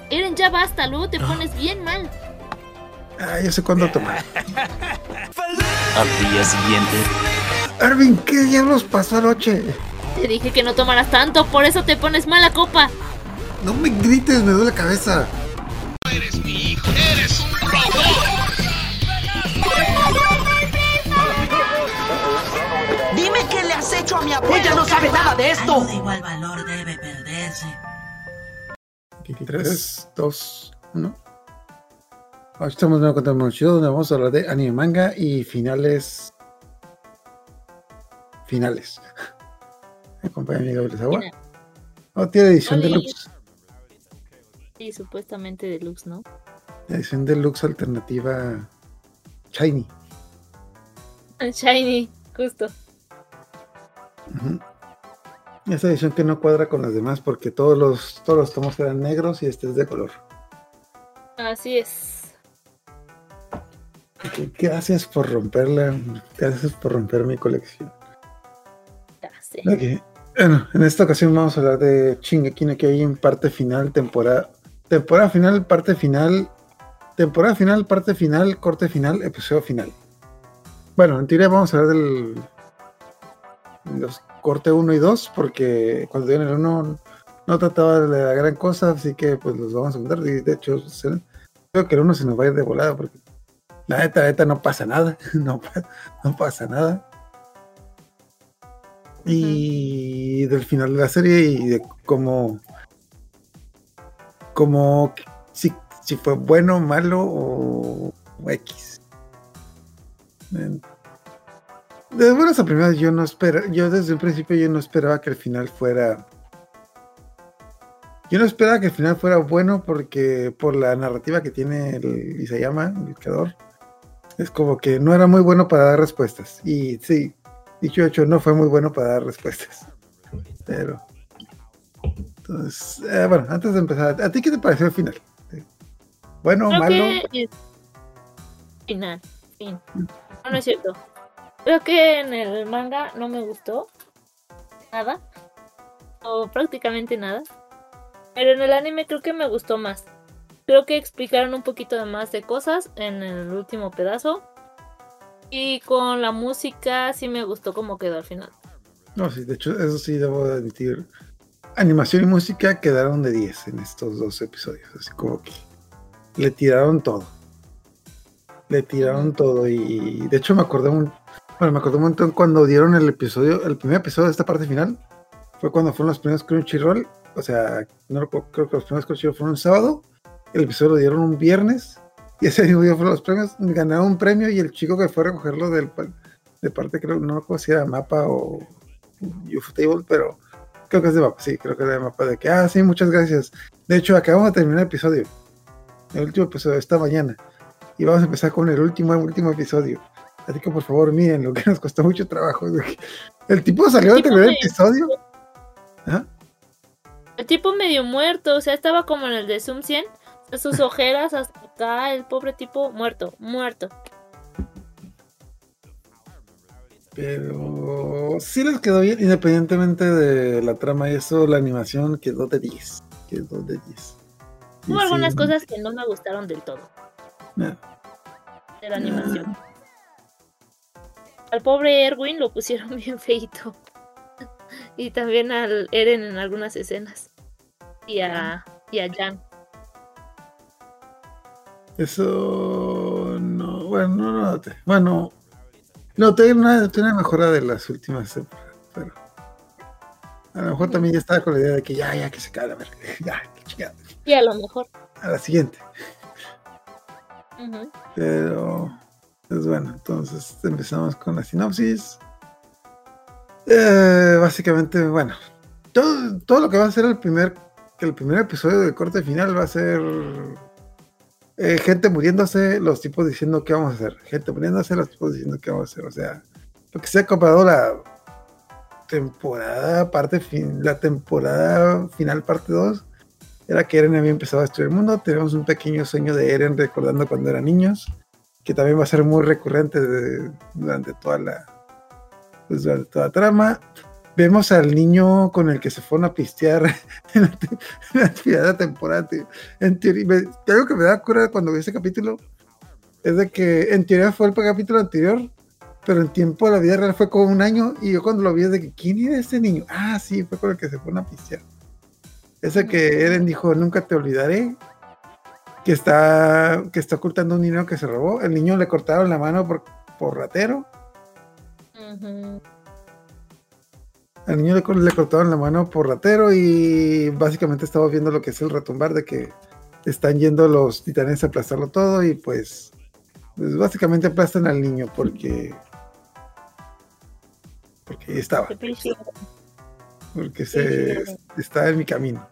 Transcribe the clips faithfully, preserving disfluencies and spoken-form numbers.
Eren, ya basta, luego te pones bien mal. Ah, yo sé cuándo tomar. Al día siguiente. Arvin, ¿qué diablos pasó anoche? Te dije que no tomaras tanto, por eso te pones mala copa. No me grites, me duele la cabeza. Eres mi hijo, eres un robot. Dime qué le has hecho a mi abuela. Ella no sabe nada de esto. Algo de igual valor debe perderse. tres, dos, uno. Hoy estamos en una contaminación donde vamos a hablar de anime, manga y finales. Finales. Me acompaña mi amiga Agua. Oh, tiene edición Oli. deluxe. Sí, supuestamente deluxe, ¿no? Edición deluxe alternativa Shiny. Shiny, justo. Uh-huh. Esta edición que no cuadra con las demás porque todos los, todos los tomos eran negros y este es de color. Así es. Okay, gracias por romperla. Gracias por romper mi colección. Ya sé. Okay. Bueno, en esta ocasión vamos a hablar de Shingeki no Kyojin parte final, temporada. Temporada final, parte final. Temporada final, parte final, corte final, episodio final. Bueno, en teoría vamos a hablar del los corte uno y dos, porque cuando dieron el uno no trataba de la gran cosa, así que pues los vamos a contar. Y de hecho, se, creo que el uno se nos va a ir de volada, porque la neta, la neta no pasa nada. No, no pasa nada. Y del final de la serie y de cómo, cómo si, si fue bueno, malo o, o X. De buenas a primeras yo no esperaba, yo desde un principio yo no esperaba que el final fuera, yo no esperaba que el final fuera bueno porque por la narrativa que tiene el Isayama, el creador, es como que no era muy bueno para dar respuestas. Y sí, dicho hecho, no fue muy bueno para dar respuestas. Pero entonces, eh, bueno, antes de empezar, ¿a ti qué te pareció el final? ¿Bueno o Creo malo? que es final, fin. No, no es cierto. Creo que en el manga no me gustó nada, o prácticamente nada, pero en el anime creo que me gustó más. Creo que explicaron un poquito de más de cosas en el último pedazo, y con la música sí me gustó cómo quedó al final. No, sí, de hecho, eso sí debo de admitir. Animación y música quedaron de diez en estos dos episodios, así como que le tiraron todo. Le tiraron uh-huh. todo y de hecho me acordé un Bueno, me acordé un montón cuando dieron el episodio, el primer episodio de esta parte final, fue cuando fueron los primeros Crunchyroll, o sea, no creo que los primeros Crunchyroll fueron un sábado, el episodio lo dieron un viernes, y ese mismo día fueron los premios, ganaron un premio, y el chico que fue a recogerlo del, de parte, creo, no recuerdo si era Mapa o Ufotable, pero creo que es de Mapa, sí, creo que es de Mapa, de que, ah, sí, muchas gracias. De hecho, acabamos de terminar el episodio, el último episodio, esta mañana, y vamos a empezar con el último, último episodio. Así que por favor miren lo que nos costó mucho trabajo. El tipo salió del primer episodio. ¿Ah? El tipo medio muerto, o sea, estaba como en el de Zoom cien, sus ojeras hasta acá, el pobre tipo muerto, muerto. Pero sí les quedó bien, independientemente de la trama y eso, la animación quedó de diez. Quedó de diez. Hubo sí, algunas sí. cosas que no me gustaron del todo. No. De la animación. No. Al pobre Erwin lo pusieron bien feito. Y también al Eren en algunas escenas. Y a, y a Jan. Eso no, bueno, no, no, no bueno, no, tiene una, una mejora de las últimas temporadas, pero a lo mejor uh-huh. también ya estaba con la idea de que ya, ya, que se cae la verga, ya, que chingada. Y a lo mejor. A la siguiente. Uh-huh. Pero pues bueno, entonces empezamos con la sinopsis. Eh, básicamente, bueno, todo, todo lo que va a ser el primer, el primer episodio del corte final va a ser eh, gente muriéndose, los tipos diciendo qué vamos a hacer, gente muriéndose, los tipos diciendo qué vamos a hacer, o sea, lo que se ha comparado la temporada, parte fin, la temporada final parte dos, era que Eren había empezado a destruir el mundo. Tenemos un pequeño sueño de Eren recordando cuando eran niños, que también va a ser muy recurrente de, durante toda la pues, durante toda la trama. vemos al niño con el que se fueron a pistear en la, en la primera temporada. En teoría, me, algo que me da cura cuando vi ese capítulo es de que en teoría fue el capítulo anterior, pero en tiempo de la vida real fue como un año, y yo cuando lo vi es de que, ¿quién era ese niño? Ah, sí, fue con el que se fueron a pistear. Ese que Eren dijo, nunca te olvidaré, que está, que está ocultando un niño que se robó. El niño le cortaron la mano por, por ratero. Ujú. Al niño le, le cortaron la mano por ratero, y básicamente estamos viendo lo que es el retumbar de que están yendo los titanes a aplastarlo todo, y pues, pues básicamente aplastan al niño porque porque ahí estaba, Qué prisión. porque se está en mi camino.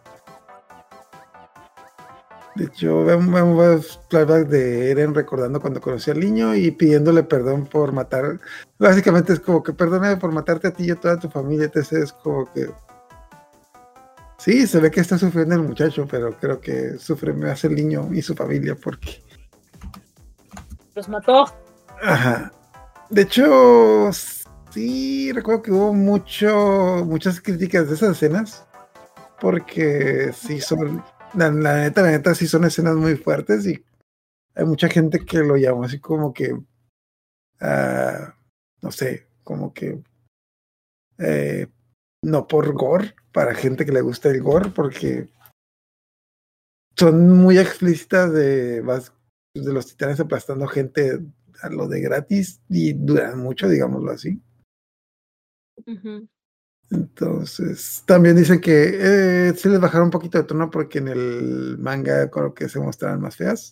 De hecho, vemos, vemos flashback de Eren recordando cuando conocí al niño y pidiéndole perdón por matar. Básicamente es como que perdóname por matarte a ti y a toda tu familia. Entonces es como que sí, se ve que está sufriendo el muchacho, pero creo que sufre más el niño y su familia porque Los mató. ajá. De hecho, sí, recuerdo que hubo mucho, muchas críticas de esas escenas porque sí son, la, la neta, la neta, sí son escenas muy fuertes, y hay mucha gente que lo llama así como que, uh, no sé, como que eh, no por gore, para gente que le gusta el gore, porque son muy explícitas de, de los titanes aplastando gente a lo de gratis, y duran mucho, digámoslo así. Uh-huh. Entonces, también dicen que eh, sí les bajaron un poquito de tono porque en el manga creo que se mostraban más feas.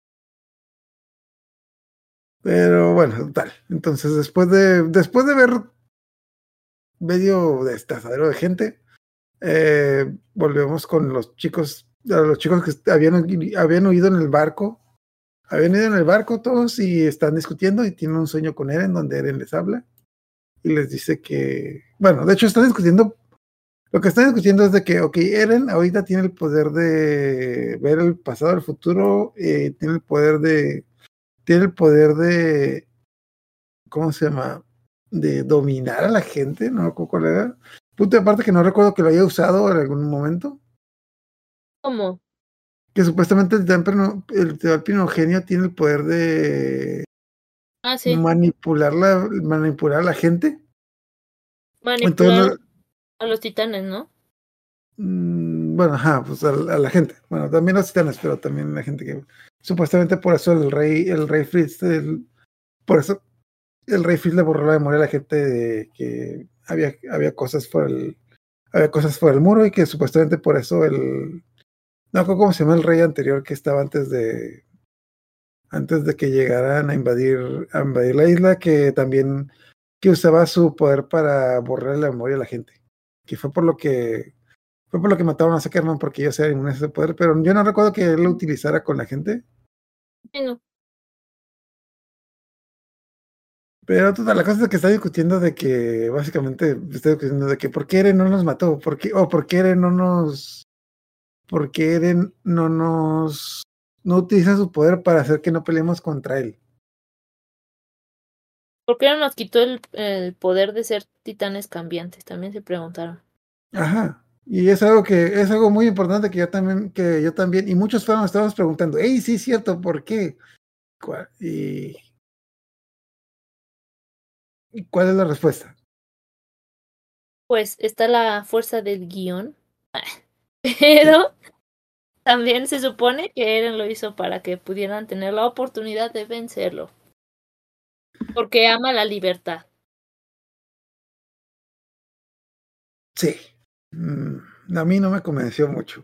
Pero bueno, tal. Entonces, después de después de ver medio destazadero de gente, eh, volvemos con los chicos, los chicos que habían, habían huido en el barco. Habían ido en el barco todos y están discutiendo y tienen un sueño con Eren donde Eren les habla y les dice que, bueno, de hecho están discutiendo, lo que están discutiendo es de que, ok, Eren ahorita tiene el poder de ver el pasado, el futuro, eh, tiene el poder de, tiene el poder de, ¿cómo se llama? De dominar a la gente, no recuerdo cuál era. Punto de aparte que no recuerdo que lo haya usado en algún momento. ¿Cómo? Que supuestamente el titán, el titán primogenio tiene el poder de ah, sí. manipular, la, manipular a la gente. Manipular Entonces, a los titanes, ¿no? Mmm, bueno, ajá, pues a, a la gente. Bueno, también los titanes, pero también la gente que... Supuestamente por eso el rey, el rey Fritz, el, por eso el rey Fritz le borró la memoria a la gente de que había, había cosas por el... Había cosas por el muro, y que supuestamente por eso el... No recuerdo cómo se llama el rey anterior que estaba antes de antes de que llegaran a invadir a invadir la isla, que también que usaba su poder para borrar la memoria a la gente, que fue por lo que fue por lo que mataron a Zuckerman, porque ellos eran inmunes a ese poder, pero yo no recuerdo que él lo utilizara con la gente. Sí, no. Pero toda la cosa es que está discutiendo de que básicamente está discutiendo de que por qué Eren no nos mató, por qué, o por qué Eren no nos por qué Eren no nos no utiliza su poder para hacer que no peleemos contra él. ¿Por qué no nos quitó el, el poder de ser titanes cambiantes? También se preguntaron. Ajá. Y es algo que es algo muy importante que yo también, que yo también, y muchos fans nos estábamos preguntando, hey, sí es cierto, ¿por qué? ¿Cuál? Y, ¿Y cuál es la respuesta? Pues está la fuerza del guión. Pero sí, también se supone que Eren lo hizo para que pudieran tener la oportunidad de vencerlo. Porque ama la libertad. Sí. Mm, a mí no me convenció mucho.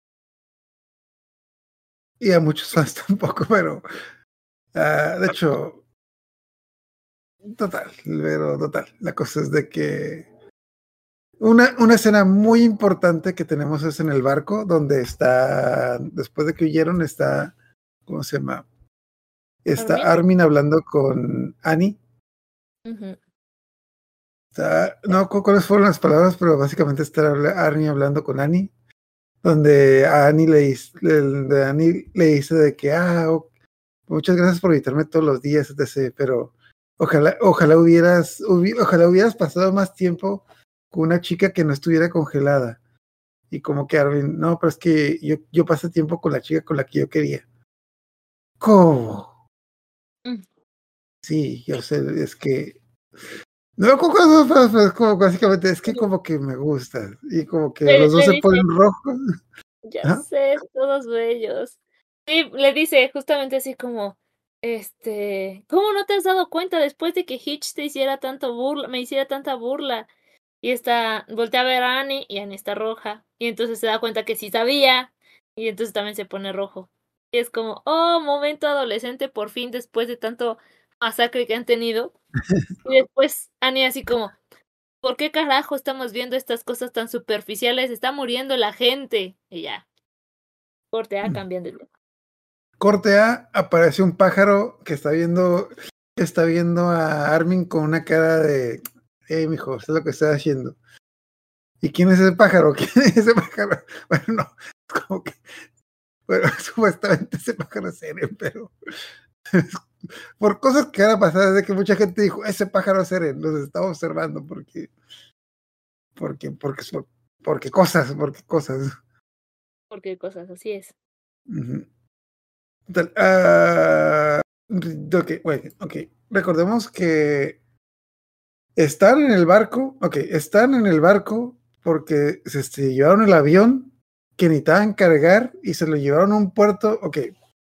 Y a muchos fans tampoco, pero uh, de hecho, total, pero total. La cosa es de que una, una escena muy importante que tenemos es en el barco, donde está, después de que huyeron, está, ¿cómo se llama? Está Armin, Armin hablando con Annie. Uh-huh. Está, no cuáles fueron las palabras, pero básicamente está Armin hablando con Annie, donde a Annie le, le, Annie le dice de que, ah, oh, muchas gracias por visitarme todos los días, etcétera, pero ojalá, ojalá hubieras, hubi, ojalá hubieras pasado más tiempo con una chica que no estuviera congelada. Y como que Armin, no, pero es que yo, yo pasé tiempo con la chica con la que yo quería. ¿Cómo? Mm. Sí, yo sé, es que... No, con cosas, pero, pero es como básicamente, es que como que me gusta. Y como que Le, los dos le se dice, ponen rojos. ya ¿Ah? sé, todos bellos. Sí, le dice justamente así como, este, ¿cómo no te has dado cuenta después de que Hitch te hiciera tanto burla, me hiciera tanta burla? Y está, voltea a ver a Annie y Annie está roja. Y entonces se da cuenta que sí sabía. Y entonces también se pone rojo. Y es como, oh, momento adolescente por fin después de tanto masacre que han tenido. Y después Annie así como, ¿por qué carajo estamos viendo estas cosas tan superficiales? Está muriendo la gente. Y ya, corte A, cambian de tema. Corte A, aparece un pájaro que está viendo, está viendo a Armin con una cara de, hey, mijo, sé lo que estás haciendo. ¿Y quién es ese pájaro? ¿Quién es ese pájaro? Bueno, no, como que, bueno, supuestamente ese pájaro es Eren, pero por cosas que van a pasar desde que mucha gente dijo, ese pájaro es Eren, los estaba observando porque, porque, porque, porque, porque cosas, porque cosas. Porque cosas así es. Uh-huh. Tal, uh, ok, bueno, ok. Recordemos que están en el barco, ok, están en el barco porque se este, llevaron el avión que necesitaban cargar y se lo llevaron a un puerto, ok.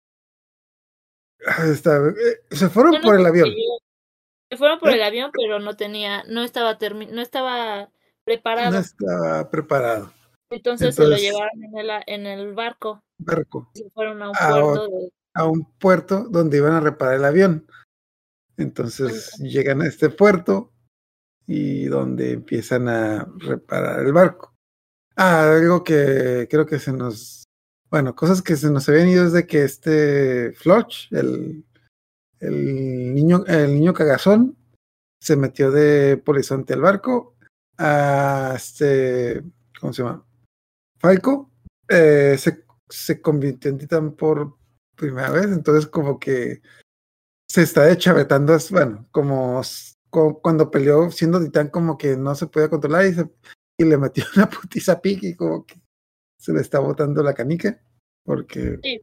Está, eh, se fueron Yo no por sé el avión. si se fueron por ¿Eh? el avión, pero no tenía, no estaba termi no estaba preparado. No estaba preparado. Entonces, se lo Entonces, llevaron en el, en el barco. barco. Se fueron a un A, puerto de... a un puerto donde iban a reparar el avión. Entonces llegan a este puerto y donde empiezan a reparar el barco. Ah, algo que creo que se nos... Bueno, cosas que se nos habían ido es de que este Floch, el, el, niño, el niño cagazón, se metió de polizonte al barco. A este... ¿Cómo se llama? Falco. Eh, se, se convirtió en titán por primera vez, entonces como que se está deschavetando, bueno, como, como cuando peleó siendo titán como que no se podía controlar y, se, y le metió una putiza a Pig y como que se le está botando la canica porque Sí,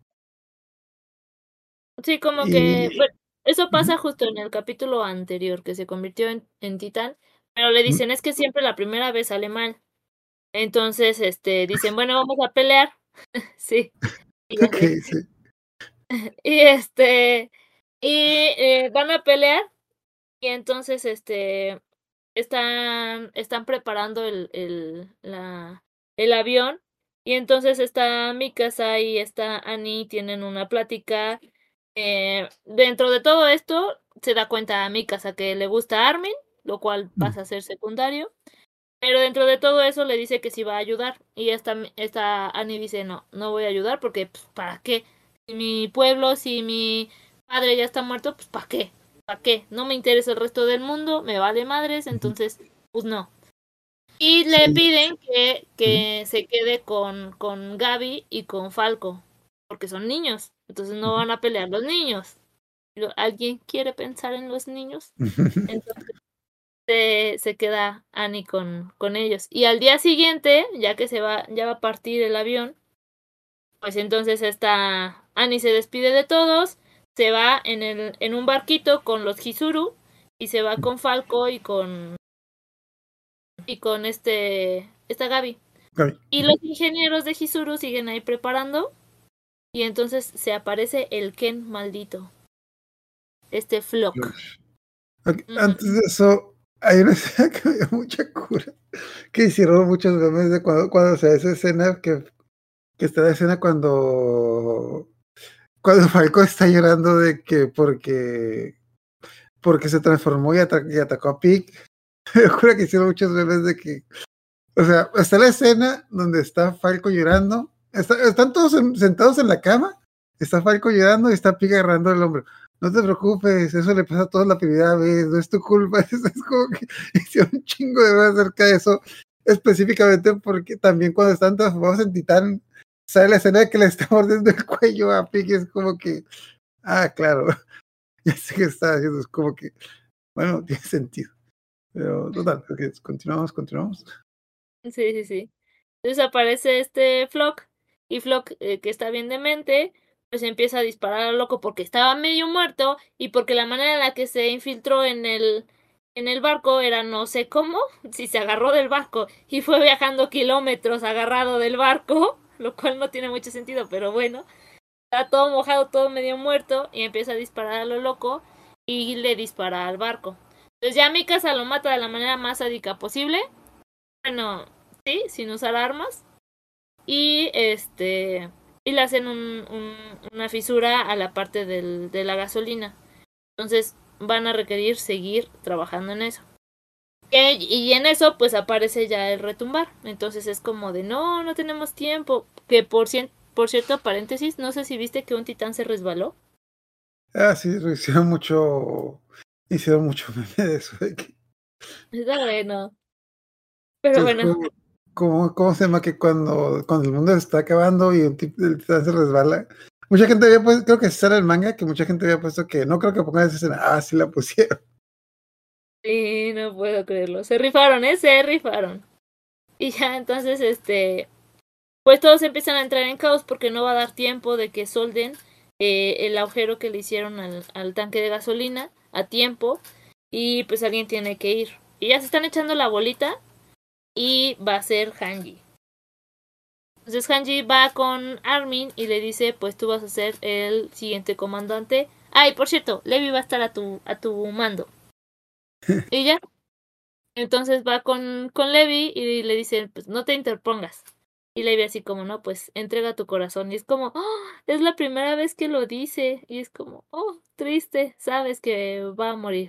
sí como y, que bueno, eso pasa uh-huh. justo en el capítulo anterior, que se convirtió en, en titán, pero le dicen, uh-huh. es que siempre la primera vez sale mal. Entonces, este, dicen, bueno, vamos a pelear. Sí. Y, okay, sí. y este, y eh, van a pelear y entonces, este, están, están preparando el, el, la, el avión y entonces está Mikasa y está Annie, tienen una plática. Eh, dentro de todo esto se da cuenta a Mikasa que le gusta a Armin, lo cual pasa a ser secundario, pero dentro de todo eso le dice que sí va a ayudar y esta, esta Annie dice no, no voy a ayudar porque pues, ¿para qué? Si mi pueblo, si mi padre ya está muerto, pues ¿para qué? ¿Para qué? No me interesa el resto del mundo, me vale madres, entonces, pues no. Y le sí. piden que, que uh-huh. se quede con, con Gaby y con Falco, porque son niños, entonces no van a pelear los niños. ¿Alguien quiere pensar en los niños? Entonces se, se queda Annie con, con ellos. Y al día siguiente, ya que se va, ya va a partir el avión, pues entonces esta Annie se despide de todos, se va en, el, en un barquito con los Chizuru y se va con Falco y con y con este esta Gaby. Gaby. Y los ingenieros de Chizuru siguen ahí preparando y entonces se aparece el Ken maldito. Este Flock. Okay. Uh-huh. Antes de eso, hay una escena que me dio mucha cura, que hicieron muchos memes de cuando, cuando se hace esa escena que, que está la escena cuando cuando Falco está llorando de que porque porque se transformó y, ata- y atacó a Pig. Me juro que hicieron muchos memes de que, o sea, está la escena donde está Falco llorando, está, están todos en, sentados en la cama, está Falco llorando y está Pig agarrando el hombro. No te preocupes, eso le pasa a todos la primera vez, no es tu culpa. Es, es como que hicieron un chingo de memes acerca de eso, específicamente porque también cuando están transformados en titán, sale la escena de que le está mordiendo el cuello a Pig y es como que, ah, claro, ya sé qué está haciendo, es como que, bueno, tiene sentido. Pero total, ok, continuamos, continuamos. Sí, sí, sí. Entonces aparece este Flock y Flock, eh, que está bien demente, pues empieza a disparar a lo loco porque estaba medio muerto y porque la manera en la que se infiltró en el en el barco era no sé cómo, si se agarró del barco y fue viajando kilómetros agarrado del barco, lo cual no tiene mucho sentido, pero bueno, está todo mojado, todo medio muerto y empieza a disparar a lo loco y le dispara al barco. Entonces ya Mikasa lo mata de la manera más sádica posible. Bueno, sí, sin usar armas. Y este. Y le hacen un, un, una fisura a la parte del, de la gasolina. Entonces van a requerir seguir trabajando en eso. Que, y en eso pues aparece ya el retumbar. Entonces es como de no, no tenemos tiempo. Que por, cien, por cierto, paréntesis, no sé si viste que un titán se resbaló. Ah, sí, hicieron mucho, hicieron mucho meme de eso. De que, Está bueno. Pero es bueno. como, como- ¿cómo se llama? Que cuando, cuando el mundo se está acabando y un tipo, el titán se resbala. Mucha gente había puesto, creo que ese era el manga, que mucha gente había puesto que no creo que pongan esa escena. Ah, sí la pusieron. Sí, no puedo creerlo. Se rifaron, ¿eh? Se rifaron. Y ya entonces, este, pues todos empiezan a entrar en caos porque no va a dar tiempo de que solden eh, el agujero que le hicieron al, al tanque de gasolina a tiempo y pues alguien tiene que ir. Y ya se están echando la bolita y va a ser Hanji. Entonces Hanji va con Armin y le dice, pues tú vas a ser el siguiente comandante. Ay, por cierto, Levi va a estar a tu, a tu mando. Y ya, entonces va con, con Levi y le dice, pues no te interpongas. Y Levi así como, no, pues entrega tu corazón. Y es como, oh, es la primera vez que lo dice. Y es como, oh, triste, sabes que va a morir.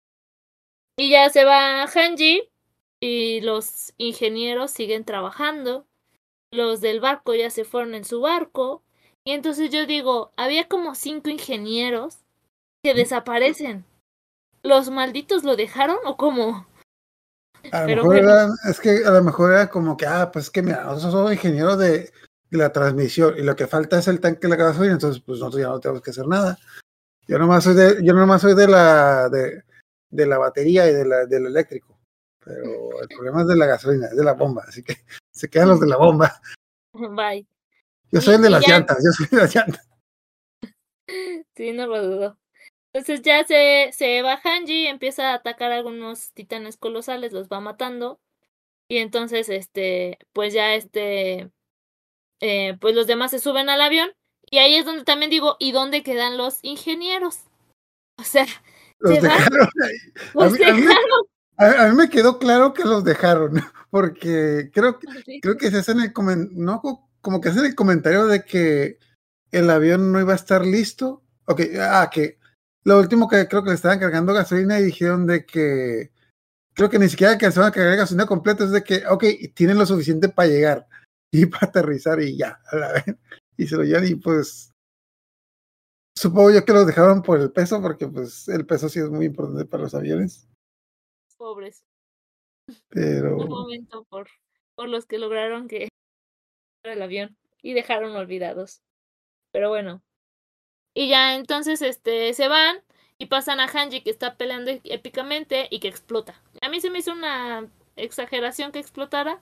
Y ya se va Hanji y los ingenieros siguen trabajando. Los del barco ya se fueron en su barco. Y entonces yo digo, había como cinco ingenieros que desaparecen. ¿Los malditos lo dejaron o cómo? A lo Pero mejor bueno. era, es que a lo mejor era como que, ah, pues es que mira, nosotros somos ingenieros de, de la transmisión y lo que falta es el tanque de la gasolina, entonces pues nosotros ya no tenemos que hacer nada. Yo nomás soy de, yo nomás soy de la, de, de la batería y de la, del eléctrico, pero el problema es de la gasolina, es de la bomba, así que se quedan los de la bomba. Bye. Yo Y, soy el de y las ya, llantas, yo soy de las llantas. sí, no lo dudo. Entonces ya se, se va Hanji, empieza a atacar a algunos titanes colosales, los va matando. Y entonces, este, pues ya este, eh, pues los demás se suben al avión. Y ahí es donde también digo, ¿y dónde quedan los ingenieros? O sea, Los se van, dejaron ahí. A los mí, a mí me, dejaron. a, a mí me quedó claro que los dejaron, porque creo, que- creo Malditos. que se hacen el comen- no, co- como que hacen el comentario de que el avión no iba a estar listo. Ok, ah, que lo último que creo que le estaban cargando gasolina y dijeron de que creo que ni siquiera alcanzaron a cargar gasolina completa, es de que, ok, tienen lo suficiente para llegar y para aterrizar y ya, a la vez. Y se lo llevan y pues supongo yo que los dejaron por el peso, porque pues el peso sí es muy importante para los aviones, Pobres. pero Un momento por, por los que lograron que el avión y dejaron olvidados. Pero bueno. Y ya entonces este se van y pasan a Hanji que está peleando épicamente y que explota. A mí se me hizo una exageración que explotara,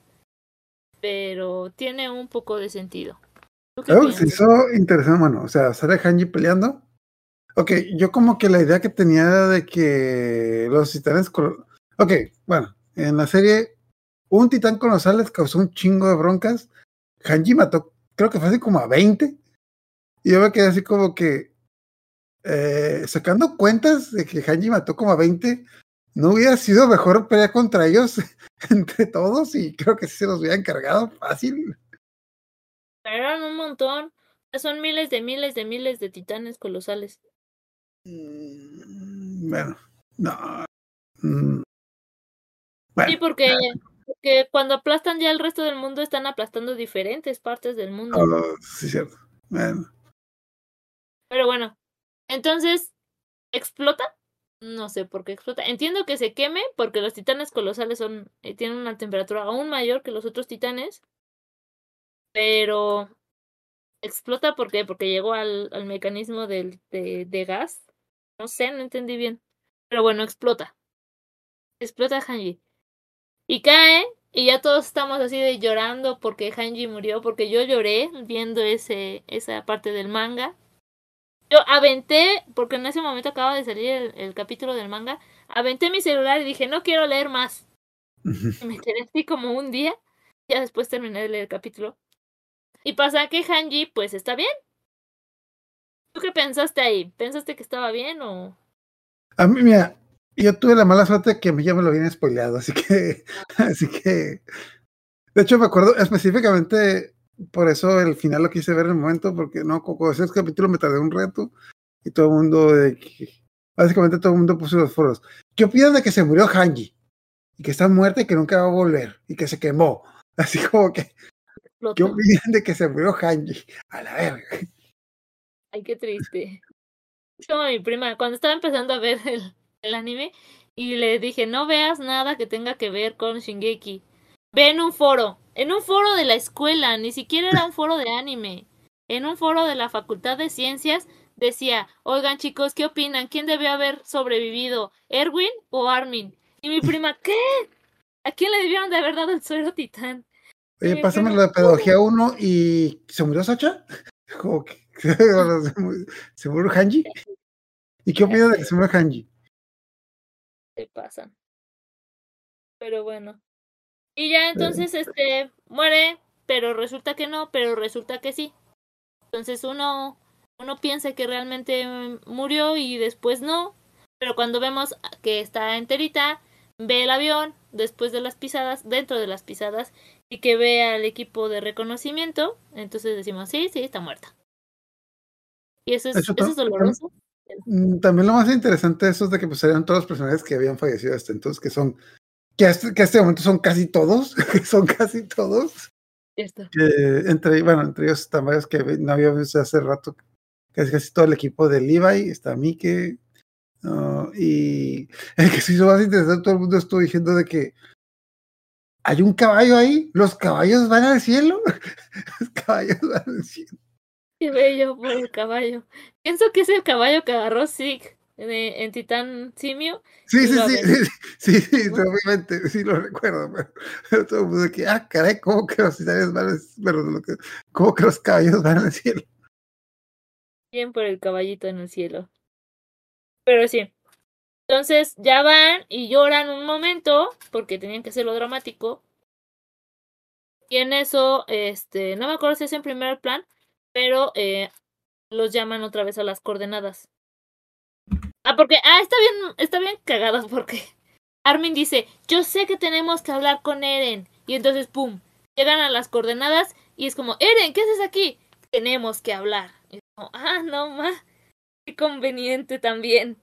pero tiene un poco de sentido. ¿Tú qué algo que se piensas? hizo interesante, bueno, o sea, sale Hanji peleando. Ok, yo como que la idea que tenía era de que los titanes, colo- ok, bueno, en la serie un titán colosal les causó un chingo de broncas. Hanji mató, creo que fue así como a veinte. Y yo me quedé así como que, eh, sacando cuentas de que Hanji mató como a veinte, ¿no hubiera sido mejor pelear contra ellos entre todos? Y creo que sí se los hubiera encargado fácil. Pero eran un montón. Son miles de miles de miles de titanes colosales. Mm, Bueno, no. mm, Sí, Bueno, porque, porque cuando aplastan ya el resto del mundo están aplastando diferentes partes del mundo. oh, sí, cierto. Bueno, Pero bueno, entonces, ¿explota? No sé por qué explota. Entiendo que se queme porque los titanes colosales son eh, tienen una temperatura aún mayor que los otros titanes, pero explota ¿por qué? Porque llegó al, al mecanismo del, de, de gas. No sé, no entendí bien. Pero bueno, explota. explota Hanji. Y cae, y ya todos estamos así de llorando porque Hanji murió, porque yo lloré viendo ese esa parte del manga. Yo aventé, porque en ese momento acaba de salir el, el capítulo del manga, aventé mi celular y dije, no quiero leer más. Y me quedé así como un día, ya después terminé de leer el capítulo. Y pasa que Hanji, pues, está bien. ¿Tú qué pensaste ahí? ¿Pensaste que estaba bien o...? A mí, mira, yo tuve la mala suerte que ya me lo habían spoileado, así que, así que, de hecho me acuerdo específicamente, por eso el final lo quise ver en el momento, porque no, con ese capítulo me tardé un rato, y todo el mundo, de que, básicamente todo el mundo puso los foros. ¿Qué opinas de que se murió Hanji? Y que está muerta y que nunca va a volver, y que se quemó, así como que, Explotó. ¿qué opinas de que se murió Hanji? A la verga. Ay, qué triste. Es como mi prima, cuando estaba empezando a ver el, el anime, y le dije, no veas nada que tenga que ver con Shingeki. Ve en un foro, en un foro de la escuela, ni siquiera era un foro de anime. En un foro de la Facultad de Ciencias decía, oigan chicos, ¿qué opinan? ¿Quién debió haber sobrevivido? ¿Erwin o Armin? Y mi prima, ¿qué? ¿A quién le debieron de haber dado el suero titán? Oye, mi pásame prima, la de pedagogía uno y ¿se murió Sacha? Como que se murió, ¿se murió Hanji? ¿Y qué opinas de que se murió Hanji? Se pasan. Pero bueno. Y ya entonces este muere, pero resulta que no, pero resulta que sí. Entonces uno uno piensa que realmente murió y después no, pero cuando vemos que está enterita, ve el avión después de las pisadas, dentro de las pisadas, y que ve al equipo de reconocimiento, entonces decimos, sí, sí, está muerta. Y eso es, Eso eso es doloroso. También lo más interesante de eso es de que pues eran todos los personajes que habían fallecido hasta entonces, que son, que hasta, que a este momento son casi todos, que son casi todos. Esto. Que entre, bueno, entre ellos están varios que no había visto hace rato, casi, casi todo el equipo de Levi, está Mike, uh, y el que se hizo más interesante, todo el mundo estuvo diciendo de que hay un caballo ahí, los caballos van al cielo, los caballos van al cielo. Qué bello por el caballo. Pienso que es el caballo que agarró Zeke en, en Titán Simio. Sí, y sí, lo sí, aventó. sí, sí, sí, obviamente, sí lo recuerdo, pero, pero todo el mundo de que, ah, caray, ¿cómo que los titanes van al cielo? ¿Cómo que los caballos van al cielo? Bien por el caballito en el cielo. Pero sí. Entonces ya van y lloran un momento, porque tenían que hacerlo dramático. Y en eso, este, no me acuerdo si es en primer plan, pero eh, los llaman otra vez a las coordenadas. Ah, porque, ah, está bien, está bien cagado porque Armin dice, yo sé que tenemos que hablar con Eren. Y entonces, pum, llegan a las coordenadas y es como, Eren, ¿qué haces aquí? Tenemos que hablar. Y es como, ah, no, ma, qué conveniente también.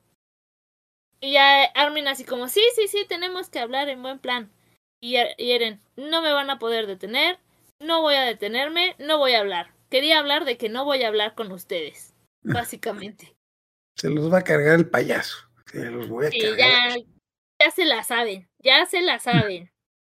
Y ya Armin así como, sí, sí, sí, tenemos que hablar en buen plan. Y, y Eren, no me van a poder detener, no voy a detenerme, no voy a hablar. Quería hablar de que no voy a hablar con ustedes, básicamente. Se los va a cargar el payaso. Se los voy a Sí, cargar. ya, ya se la saben, ya se la saben.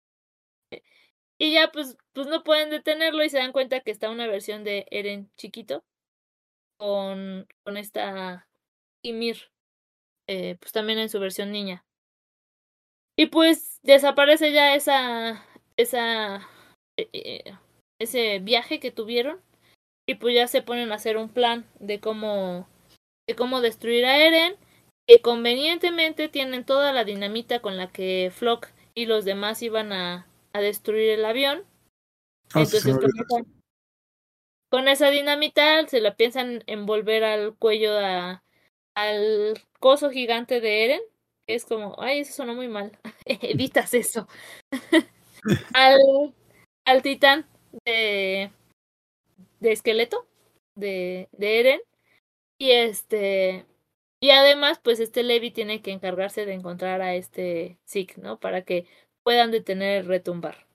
Y ya pues, pues no pueden detenerlo y se dan cuenta que está una versión de Eren chiquito con, con esta Ymir, eh, pues también en su versión niña. Y pues desaparece ya esa, esa, eh, ese viaje que tuvieron y pues ya se ponen a hacer un plan de cómo, de cómo destruir a Eren, que convenientemente tienen toda la dinamita con la que Flock y los demás iban a, a destruir el avión. Oh, Entonces sí, con esa, con esa dinamita se la piensan envolver al cuello a, al coso gigante de Eren, que es como, ay, eso sonó muy mal, evitas eso. al, al titán de, de esqueleto de, de Eren. Y este. Y además, pues este Levi tiene que encargarse de encontrar a este Zeke, ¿no? Para que puedan detener el retumbar.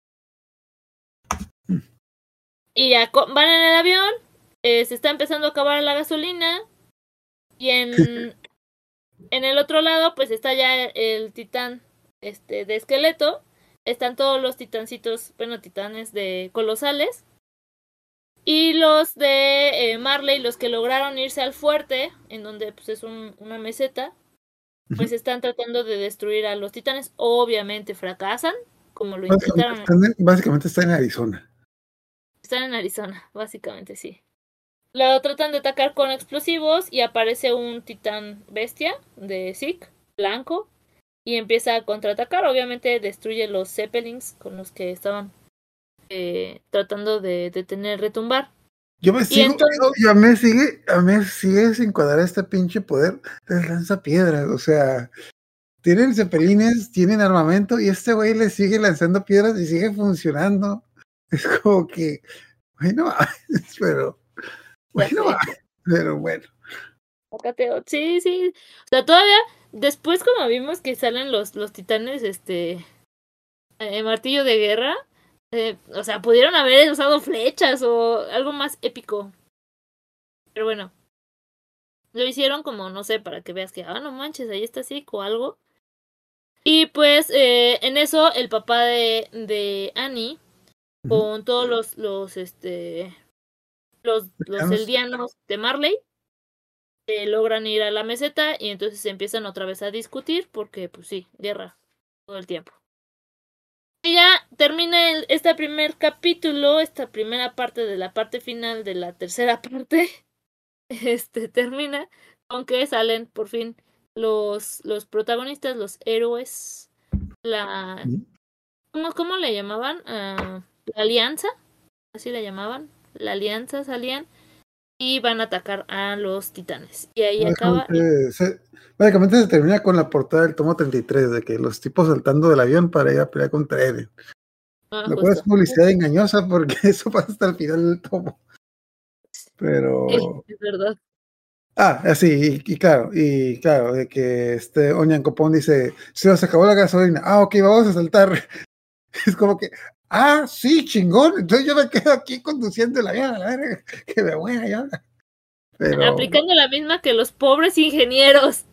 Y ya van en el avión. Eh, se está empezando a acabar la gasolina. Y en. En el otro lado, pues está ya el titán este, de esqueleto. Están todos los titancitos, bueno, titanes de colosales. Y los de eh, Marley, los que lograron irse al fuerte, en donde pues es un, una meseta, pues están tratando de destruir a los titanes. Obviamente fracasan, como lo Básicamente intentaron. están en, básicamente está en Arizona. Están en Arizona, básicamente sí. Lo tratan de atacar con explosivos y aparece un titán bestia de Zeke, blanco, y empieza a contraatacar. Obviamente destruye los Zeppelins con los que estaban eh, tratando de detener retumbar. Yo me Y sigo, entonces, yo, yo a mí sigue, a mí sigue sin cuadrar este pinche poder de lanza piedras, o sea, tienen cepelines, tienen armamento y este güey le sigue lanzando piedras y sigue funcionando. Es como que, bueno, pero, ya bueno, sé, pero bueno. Acateo. Sí, sí. O sea, todavía, después como vimos que salen los, los titanes, este, eh, martillo de guerra, eh, o sea, pudieron haber usado flechas o algo más épico. Pero bueno, lo hicieron como, no sé, para que veas que, ah, no manches, ahí está así o algo. Y pues, eh, en eso, el papá de, de Annie, con todos los, los, este, los, los Veamos. eldianos de Marley, eh, logran ir a la meseta y entonces se empiezan otra vez a discutir porque, pues sí, guerra todo el tiempo. Y ya termina el, este primer capítulo, esta primera parte de la parte final de la tercera parte, este termina con que salen por fin los, los protagonistas, los héroes, la... ¿Cómo, cómo le llamaban? Uh, la alianza, así la llamaban, la alianza salían y van a atacar a los titanes. Y ahí acaba... Básicamente se, básicamente se termina con la portada del tomo treinta y tres, de que los tipos saltando del avión para ir a pelear contra Eren. Ah, Lo cual es justo. publicidad engañosa porque eso pasa hasta el final del tomo. Pero... Sí, es verdad. Ah, así, y, y claro, y claro, de que este Oñan Copón dice, se nos acabó la gasolina, ah, ok, vamos a saltar. Es como que, ah, sí, chingón, entonces yo me quedo aquí conduciendo la vida, a la verga, que me muera ya. Pero... Aplicando la misma que los pobres ingenieros.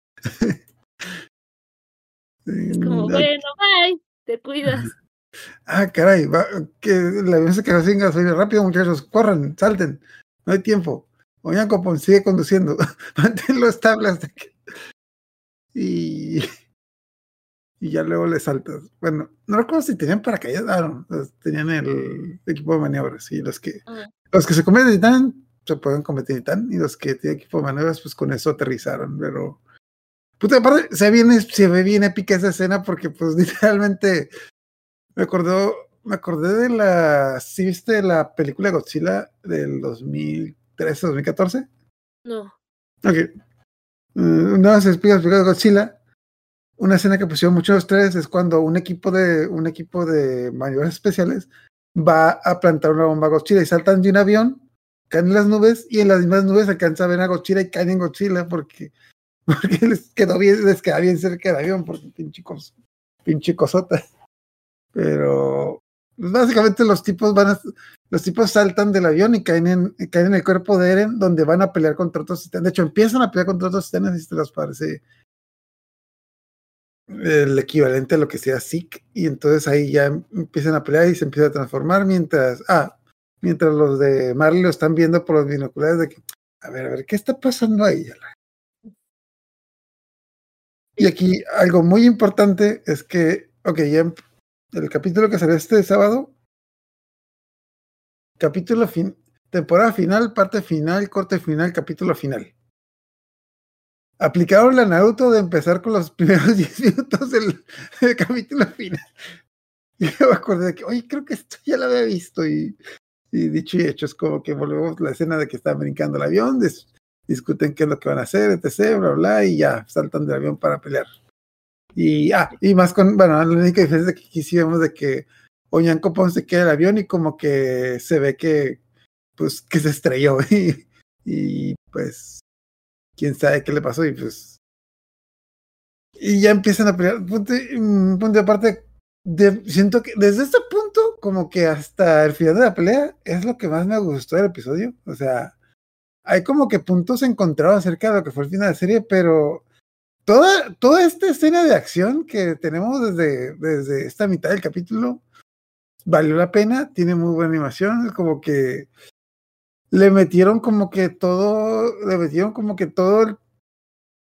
Es como, bueno, bye, te cuidas. Ah, caray, va, que el avión se quedó sin gasolina, rápido muchachos, corran, salten, no hay tiempo. Oñan Copón sigue conduciendo, manténlo estable hasta que... Y... y ya luego le saltas. Bueno, no recuerdo si tenían paracaídas, ah, no, tenían el equipo de maniobras, y los que, uh-huh. los que se convierten en titán, se pueden convertir en titán, y los que tienen equipo de maniobras, pues con eso aterrizaron, pero... Puta, aparte, se, viene, se ve bien épica esa escena, porque pues literalmente, me acordó, me acordé de la, ¿sí viste la película de Godzilla del dos mil trece, dos mil catorce? No. Ok. Uh, una vez se explica de Godzilla. Una escena que pusieron muchos de ustedes es cuando un equipo de un equipo de maniobras especiales va a plantar una bomba a Godzilla y saltan de un avión, caen en las nubes y en las mismas nubes alcanza a ver a Godzilla y caen en Godzilla porque, porque les quedó bien, les queda bien cerca del avión porque pinche, cos, pinche cosota. Pero pues básicamente los tipos van a, los tipos saltan del avión y caen en, caen en el cuerpo de Eren, donde van a pelear contra otros titanes. De hecho, empiezan a pelear contra otros titanes y se los parece el equivalente a lo que sea Zeke, y entonces ahí ya empiezan a pelear y se empieza a transformar mientras, ah, mientras los de Marley lo están viendo por los binoculares de que, a ver, a ver, ¿qué está pasando ahí? Y aquí algo muy importante es que, ok, ya el capítulo que salió este sábado, capítulo fin, temporada final, parte final, corte final, capítulo final. Aplicaron la Naruto de empezar con los primeros diez minutos del, del capítulo final. Y yo me acordé de que, oye, creo que esto ya lo había visto. Y, y dicho y hecho, es como que volvemos a la escena de que están brincando el avión, dis, discuten qué es lo que van a hacer, etcétera, bla, bla, y ya saltan del avión para pelear. Y, ah, y más con, bueno, la única diferencia es que aquí sí vemos de que Oñan Copón se queda el avión y como que se ve que, pues, que se estrelló. Y, y pues, quién sabe qué le pasó, y pues y ya empiezan a pelear. Punto, punto aparte, de, siento que desde este punto, como que hasta el final de la pelea, es lo que más me gustó del episodio. O sea, hay como que puntos encontrados acerca de lo que fue el final de la serie, pero toda, toda esta escena de acción que tenemos desde, desde esta mitad del capítulo valió la pena, tiene muy buena animación, es como que le metieron como que todo, le metieron como que todo el,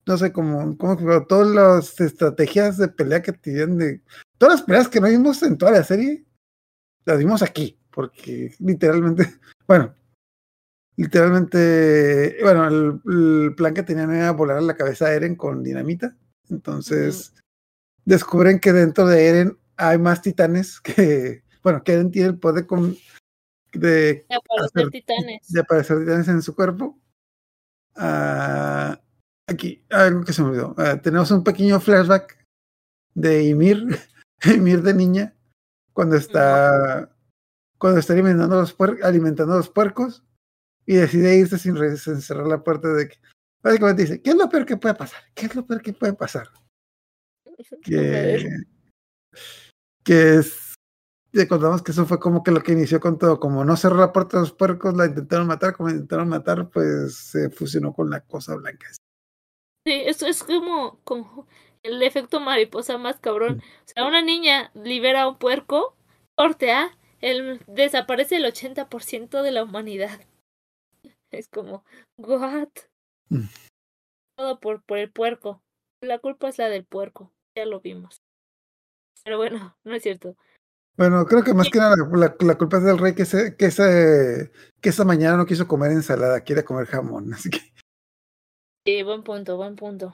no sé, como, como que pero todas las estrategias de pelea que tenían de, todas las peleas que no vimos en toda la serie, las vimos aquí, porque literalmente, bueno, literalmente, bueno, el, el plan que tenían era volar a la cabeza a Eren con dinamita, entonces uh-huh. descubren que dentro de Eren hay más titanes que, bueno, que Eren tiene el poder con, de, de aparecer hacer, titanes. De aparecer titanes en su cuerpo. Uh, aquí, algo que se me olvidó. Uh, tenemos un pequeño flashback de Ymir, Ymir de niña, cuando está, uh-huh. cuando está alimentando los, puer- alimentando los puercos y decide irse sin, re- sin cerrar la puerta de que, básicamente dice, ¿qué es lo peor que puede pasar? ¿Qué es lo peor que puede pasar? Que, que es, le contamos que eso fue como que lo que inició con todo, como no cerró la puerta de los puercos, la intentaron matar, como intentaron matar, pues se fusionó con la cosa blanca. Sí, eso es como, como el efecto mariposa más cabrón. O sea, una niña libera a un puerco, corte A, el, desaparece el ochenta por ciento de la humanidad. Es como, what? Mm. Todo por, por el puerco. La culpa es la del puerco, ya lo vimos. Pero bueno, no es cierto. Bueno, creo que más que nada la, la culpa es del rey que se, que se, que esa mañana no quiso comer ensalada, quiere comer jamón, así que. Sí, buen punto, buen punto.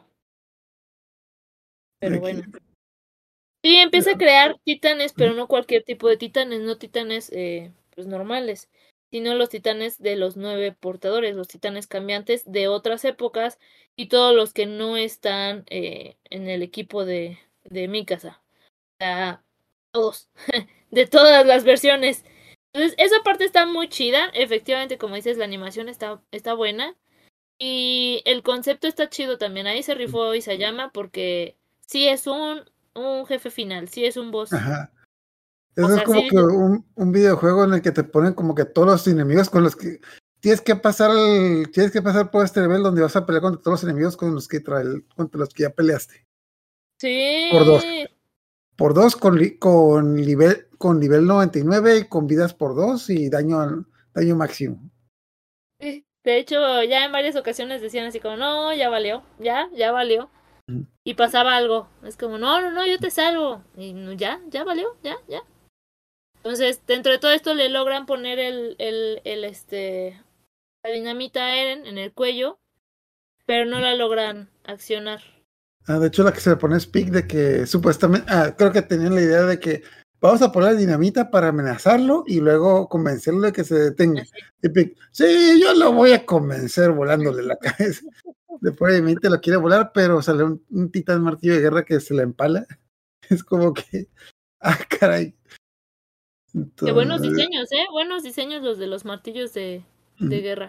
Pero bueno. Sí, empieza a crear titanes, pero no cualquier tipo de titanes, no titanes eh, pues normales, sino los titanes de los nueve portadores, los titanes cambiantes de otras épocas y todos los que no están eh, en el equipo de, de Mikasa. O sea, todos, de todas las versiones. Entonces, esa parte está muy chida, efectivamente, como dices, la animación está, está buena y el concepto está chido también. Ahí se rifó Isayama porque sí es un un jefe final, sí es un boss. Ajá. Eso o sea, es como sí, que un, un videojuego en el que te ponen como que todos los enemigos con los que tienes que pasar el, tienes que pasar por este nivel donde vas a pelear contra todos los enemigos con los que trae, contra los que ya peleaste. Sí. Por dos. Por dos con, con nivel con nivel noventa y nueve y con vidas por dos y daño daño máximo. De hecho, ya en varias ocasiones decían así como, no, ya valió, ya, ya valió. Y pasaba algo. Es como, no, no, no, yo te salvo. Y ya, ya valió, ya, ya. Entonces, dentro de todo esto le logran poner el, el, el este, la dinamita a Eren en el cuello, pero no la logran accionar. Ah, de hecho, la que se le pone es Pig de que supuestamente, ah, creo que tenían la idea de que vamos a poner la dinamita para amenazarlo y luego convencerlo de que se detenga. ¿Sí? Y Pig, sí, yo lo voy a convencer volándole la cabeza. Después de mí te lo quiere volar, pero sale un, un titán martillo de guerra que se la empala. Es como que, ah, caray. Entonces, qué buenos diseños, ¿eh? Buenos diseños los de los martillos de, de guerra.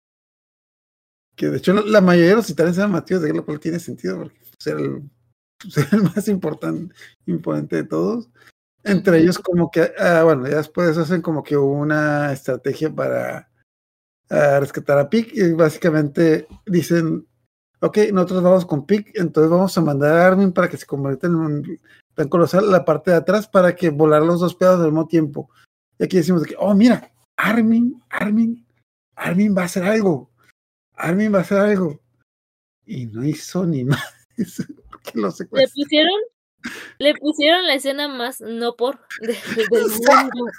Que de hecho la mayoría de los titanes eran martillos de guerra, lo cual tiene sentido, porque pues, era, el, pues, era el más importante, imponente de todos. Entre uh-huh. ellos como que, ah, bueno, ya después de eso hacen como que una estrategia para uh, rescatar a Pig y básicamente dicen, ok, nosotros vamos con Pig, entonces vamos a mandar a Armin para que se convierta en un tan colosal la parte de atrás para que volar los dos pedazos al mismo tiempo. Y aquí decimos que, oh, mira, Armin, Armin, Armin va a hacer algo. Armin va a hacer algo. Y no hizo ni más. Porque lo secuestró. Le pusieron, le pusieron la escena más no por de, del mundo.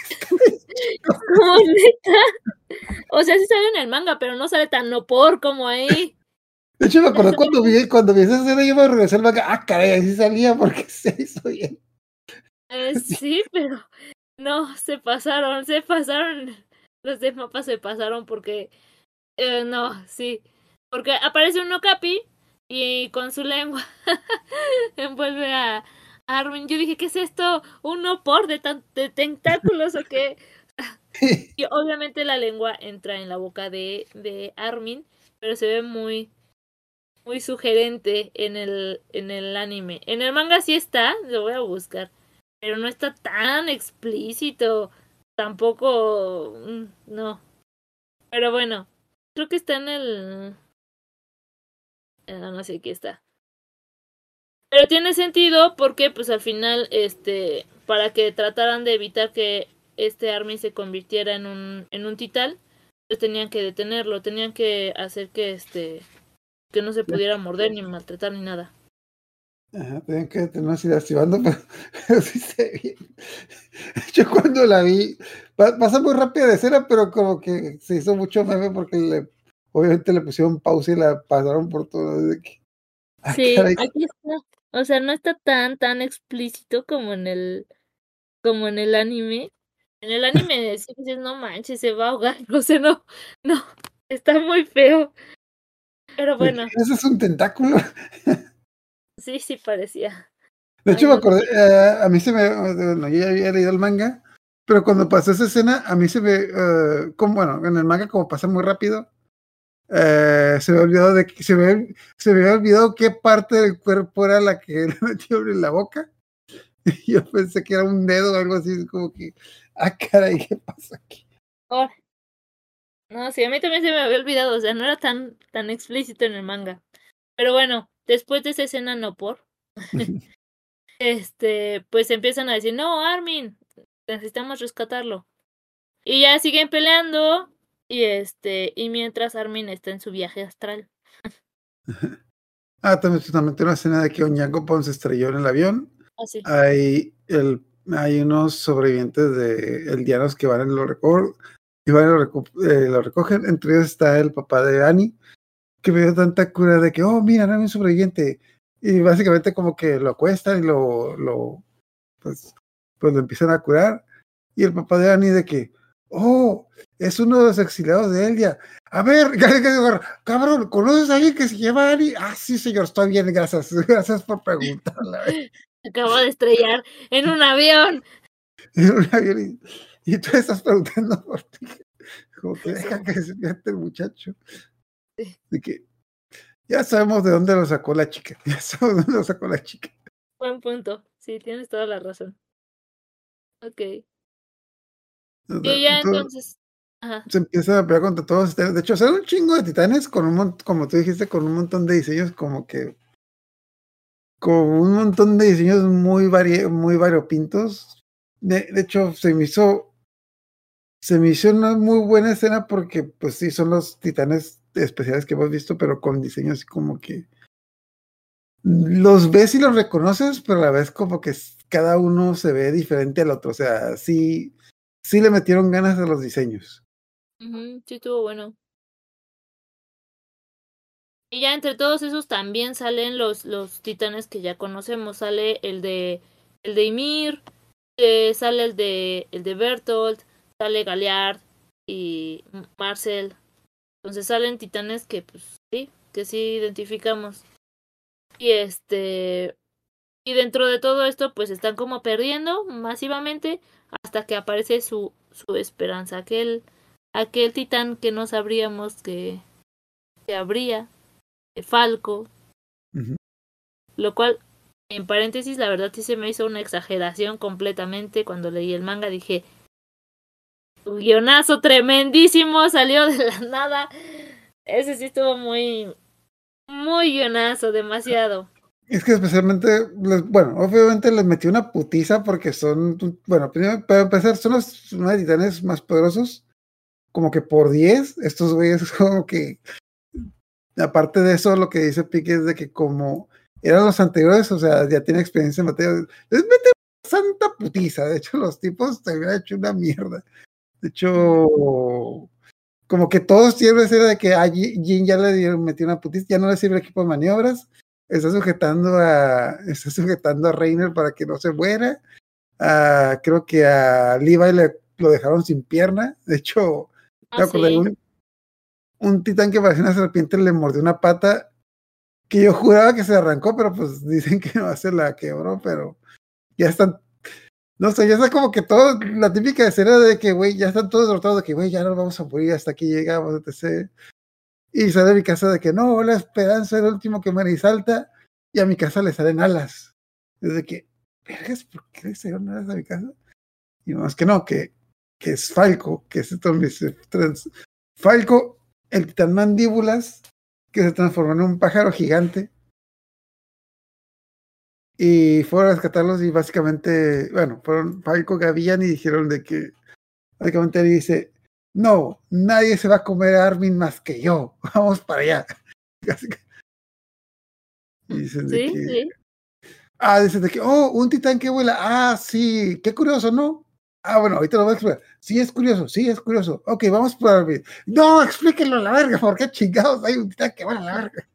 Como neta. O sea, sí sale en el manga, pero no sale tan no por como ahí. De hecho, me acordé cuando vi, cuando vi esa escena, yo me regresé al manga. Ah, caray, así salía porque se hizo bien. Eh, sí, pero no, se pasaron, se pasaron. Los de mapa se pasaron porque eh, no, sí. Porque aparece un Okapi y con su lengua envuelve a Armin. Yo dije, ¿qué es esto? ¿Un por de, tan, de tentáculos o qué? Y obviamente la lengua entra en la boca de, de Armin, pero se ve muy muy sugerente en el en el anime. En el manga sí está, lo voy a buscar, pero no está tan explícito, tampoco no. Pero bueno, creo que está en el no sé qué está. Pero tiene sentido porque pues al final este para que trataran de evitar que este Armin se convirtiera en un en un titán, pues tenían que detenerlo, tenían que hacer que este que no se pudiera morder ni maltratar ni nada. Ajá, tenían que tenernos ir activando, pero, pero sí se ve bien. Yo cuando la vi, pa- pasa muy rápida de escena, pero como que se hizo mucho meme porque le, obviamente le pusieron pausa y la pasaron por todo. De que, ah, Sí, caray. aquí está. O sea, no está tan, tan explícito como en el, como en el anime. En el anime sí dices, no manches, se va a ahogar. O sea, no, no, está muy feo. Pero De que, bueno, ese es un tentáculo. sí, sí parecía. De Ay, hecho, me no, acordé, eh, a mí se me, bueno, yo ya había leído el manga, pero cuando pasó esa escena, a mí se me, eh, como, bueno, en el manga como pasa muy rápido, eh, se me olvidó de que, se me, se me había olvidado qué parte del cuerpo era la que le metió en la boca. Y yo pensé que era un dedo o algo así, como que, ah, caray, ¿qué pasa aquí? oh, no, sí, a mí también se me había olvidado. O sea, no era tan, tan explícito en el manga. Pero bueno, después de esa escena no por. este, pues empiezan a decir, no, Armin, necesitamos rescatarlo. Y ya siguen peleando, y este, y mientras Armin está en su viaje astral. Ah, también, también tiene una escena de que Onyanko Pon se estrelló en el avión. Así. Hay, el, hay unos sobrevivientes de Eldianos que van y lo, reco y van y lo, reco eh, lo recogen. Entre ellos está el papá de Annie, que me dio tanta cura de que, oh, mira, no hay un sobreviviente. Y básicamente como que lo acuestan y lo, lo pues, pues lo empiezan a curar. Y el papá de Annie de que, oh, es uno de los exiliados de Eldia. A ver, cabrón, ¿conoces a alguien que se llama Annie? Ah, sí, señor, estoy bien, gracias. Gracias por preguntarle. Acabo de estrellar en un avión. En un avión y, y tú estás preguntando por ti. Como que deja que se despierte el muchacho. De que ya sabemos de dónde lo sacó la chica. Ya sabemos de dónde lo sacó la chica. Buen punto. Sí, tienes toda la razón. Ok. O sea, Y ya todo, entonces. Ajá. se empieza a pelear contra todos. De hecho, son un chingo de titanes con un montón, como tú dijiste, con un montón de diseños como que con un montón de diseños muy vari muy variopintos. De, de hecho, se me hizo se me hizo una muy buena escena porque, pues sí, son los titanes especiales que hemos visto, pero con diseños como que los ves y los reconoces, pero a la vez como que cada uno se ve diferente al otro. O sea, sí, sí le metieron ganas a los diseños. Uh-huh, sí, estuvo bueno. Y ya entre todos esos también salen los, los titanes que ya conocemos. Sale el de el de Ymir, eh, sale el de el de Bertolt, sale Galliard y Marcel. Entonces salen titanes que pues sí, que sí identificamos. Y este y dentro de todo esto pues están como perdiendo masivamente hasta que aparece su su esperanza, aquel aquel titán que no sabríamos que que habría, de Falco. Uh-huh. Lo cual, en paréntesis, la verdad sí se me hizo una exageración completamente. Cuando leí el manga dije, un guionazo tremendísimo, salió de la nada. Ese sí estuvo muy, muy guionazo, demasiado. Es que especialmente, les, bueno, obviamente les metí una putiza porque son, bueno, primero, para empezar, son los unos titanes más poderosos, como que por diez. Estos güeyes como que, aparte de eso, lo que dice Pique es de que como eran los anteriores, o sea, ya tiene experiencia en materia, les mete una santa putiza. De hecho, los tipos se hubieran hecho una mierda. De hecho, como que todos siempre era de que a Jin ya le dieron, metió una putiza, ya no le sirve el equipo de maniobras. Está sujetando a está sujetando a Reiner para que no se muera. Uh, creo que a Levi le, lo dejaron sin pierna. De hecho, Ah, sí. un, un titán que parecía una serpiente le mordió una pata que yo juraba que se arrancó, pero pues dicen que no se la quebró, pero ya están, no sé, ya está como que todo, la típica escena de que, güey, ya están todos derrotados, de que, güey, ya no vamos a morir, hasta aquí llegamos, etcétera. Y sale a mi casa de que no, la esperanza es el último que muere y salta, y a mi casa le salen alas. Desde que, vergas, ¿por qué le salieron alas a mi casa? Y más que no, que, que es Falco, que es esto, trans, Falco, el titán mandíbulas, que se transformó en un pájaro gigante. Y fueron a rescatarlos y básicamente, bueno, fueron Falco, Gavillan y dijeron de que, básicamente él dice, no, nadie se va a comer a Armin más que yo, vamos para allá. Y dicen de Sí, que, sí. ah, dicen de que, oh, un titán que vuela. Ah, sí, qué curioso, ¿no? Ah, bueno, ahorita lo voy a explicar. Sí, es curioso, sí, es curioso. Ok, vamos por el... No, explíquenlo a la verga, ¿por qué chingados hay un titán que vuela a la verga?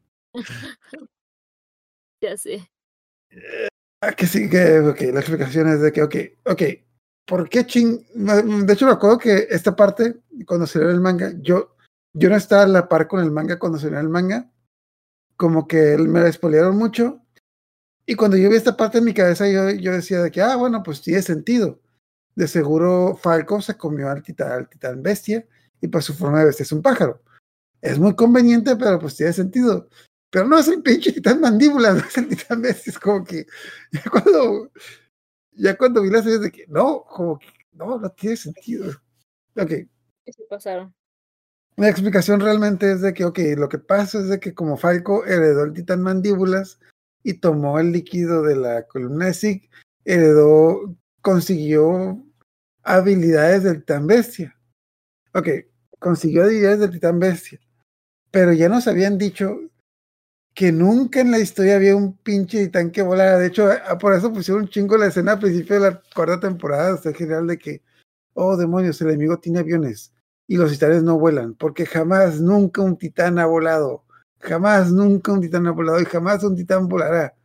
Ya sé. Ah, que sí, que, ok, la explicación es de que, ok, ok, ¿por qué ching? De hecho, me acuerdo que esta parte, cuando salió el manga, yo, yo no estaba a la par con el manga cuando salió el manga, como que me la spoilearon mucho, y cuando yo vi esta parte en mi cabeza, yo, yo decía de que, ah, bueno, pues tiene sentido. De seguro Falco se comió al titán, al titán bestia, y pues su forma de bestia es un pájaro. Es muy conveniente, pero pues tiene sentido. Pero no es el pinche titán mandíbula, no es el titán bestia, es como que ya cuando, ya cuando vi las series de que no, como que no, no tiene sentido. Ok, ¿Qué se pasaron? la explicación realmente es de que, ok, lo que pasa es de que como Falco heredó el titán mandíbulas y tomó el líquido de la columna de Zig, heredó, consiguió habilidades del titán bestia. Ok, consiguió habilidades del titán bestia, pero ya nos habían dicho que nunca en la historia había un pinche titán que volara. De hecho, por eso pusieron un chingo la escena al principio de la cuarta temporada, hasta el general, de que, oh demonios, el enemigo tiene aviones y los titanes no vuelan, porque jamás, nunca un titán ha volado. Jamás, nunca un titán ha volado y jamás un titán volará.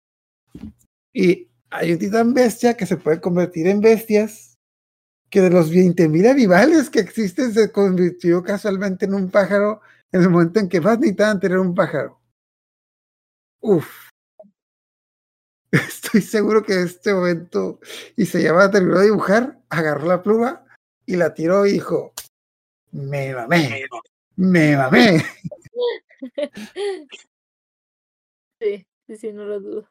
Y hay un titán bestia que se puede convertir en bestias, que de los veinte mil animales que existen se convirtió casualmente en un pájaro en el momento en que más necesitaban tener un pájaro. Uf. Estoy seguro que en este momento Isayama terminó de dibujar, agarró la pluma y la tiró y dijo, me mamé, me mamé. Sí, sí, sí, no lo dudo.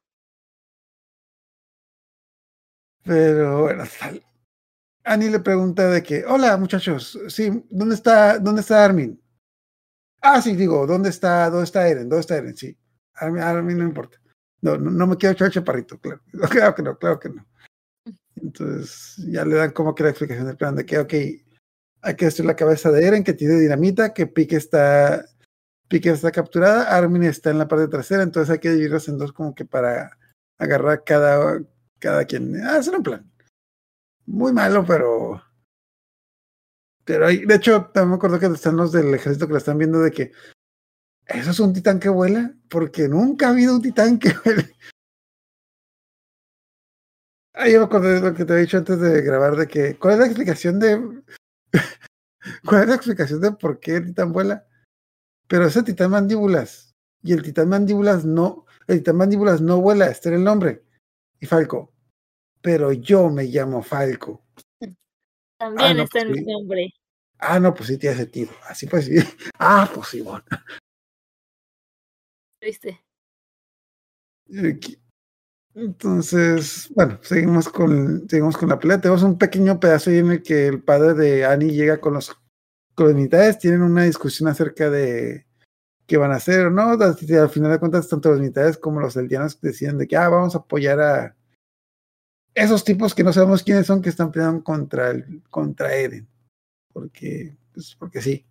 Pero bueno, tal. Annie le pregunta de que, hola muchachos, sí, ¿dónde está, dónde está Armin? Ah, sí, digo, ¿dónde está, dónde está Eren? ¿Dónde está Eren? Sí, Armin, Armin no importa. No, no, no me quiero echar chaparrito, claro. Claro que no, claro que no. Entonces ya le dan como que la explicación del plan de que, ok, hay que destruir la cabeza de Eren, que tiene dinamita, que Pique está, Pique está capturada, Armin está en la parte trasera, entonces hay que dividirlos en dos como que para agarrar cada, cada quien. Ah, es un plan. Muy malo, pero... Pero hay, de hecho, también me acuerdo que están los del ejército que lo están viendo de que ¿eso es un titán que vuela? Porque nunca ha habido un titán que vuele. Ah, yo me acordé de lo que te había dicho antes de grabar, de que, ¿cuál es la explicación de... ¿Cuál es la explicación de por qué el titán vuela? Pero ese titán mandíbulas, y el titán mandíbulas no, el titán mandíbulas no vuela, este era el nombre. Y Falco, pero yo me llamo Falco. También ah, no, está pues en mi sí. nombre. Ah, no, pues sí tiene sentido. Así pues sí. Ah, pues sí, bueno. ¿Viste? Entonces, bueno, seguimos con, seguimos con la pelea. Tenemos un pequeño pedazo ahí en el que el padre de Annie llega con los, con los militares, tienen una discusión acerca de qué van a hacer o no. Al final de cuentas, tanto los militares como los eldianos deciden de que ah, vamos a apoyar a esos tipos que no sabemos quiénes son, que están peleando contra, el, contra Eren. Porque, pues, porque sí.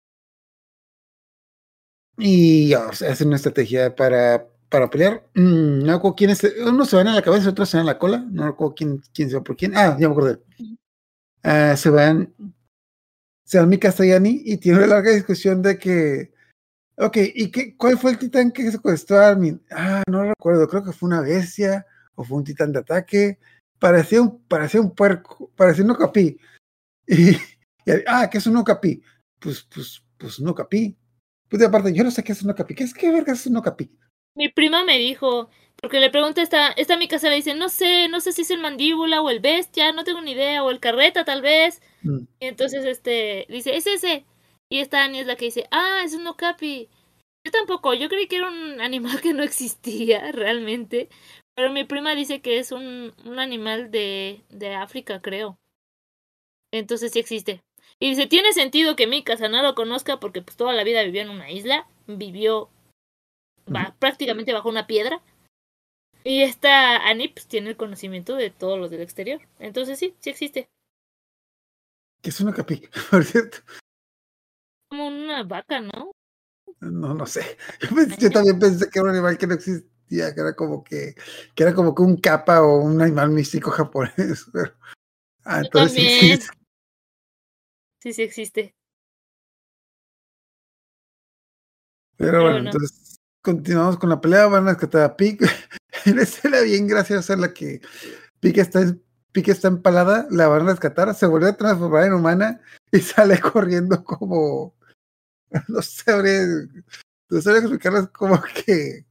Y oh, hacen una estrategia para, para pelear. Mm, no recuerdo quién es. Unos se van a la cabeza, otros se van a la cola. No recuerdo quién, quién se va por quién. Ah, ya me acordé. Uh, se van. Se van Mikasa y Annie y tiene una larga discusión de que. Ok, ¿y qué, cuál fue el titán que secuestró a Armin? Ah, no lo recuerdo. Creo que fue una bestia o fue un titán de ataque. Parecía un, parecía un puerco. Parecía un okapi. Y, y, ah, ¿qué es un okapi? Pues, pues, pues un okapi. Pues de aparte, yo no sé qué es un okapi. ¿Qué es qué verga es un okapi? Mi prima me dijo, porque le pregunta esta, esta mi casa le dice, no sé, no sé si es el mandíbula o el bestia, no tengo ni idea, o el carreta tal vez. Mm. Y entonces este dice, es ese. Y esta Annie es la que dice, ah, es un okapi. Yo tampoco, yo creí que era un animal que no existía realmente. Pero mi prima dice que es un, un animal de, de África, creo. Entonces sí existe. Y dice, tiene sentido que Mikasa no lo conozca porque pues toda la vida vivió en una isla, vivió va, prácticamente bajo una piedra. Y esta Annie pues, tiene el conocimiento de todos los del exterior. Entonces sí, sí existe. ¿Qué es una capi, por cierto? Como una vaca, ¿no? No, no sé. Yo, pensé, yo también pensé que era un animal que no existía. existía, que era como que, que era como que un kappa o un animal místico japonés. Pero, ah, Yo entonces sí también. existe. Sí, sí existe. Pero Pero bueno, bueno. entonces continuamos con la pelea. Van a rescatar a Pig. Una escena bien graciosa en la que Pig está, Pig está empalada, la van a rescatar, se vuelve a transformar en humana y sale corriendo como. No sabría, no sabría explicarles como que.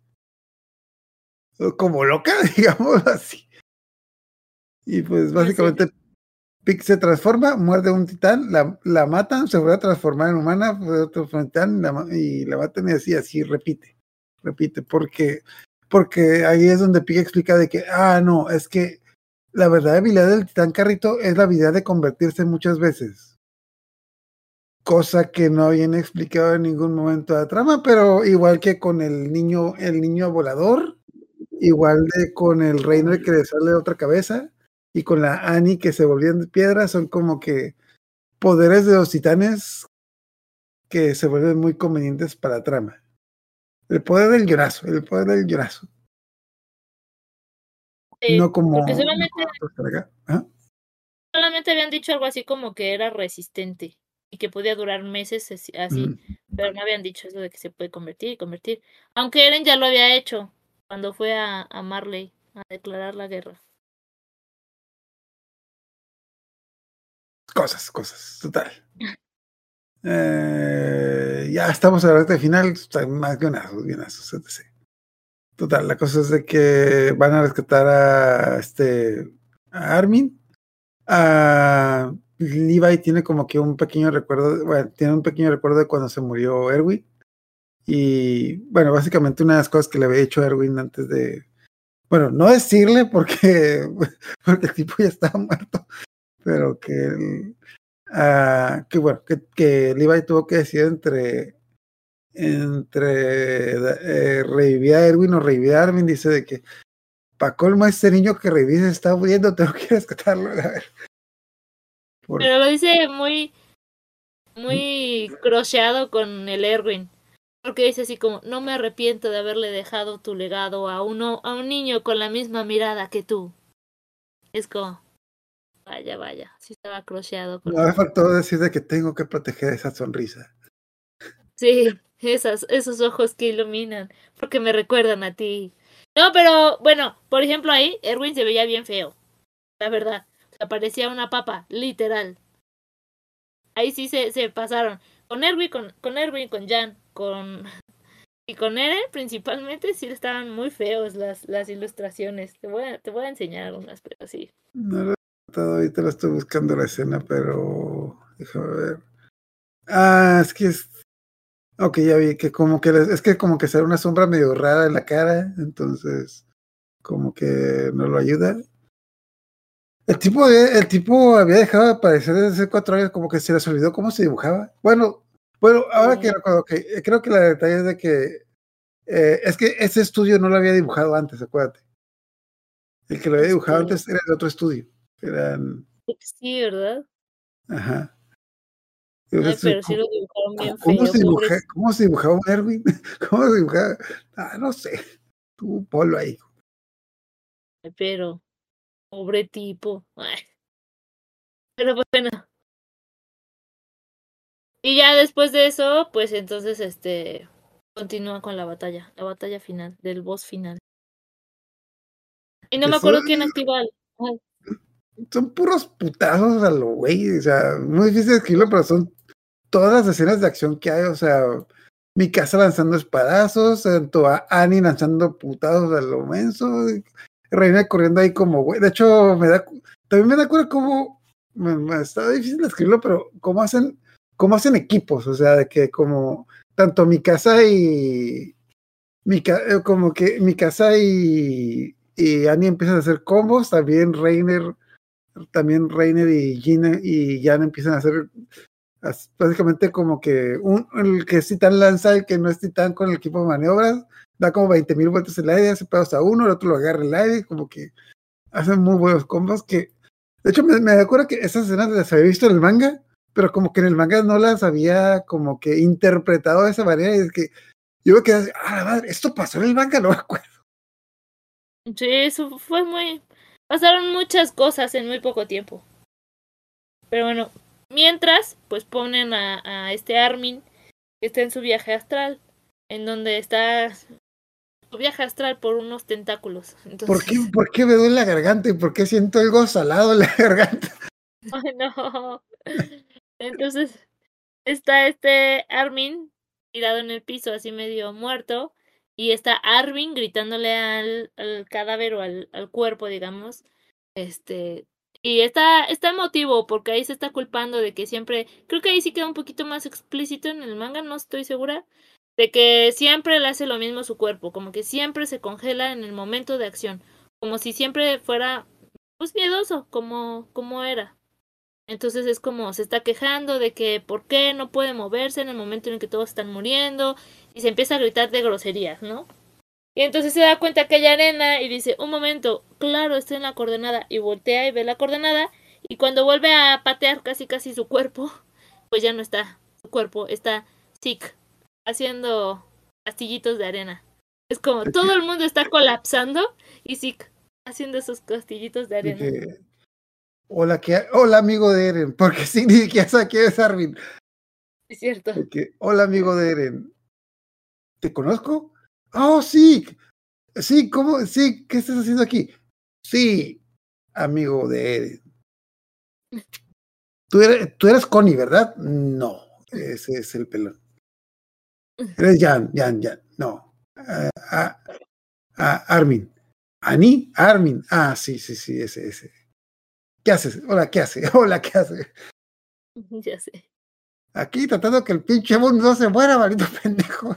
Como loca, digamos así. Y pues No sé. básicamente Pig se transforma, muerde a un titán, la, la matan, se vuelve a transformar en humana, se vuelve a transformar en titán, la, ma- y la matan y así, así, repite, repite, porque, porque ahí es donde Pig explica de que, ah, no, es que la verdadera habilidad del titán carrito es la habilidad de convertirse muchas veces. Cosa que no habían explicado en ningún momento de la trama, pero igual que con el niño, el niño volador, igual de con el Reiner que le sale otra cabeza, y con la Annie que se volvió en piedra, son como que poderes de los titanes que se vuelven muy convenientes para la trama. El poder del llorazo, el poder del llorazo. Sí, No como, porque no solamente, como otros por acá. Ajá. solamente habían dicho algo así como que era resistente y que podía durar meses así, así, Ujú. pero no habían dicho eso de que se puede convertir y convertir. Aunque Eren ya lo había hecho cuando fue a, a Marley a declarar la guerra. Cosas, cosas, total. Eh, ya estamos a la recta final, más guionazos, guionazos, etcétera. Total, la cosa es de que van a rescatar a este a Armin. A Levi tiene como que un pequeño recuerdo, bueno, tiene un pequeño recuerdo de cuando se murió Erwin. Y bueno, básicamente una de las cosas que le había hecho a Erwin antes de, bueno, no decirle porque, porque el tipo ya estaba muerto, pero que, el, uh, que bueno, que, que Levi tuvo que decidir entre entre eh, revivir a Erwin o revivir a Armin. Dice de que para colmo este niño que revive se está muriendo, tengo que rescatarlo. A ver. Por... Pero lo dice muy, muy crocheado con el Erwin. Porque dice así como, no me arrepiento de haberle dejado tu legado a uno, a un niño con la misma mirada que tú. Es como, vaya, vaya, sí estaba crocheado con No me eso. faltó decir de que tengo que proteger esa sonrisa. Sí, esas, esos ojos que iluminan, porque me recuerdan a ti. No, pero bueno, por ejemplo ahí, Erwin se veía bien feo, la verdad. O sea, parecía una papa, literal. Ahí sí se, se pasaron. Con Erwin, con, con Erwin, con Jan, con y con Eren principalmente sí estaban muy feos las, las ilustraciones. Te voy a, te voy a enseñar unas, pero sí. No lo he tratado, ahorita lo estoy buscando la escena, pero déjame ver. Ah, es que es. Ok, ya vi que como que es que como que sale una sombra medio rara en la cara, entonces como que no lo ayuda. El tipo, de, el tipo había dejado de aparecer desde hace cuatro años, como que se les olvidó cómo se dibujaba. Bueno, bueno, ahora que recuerdo, que okay, creo que la detalle es de que eh, es que ese estudio no lo había dibujado antes, acuérdate. El que lo había dibujado Este... antes era de otro estudio. Eran. Sí, ¿verdad? Ajá. Ay, pero sí ¿Cómo, lo dibujaron bien cómo feo, se dibuja, pobres. ¿Cómo se dibujaba un Erwin? ¿Cómo se dibujaba? Ah, no sé. Tú ponlo ahí. Ay, pero, pobre tipo. Ay. Pero pues bueno. Y ya después de eso, pues entonces este continúa con la batalla, la batalla final, del boss final. Y no Que me son, acuerdo quién activa el... Ay, son puros putazos a lo güey. O sea, muy difícil de escribirlo, pero son todas las escenas de acción que hay. O sea, mi casa lanzando espadazos, tanto a Annie lanzando putazos a lo menso, Reina corriendo ahí como güey. De hecho, me da, también me da cuenta cómo, me, me está difícil de escribirlo, pero cómo hacen, cómo hacen equipos. O sea, de que como tanto mi casa y mi ca- como que mi casa y, y Annie empiezan a hacer combos, también Reiner, también Reiner y Gina y Jan empiezan a hacer as- básicamente como que un, el que es titán lanza, el que no es titán con el equipo de maniobras, da como veinte mil vueltas en el aire, hace pedos a uno, el otro lo agarra en el aire, como que hacen muy buenos combos que, de hecho me, me acuerdo que esas escenas las había visto en el manga, pero como que en el manga no las había como que interpretado de esa manera, y es que yo me quedé así, ah, la madre, esto pasó en el manga, no me acuerdo. Sí, eso fue muy... Pasaron muchas cosas en muy poco tiempo. Pero bueno, mientras, pues ponen a, a este Armin, que está en su viaje astral, en donde está su viaje astral por unos tentáculos. ¿Por qué, Entonces, por qué me duele la garganta y por qué siento algo salado en la garganta? ay no. Entonces, está este Armin tirado en el piso, así medio muerto, y está Armin gritándole al, al cadáver o al, al cuerpo, digamos, este, y está, está emotivo, porque ahí se está culpando de que siempre, creo que ahí sí queda un poquito más explícito en el manga, no estoy segura, de que siempre le hace lo mismo a su cuerpo, como que siempre se congela en el momento de acción, como si siempre fuera, pues miedoso, como, como era. Entonces es como se está quejando de que por qué no puede moverse en el momento en el que todos están muriendo y se empieza a gritar de groserías, ¿no? Y entonces se da cuenta que hay arena y dice, un momento, claro, estoy en la coordenada y voltea y ve la coordenada y cuando vuelve a patear casi casi su cuerpo, pues ya no está su cuerpo, está Zeke haciendo castillitos de arena. Es como De todo que, el mundo está colapsando y Zeke haciendo esos castillitos de de arena. que, hola, que, hola amigo de Eren, porque sí, ni siquiera sé quién es Armin. Es cierto. De que, hola amigo de Eren, ¿te conozco? Oh, sí, sí, ¿cómo? Sí, ¿qué estás haciendo aquí? Sí, amigo de Eren. Tú eres, tú eres Connie, ¿verdad? No, ese es el pelón. Eres Jan, Jan, Jan. No. Ah, ah, ah, Armin. ¿Ani? Armin. Ah, sí, sí, sí, ese, ese. ¿Qué haces? Hola, ¿qué hace? Hola, ¿qué hace? Ya sé. Aquí tratando que el pinche mundo no se muera, maldito pendejo.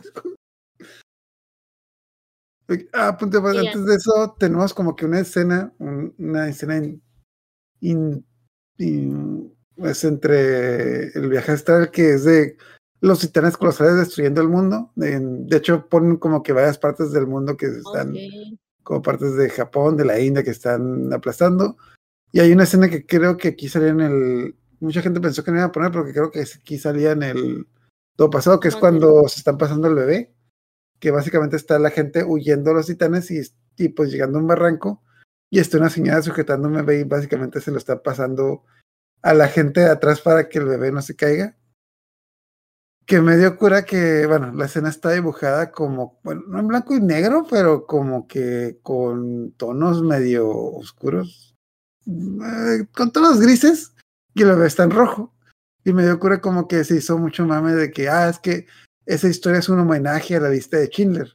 Ah, punto, Y ya. antes de eso, tenemos como que una escena, un, una escena in, in, in, es entre el viaje astral que es de los titanes colosales destruyendo el mundo. De, de hecho, ponen como que varias partes del mundo que están Okay. como partes de Japón, de la India que están aplastando. Y hay una escena que creo que aquí salía en el... Mucha gente pensó que no iba a poner, porque creo que aquí salía en el todo pasado, que es cuando se están pasando el bebé, que básicamente está la gente huyendo a los titanes y, y pues llegando a un barranco y está una señora sujetando un bebé y básicamente se lo está pasando a la gente de atrás para que el bebé no se caiga. Que me dio cura que, bueno, la escena está dibujada como, bueno, no en blanco y negro, pero como que con tonos medio oscuros, eh, con tonos grises, y el bebé está en rojo. Y me dio cura como que se hizo mucho mame de que, ah, es que esa historia es un homenaje a la lista de Schindler.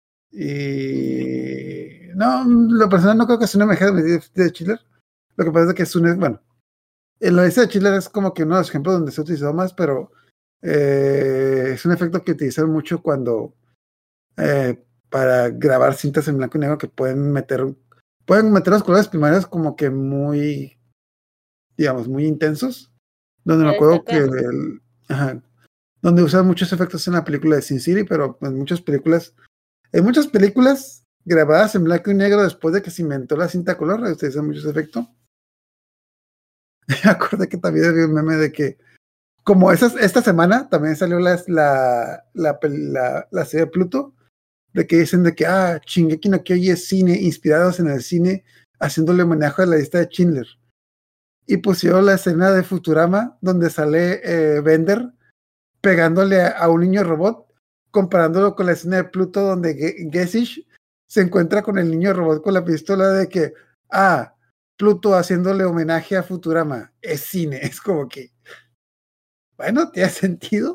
Y no, lo personal no creo que sea un homenaje a la lista de Schindler. Lo que pasa es que es un, bueno, en la lista de Schindler es como que uno de los ejemplos donde se utilizó más, pero eh, es un efecto que utilizan mucho cuando eh, para grabar cintas en blanco y negro que pueden meter pueden meter los colores primarios como que muy, digamos, muy intensos, donde me Para acuerdo que destacar. el, ajá, donde usan muchos efectos en la película de Sin City, pero en muchas películas, en muchas películas grabadas en blanco y negro después de que se inventó la cinta color, utilizan muchos efectos. Me acuerdo que también había un meme de que como esas, esta semana también salió la, la, la, la, la serie de Pluto, de que dicen de que, ah, Shingeki no Kyojin es cine, inspirados en el cine, haciéndole homenaje a la lista de Schindler. Y pusieron la escena de Futurama, donde sale eh, Bender pegándole a, a un niño robot, comparándolo con la escena de Pluto, donde Gesish se encuentra con el niño robot con la pistola de que, ah, Pluto haciéndole homenaje a Futurama, es cine, es como que, bueno, ¿te ha sentido?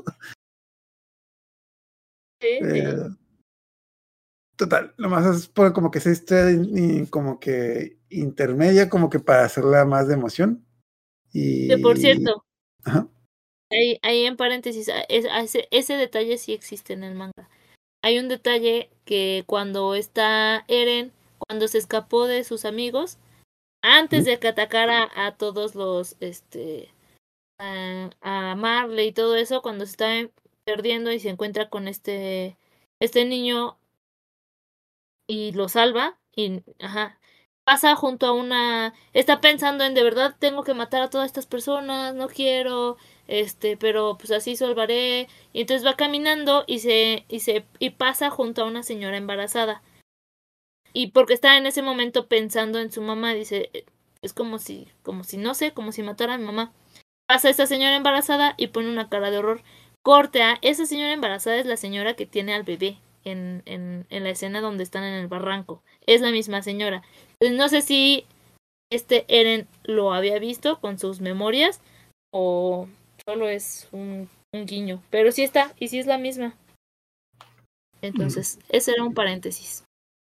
Sí, sí. Eh, total, nomás es por como que se esté como que intermedia, como que para hacerla más de emoción. Que por Y. cierto, Ajá. ahí, ahí en paréntesis, a- es- a ese, ese detalle sí existe en el manga. Hay un detalle que cuando está Eren, cuando se escapó de sus amigos, antes de que atacara a todos los, este, a, a Marley y todo eso, cuando se está perdiendo y se encuentra con este, este niño y lo salva y ajá, pasa junto a una, está pensando en de verdad tengo que matar a todas estas personas, no quiero, este, pero pues así salvaré, y entonces va caminando y se y se y pasa junto a una señora embarazada. y porque está en ese momento pensando en su mamá, dice, es como si, como si no sé, como si matara a mi mamá. Pasa esta señora embarazada y pone una cara de horror. Corte a, esa señora embarazada es la señora que tiene al bebé en, en, en la escena donde están en el barranco. Es la misma señora. Entonces, no sé si este Eren lo había visto con sus memorias o solo es un, un guiño. Pero sí está, y sí es la misma. Entonces, ese era un paréntesis.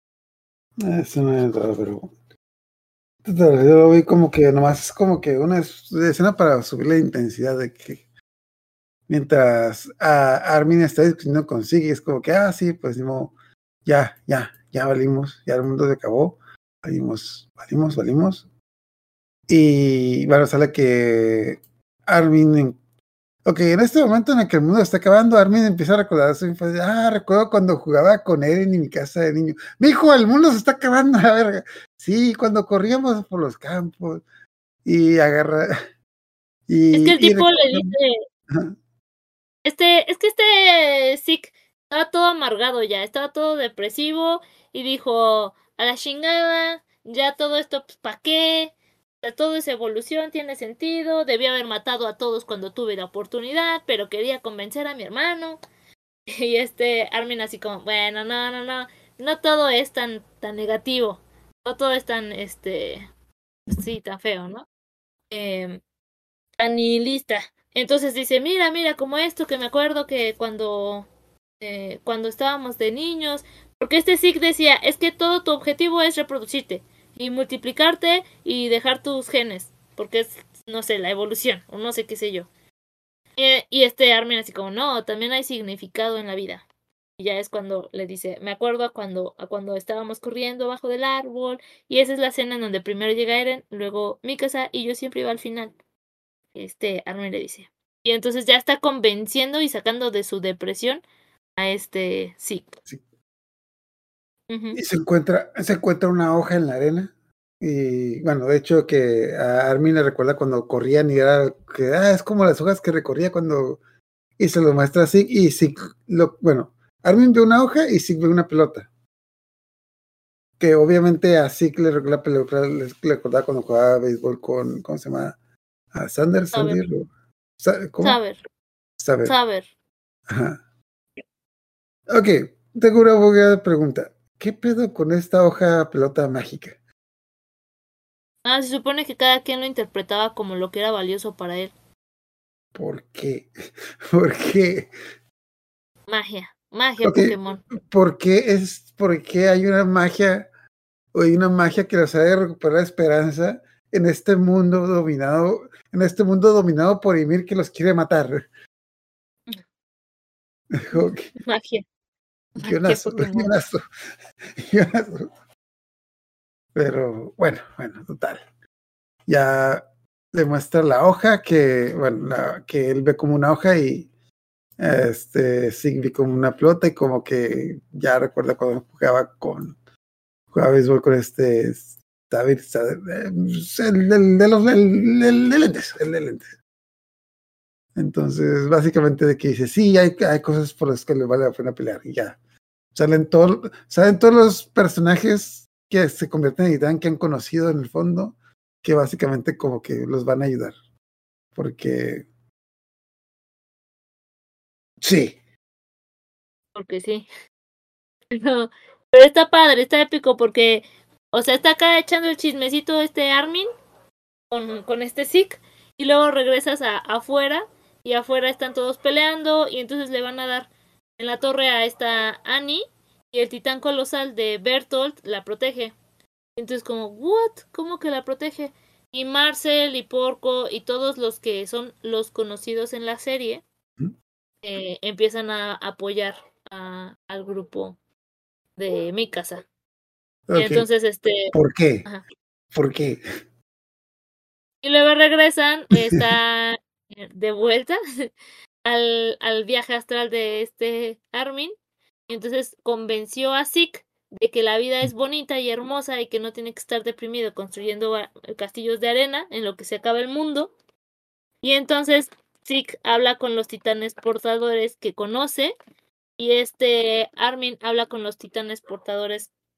Eso no es raro, pero total, yo lo vi como que nomás es como que una es- escena para subir la intensidad de que mientras a Armin está discutiendo con Siggy, es como que, ah, sí, pues no, ya, ya, ya valimos, ya el mundo se acabó, valimos, valimos, valimos. Y bueno, sale que Armin, en- ok, en este momento en el que el mundo está acabando, Armin empieza a recordar su infancia. Ah, recuerdo cuando jugaba con Eren en mi casa de niño. Mijo, el mundo se está acabando, a la verga. Sí, cuando corríamos por los campos y agarra Es que el y, y tipo le recuerda- dice, Ajá. este, es que este Zeke estaba todo amargado ya, estaba todo depresivo y dijo, a la chingada, ya todo esto, pues, ¿para qué? O sea, todo esa evolución tiene sentido, debí haber matado a todos cuando tuve la oportunidad, pero quería convencer a mi hermano. Y este Armin así como, bueno, no, no, no, no todo es tan, tan negativo, no todo es tan, este, sí, tan feo, ¿no? Eh, Tan nihilista. Entonces dice, mira, mira, como esto que me acuerdo que cuando, eh, cuando estábamos de niños, porque este Zeke decía, es que todo tu objetivo es reproducirte y multiplicarte y dejar tus genes, porque es, no sé, la evolución, o no sé qué sé yo. Eh, y este Armin así como, no, también hay significado en la vida. Y ya es cuando le dice, me acuerdo a cuando, a cuando estábamos corriendo abajo del árbol, y esa es la escena en donde primero llega Eren, luego Mikasa, y yo siempre iba al final. Este Armin le dice. Y entonces ya está convenciendo y sacando de su depresión a este Zeke. Sí. Ujú. Y se encuentra, se encuentra una hoja en la arena. Y bueno, de hecho que a Armin le recuerda cuando corrían y era que ah, es como las hojas que recorría cuando y se lo muestra a Zeke y Zeke lo, bueno, Armin ve una hoja y Zeke ve una pelota. Que obviamente a Zeke le recuerda la pelota, le le recordaba cuando jugaba béisbol con, ¿cómo se llama? A Sander, Saber, Sander, o- Sa- ¿cómo? saber, Saber. saber. Ajá. Ok, tengo una buena pregunta. ¿Qué pedo con esta hoja pelota mágica? Ah, se supone que cada quien lo interpretaba como lo que era valioso para él. ¿Por qué? ¿Por qué? Magia, magia Ok, Pokémon. ¿por qué es, por qué hay una magia o hay una magia que nos hace recuperar esperanza en este mundo dominado, en este mundo dominado por Ymir que los quiere matar? Ok, Magia, magia guionazo, Pokémon. guionazo, guionazo. Pero bueno, bueno, total. Ya le muestra la hoja que, bueno, la- que él ve como una hoja y este sí ve como una pelota y como que ya recuerda cuando jugaba con jugaba béisbol con este David, eh, el, el de los el, el de lentes, el de lentes. Entonces, básicamente de que dice, sí, hay, hay cosas por las que le vale la pena pelear y ya. Salen, todo, salen todos los personajes que se convierten en Titán que han conocido en el fondo, que básicamente como que los van a ayudar. Porque sí. Porque sí. Pero, pero está padre, está épico porque, o sea, está acá echando el chismecito este Armin con, con este Zeke y luego regresas a, afuera y afuera están todos peleando y entonces le van a dar en la torre a esta Annie y el titán colosal de Bertolt la protege. Entonces como, ¿what? ¿Cómo que la protege? Y Marcel y Porco y todos los que son los conocidos en la serie eh, empiezan a apoyar a, al grupo de Mikasa. Y Ok. entonces este... ¿Por qué? Ajá. ¿Por qué? Y luego regresan, está eh, de vuelta al, al viaje astral de este Armin. Y entonces convenció a Zeke de que la vida es bonita y hermosa y que no tiene que estar deprimido construyendo a- castillos de arena en lo que se acaba el mundo. Y entonces Zeke habla con los titanes portadores que conoce y este Armin habla con los titanes portadores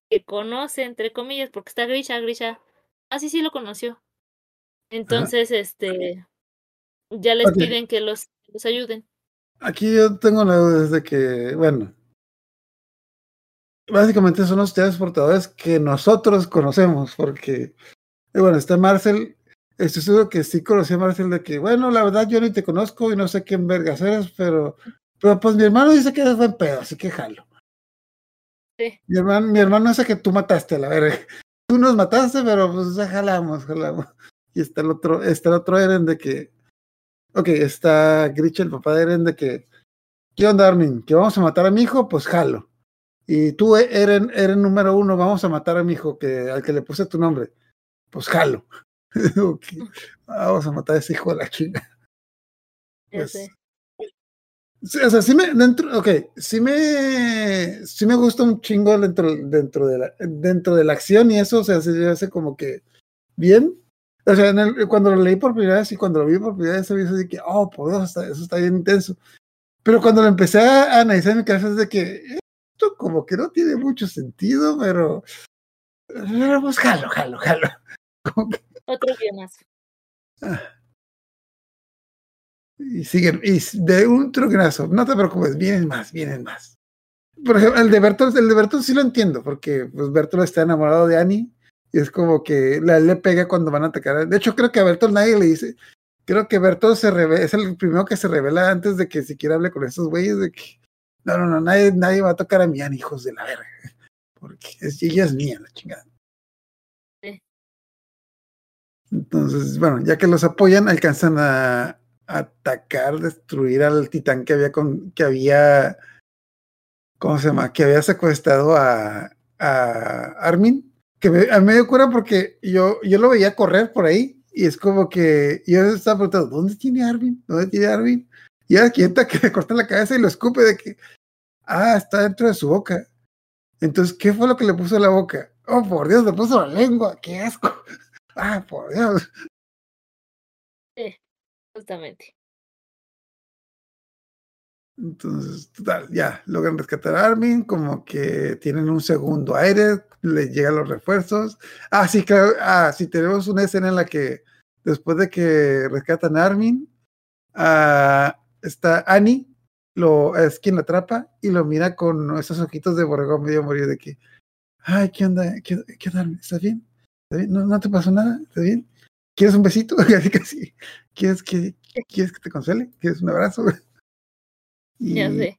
que conoce, entre comillas, porque está Grisha, Grisha, ah, sí, sí lo conoció. Entonces, Ajá. este, ya les okay. piden que los, los ayuden. Aquí yo tengo la duda desde que, bueno, básicamente son los transportadores que nosotros conocemos, porque, bueno, está Marcel, estoy seguro que sí conocí a Marcel de que, bueno, la verdad yo ni te conozco y no sé quién vergas eres, pero, pero pues mi hermano dice que eres buen pedo, así que jalo. Sí. Mi hermano, mi hermano dice que tú mataste a la verga. Tú nos mataste, pero pues ya jalamos, jalamos. Y está el otro, está el otro Eren de que, ok, está Grisha, el papá de Eren, de que, ¿qué onda, Armin? ¿Que vamos a matar a mi hijo? Pues jalo. Y tú, Eren, Eren número uno, vamos a matar a mi hijo, que, al que le puse tu nombre. Pues jalo. Okay. Vamos a matar a ese hijo de la chinga. Pues, sé. Sí, o sea, sí me, dentro, ok, sí me, sí me gusta un chingo dentro, dentro de la, dentro de la acción y eso, o sea, se hace como que bien. O sea, en el, cuando lo leí por primera vez y cuando lo vi por primera vez, se me hizo así que, oh, por Dios, está, eso está bien intenso. Pero cuando lo empecé a analizar en mi cabeza es de que esto como que no tiene mucho sentido, pero, pero pues jalo, jalo, jalo. Como que, otro guionazo. Ah. Y siguen, y de un truquenazo, no te preocupes, vienen más, vienen más. Por ejemplo, el de Bertolt, el de Bertolt sí lo entiendo, porque pues Bertolt está enamorado de Annie, y es como que la, le pega cuando van a atacar. De hecho, creo que a Bertolt nadie le dice, creo que Bertolt se revela, es el primero que se revela antes de que siquiera hable con esos güeyes, de que no, no, no, nadie, nadie va a tocar a mi Annie, hijos de la verga, porque es, ella es mía, la chingada. Sí. Entonces, bueno, ya que los apoyan, alcanzan a atacar, destruir al titán que había con, que había, ¿cómo se llama? Que había secuestrado a, a Armin, que me, a mí me dio cura porque yo, yo lo veía correr por ahí, y es como que yo estaba preguntando, ¿dónde tiene Armin? ¿Dónde tiene Armin? Y era quieta que le corta la cabeza y lo escupe de que, ah, está dentro de su boca. Entonces, ¿qué fue lo que le puso en la boca? Oh, por Dios, le puso la lengua, qué asco. Ah, por Dios. Sí, justamente. Entonces, total, ya, logran rescatar a Armin, como que tienen un segundo aire, le llegan los refuerzos. Ah, sí, claro, ah, sí, tenemos una escena en la que después de que rescatan a Armin, ah, está Annie, lo, es quien lo atrapa y lo mira con esos ojitos de borregón medio morir de que, ay, ¿qué onda? ¿Qué, qué onda? ¿Estás bien? ¿Estás bien? ¿No, ¿No te pasó nada? ¿Estás bien? ¿Quieres un besito? Casi, casi. ¿Quieres que, ¿Quieres que te consuele? ¿Quieres un abrazo? Y, ya sé.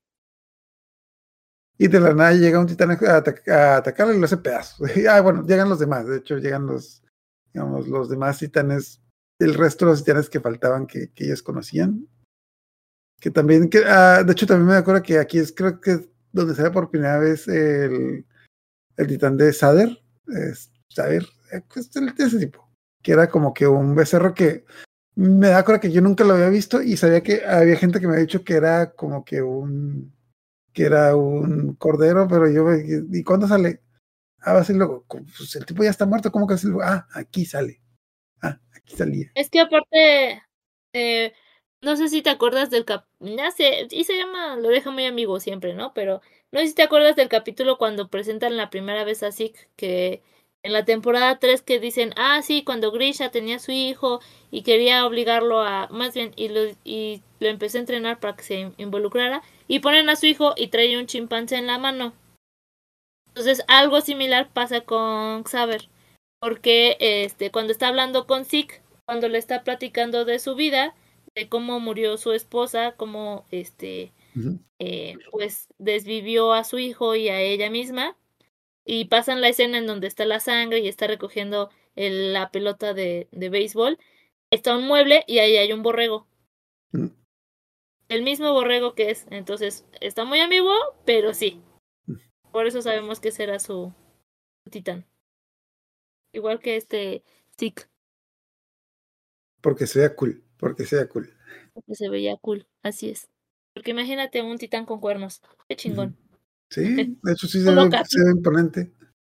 Y de la nada llega un titán a, atac a atacarlo y lo hace pedazos. Ah, bueno, llegan los demás. De hecho, llegan los, digamos, los demás titanes, el resto de los titanes que faltaban que, que ellos conocían. Que también, que, ah, de hecho, también me acuerdo que aquí es, creo que es donde sale por primera vez el, el titán de Sader. Es, Sader, pues, de ese tipo. Que era como que un becerro que me da cuenta que yo nunca lo había visto y sabía que había gente que me había dicho que era como que un que era un cordero, pero yo ¿y cuándo sale? Ah, va a ser luego, pues el tipo ya está muerto, ¿cómo que es luego? Ah, aquí sale. Ah, aquí salía. Es que aparte, eh, no sé si te acuerdas del cap, ya sé, y se llama, lo deja muy amigo siempre, ¿no? Pero no sé si te acuerdas del capítulo cuando presentan la primera vez a Zeke, que en la temporada tres que dicen, ah, sí, cuando Grisha tenía a su hijo y quería obligarlo a, más bien, y lo, y lo empecé a entrenar para que se involucrara, y ponen a su hijo y trae un chimpancé en la mano. Entonces, algo similar pasa con Xaver, porque este, cuando está hablando con Zeke, cuando le está platicando de su vida, de cómo murió su esposa, cómo este, uh-huh. eh, pues desvivió a su hijo y a ella misma, y pasan la escena en donde está la sangre y está recogiendo el, la pelota de, de béisbol, está un mueble y ahí hay un borrego. Uh-huh. El mismo borrego que es, entonces está muy ambiguo, pero sí. Por eso sabemos que será su, su titán. Igual que este Zeke. Porque se vea cool, porque se vea cool. Porque se veía cool, así es. Porque imagínate un titán con cuernos. Qué chingón. Sí, de hecho sí se ve, se ve imponente.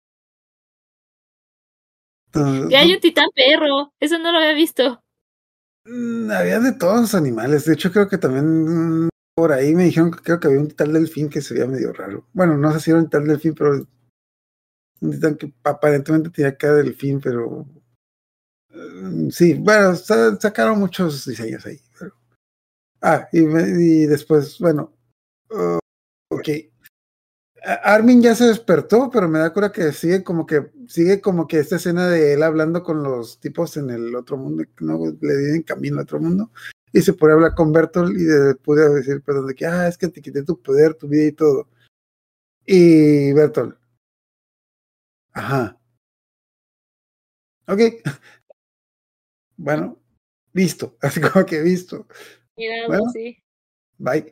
Entonces, que hay un titán perro, eso no lo había visto. Había de todos los animales, de hecho creo que también por ahí me dijeron que creo que había un titán delfín que se veía medio raro. Bueno, no sé si era un titán delfín, pero Un titán que aparentemente tenía cara de delfín, pero uh, sí, bueno, sa- sacaron muchos diseños ahí. Pero... Ah, y, y después, bueno, uh, ok. Armin ya se despertó, pero me da cura que sigue como que sigue como que esta escena de él hablando con los tipos en el otro mundo, no le dicen camino al otro mundo, y se puede hablar con Bertolt y de, pude decir, perdón, de que, ah, es que te quité tu poder, tu vida y todo. Y Bertolt, ajá, ok, bueno, visto, así como que visto. Mira, Bueno, sí. bye.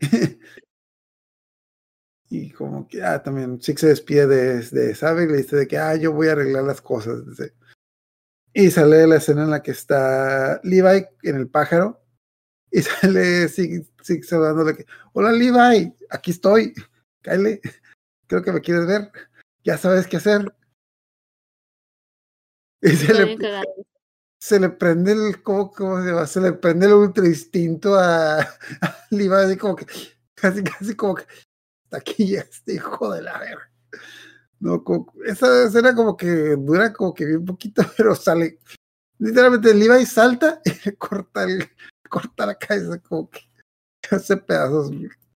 Y como que, ah, también Zeke se despide de, de Sabe y le dice de que, ah, yo voy a arreglar las cosas. Dice. Y sale la escena en la que está Levi en el pájaro. Y sale Zeke, Zeke saludándole que, hola Levi, aquí estoy. Kyle, creo que me quieres ver. Ya sabes qué hacer. Y se le, se le prende el, ¿cómo, cómo se llama? Se le prende el ultra instinto a, a Levi, así como que, casi, casi como que, hasta aquí ya este hijo de la verga. No, como, esa escena como que dura como que bien poquito, pero sale. Literalmente Levi salta y le corta, el, corta la cabeza, como que hace pedazos.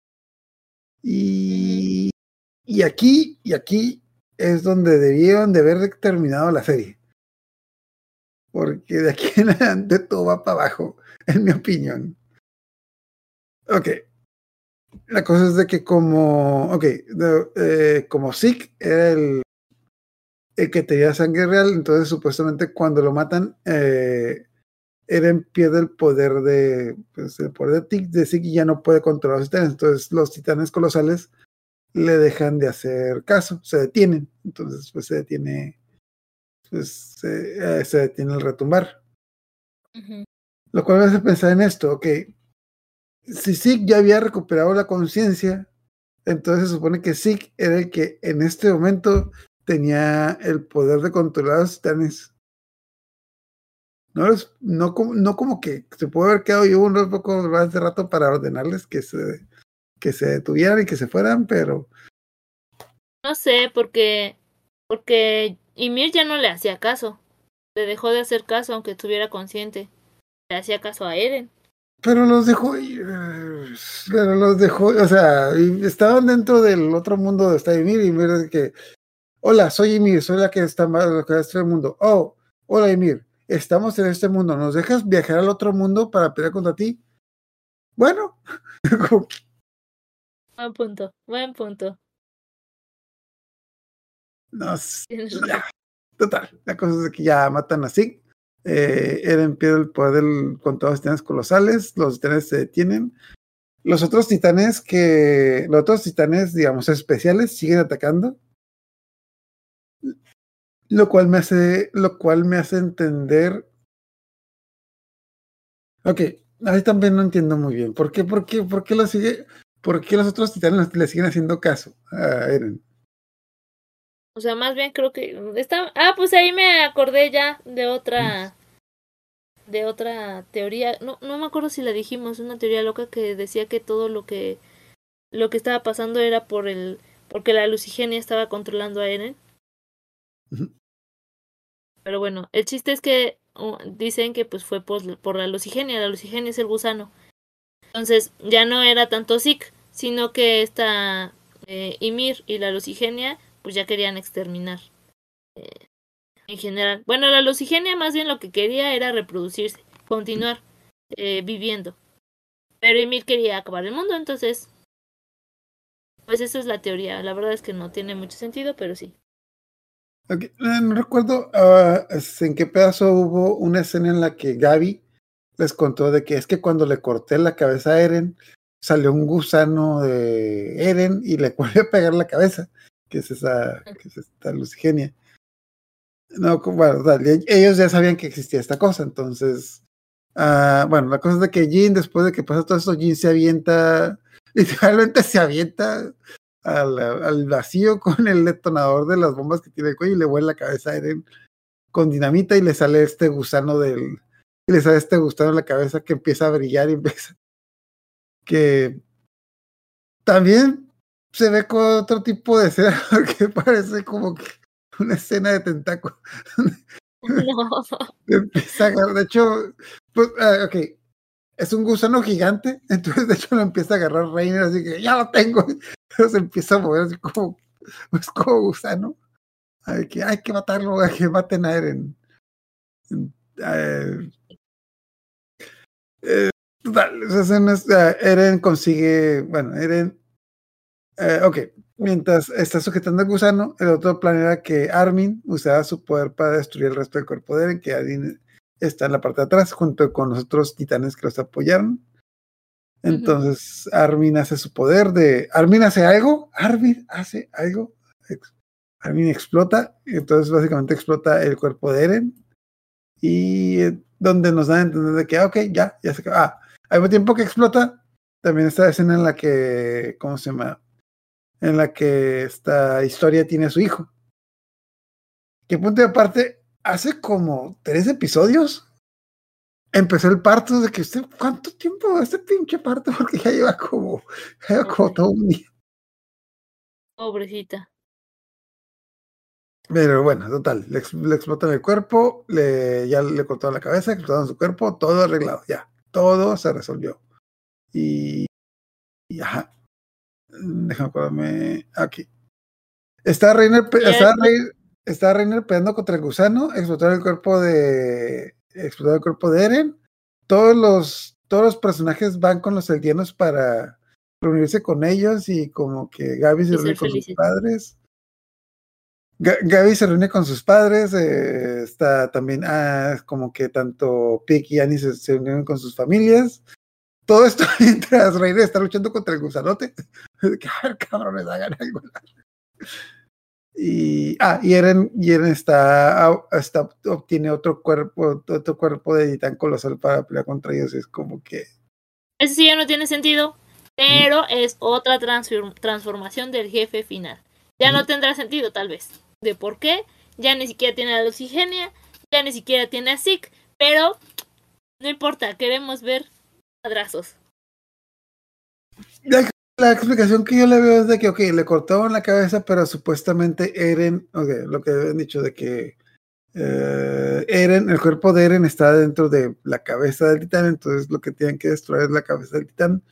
Y, y aquí, y aquí es donde debieron de haber terminado la serie. Porque de aquí en adelante todo va para abajo, en mi opinión. Ok. La cosa es de que como, ok, de, eh, como Zeke era el el que tenía sangre real, entonces supuestamente cuando lo matan, eh, Eren pierde el poder de, pues, el poder de, de Zeke y ya no puede controlar a los titanes, entonces los titanes colosales le dejan de hacer caso, se detienen, entonces pues se detiene, pues se, eh, se detiene el retumbar. Uh-huh. Lo cual me hace pensar en esto, ok, si Zeke ya había recuperado la conciencia, entonces se supone que Zeke era el que en este momento tenía el poder de controlar a los titanes. No, es, no, no como que se puede haber quedado yo un poco más de rato para ordenarles que se, que se detuvieran y que se fueran, pero... No sé, porque, porque Ymir ya no le hacía caso. Le dejó de hacer caso aunque estuviera consciente. Le hacía caso a Eren. Pero los dejó, pero los dejó, o sea, estaban dentro del otro mundo de está Ymir y Ymir es que, hola, soy Ymir, soy la que está más, la que está en el mundo. Oh, hola Ymir, estamos en este mundo, ¿nos dejas viajar al otro mundo para pelear contra ti? Bueno. Buen punto, buen punto. No sé. Ya. Total, la cosa es que ya matan a Zeke. Eh, Eren pierde el poder del, contra los titanes colosales, los titanes se detienen. Los otros titanes que, los otros titanes, digamos, especiales siguen atacando. Lo cual me hace, lo cual me hace entender. Ok, ahí también no entiendo muy bien. ¿Por qué, por qué, por qué lo sigue, por qué los otros titanes le siguen haciendo caso a Eren? O sea, más bien creo que está. Ah, pues ahí me acordé ya de otra. De otra teoría. No, no me acuerdo si la dijimos. Una teoría loca que decía que todo lo que. Lo que estaba pasando era por el. Porque la Lucigenia estaba controlando a Eren. Uh-huh. Pero bueno, el chiste es que uh, dicen que pues fue por, por la Lucigenia. La Lucigenia es el gusano. Entonces ya no era tanto Zeke, sino que esta eh, Ymir y la Lucigenia pues ya querían exterminar. Eh, en general. Bueno, la Lucigenia más bien lo que quería era reproducirse, continuar eh, viviendo. Pero Ymir quería acabar el mundo, entonces... Pues esa es la teoría. La verdad es que no tiene mucho sentido, pero sí. Okay. Eh, no recuerdo uh, en qué pedazo hubo una escena en la que Gaby les contó de que es que cuando le corté la cabeza a Eren, salió un gusano de Eren y le volvió a pegar la cabeza, que es esa, que es esta Lucigenia. No, bueno, ellos ya sabían que existía esta cosa, entonces, uh, bueno, la cosa es de que Jin, después de que pasa todo esto, Jin se avienta, literalmente se avienta al, al vacío con el detonador de las bombas que tiene el cuello y le vuela la cabeza a Eren con dinamita y le sale este gusano del, y le sale este gusano en la cabeza que empieza a brillar y empieza, que también se ve con otro tipo de cera, que parece como que una escena de tentáculo. No. Empieza a agarrar, de hecho, pues, uh, ok, es un gusano gigante, entonces de hecho lo empieza a agarrar Reiner, así que ya lo tengo, pero se empieza a mover así como, pues como gusano. Hay que, hay que matarlo, hay que maten a Eren. Eh, eh, total, esa escena es, uh, Eren consigue, bueno, Eren, eh, ok, mientras está sujetando al gusano, el otro plan era que Armin usara su poder para destruir el resto del cuerpo de Eren, que Armin está en la parte de atrás, junto con los otros titanes que los apoyaron. Entonces, uh-huh. Armin hace su poder de... ¿Armin hace algo? ¿Armin hace algo? Armin explota, y entonces básicamente explota el cuerpo de Eren, y eh, donde nos dan a entender de que, ah, ok, ya, ya se acabó. Ah, al mismo tiempo que explota, también está la escena en la que, ¿cómo se llama? En la que esta historia tiene a su hijo. Que punto de aparte, hace como tres episodios empezó el parto de que usted, ¿cuánto tiempo este pinche parto? Porque ya lleva como, ya lleva como todo un día. Pobrecita. Pero bueno, total, le, ex, le explotan el cuerpo, le, ya le cortaron la cabeza, explotaron su cuerpo, todo arreglado, ya, todo se resolvió. Y, y ajá, déjame acordarme, aquí. Está Reiner, está Reiner, está Reiner peleando contra el gusano, explotaron el cuerpo de, explotaron el cuerpo de Eren. Todos los, todos los personajes van con los eldianos para reunirse con ellos y como que Gaby se reúne con sus padres. Gaby se reúne con sus padres, eh, está también, ah, como que tanto Pieck y Annie se, se unieron con sus familias. Todo esto mientras Reiner está luchando contra el gusanote. Que, a ver, cabrones, hagan algo. Y, ah, y Eren, y Eren está, está, obtiene otro cuerpo, otro cuerpo de titán colosal para pelear contra ellos. Es como que... Eso sí ya no tiene sentido, pero ¿Mm? es otra transform- transformación del jefe final. Ya ¿Mm? no tendrá sentido, tal vez. De por qué, ya ni siquiera tiene a Lucigenia, ya ni siquiera tiene a Zeke, pero no importa, queremos ver madrazos. La, la explicación que yo le veo es de que, ok, le cortaron la cabeza, pero supuestamente Eren, ok, lo que habían dicho de que eh, Eren, el cuerpo de Eren está dentro de la cabeza del titán, entonces lo que tienen que destruir es la cabeza del titán.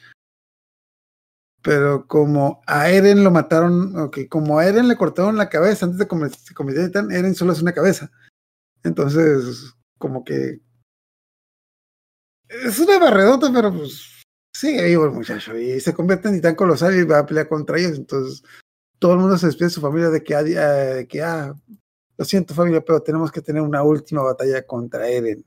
Pero como a Eren lo mataron, ok, como a Eren le cortaron la cabeza antes de que se convirtiera en titán, Eren solo es una cabeza. Entonces, como que es una barredota, pero pues sigue vivo el muchacho y se convierte en titán colosal y va a pelear contra ellos. Entonces, todo el mundo se despide de su familia de que, ah, de que, ah, lo siento familia, pero tenemos que tener una última batalla contra Eren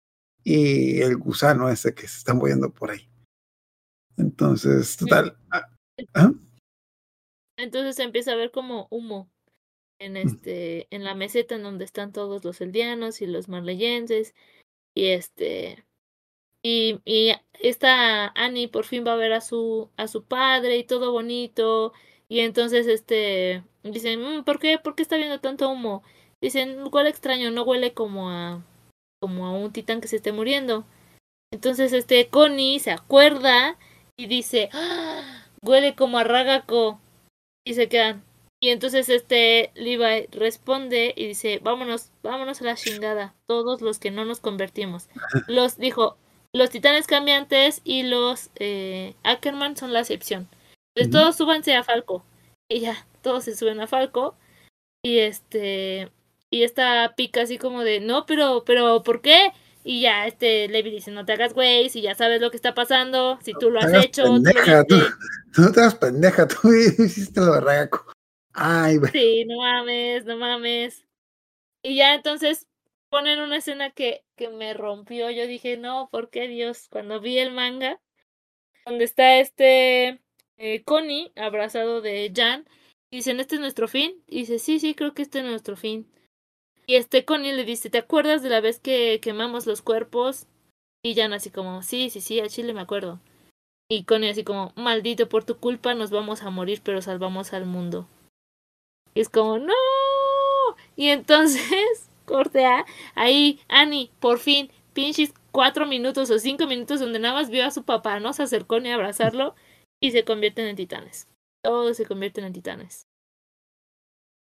y el gusano ese que se están moviendo por ahí. Entonces, total. ¿Ah? Entonces se empieza a ver como humo en este, en la meseta en donde están todos los eldianos y los marleyenses. Y este, y, y esta Annie por fin va a ver a su, a su padre y todo bonito. Y entonces este dicen, mmm, ¿por qué? ¿Por qué está viendo tanto humo? Dicen, huele extraño, no huele como a, como a un titán que se esté muriendo. Entonces este Connie se acuerda y dice, ¡ah! Huele como a Ragako. Y se quedan. Y entonces este Levi responde y dice, vámonos, vámonos a la chingada, todos los que no nos convertimos. Los, dijo, los titanes cambiantes y los eh, Ackerman son la excepción. Entonces uh-huh. todos súbanse a Falco. Y ya, todos se suben a Falco. Y este, y esta pica así como de, no, pero, pero, ¿por qué? Y ya, este, Levi dice, no te hagas güey, si ya sabes lo que está pasando, si tú lo has hecho. Pendeja, tú, tú no te hagas pendeja, tú hiciste lo de Ragako. Ay, güey. Sí, no mames, no mames. Y ya entonces ponen una escena que, que me rompió. Yo dije, no, ¿por qué Dios? Cuando vi el manga, donde está este eh, Connie abrazado de Jan, dicen, ¿este es nuestro fin? Y dice, sí, sí, creo que este es nuestro fin. Y este Connie le dice, ¿te acuerdas de la vez que quemamos los cuerpos? Y Jan así como, sí, sí, sí, a Chile me acuerdo. Y Connie así como, maldito, por tu culpa nos vamos a morir, pero salvamos al mundo. Y es como, ¡no! Y entonces, corte A, ahí Annie, por fin, pinches cuatro minutos o cinco minutos donde nada más vio a su papá, ¿no? Se acercó ni a abrazarlo y se convierten en titanes. Todos se convierten en titanes.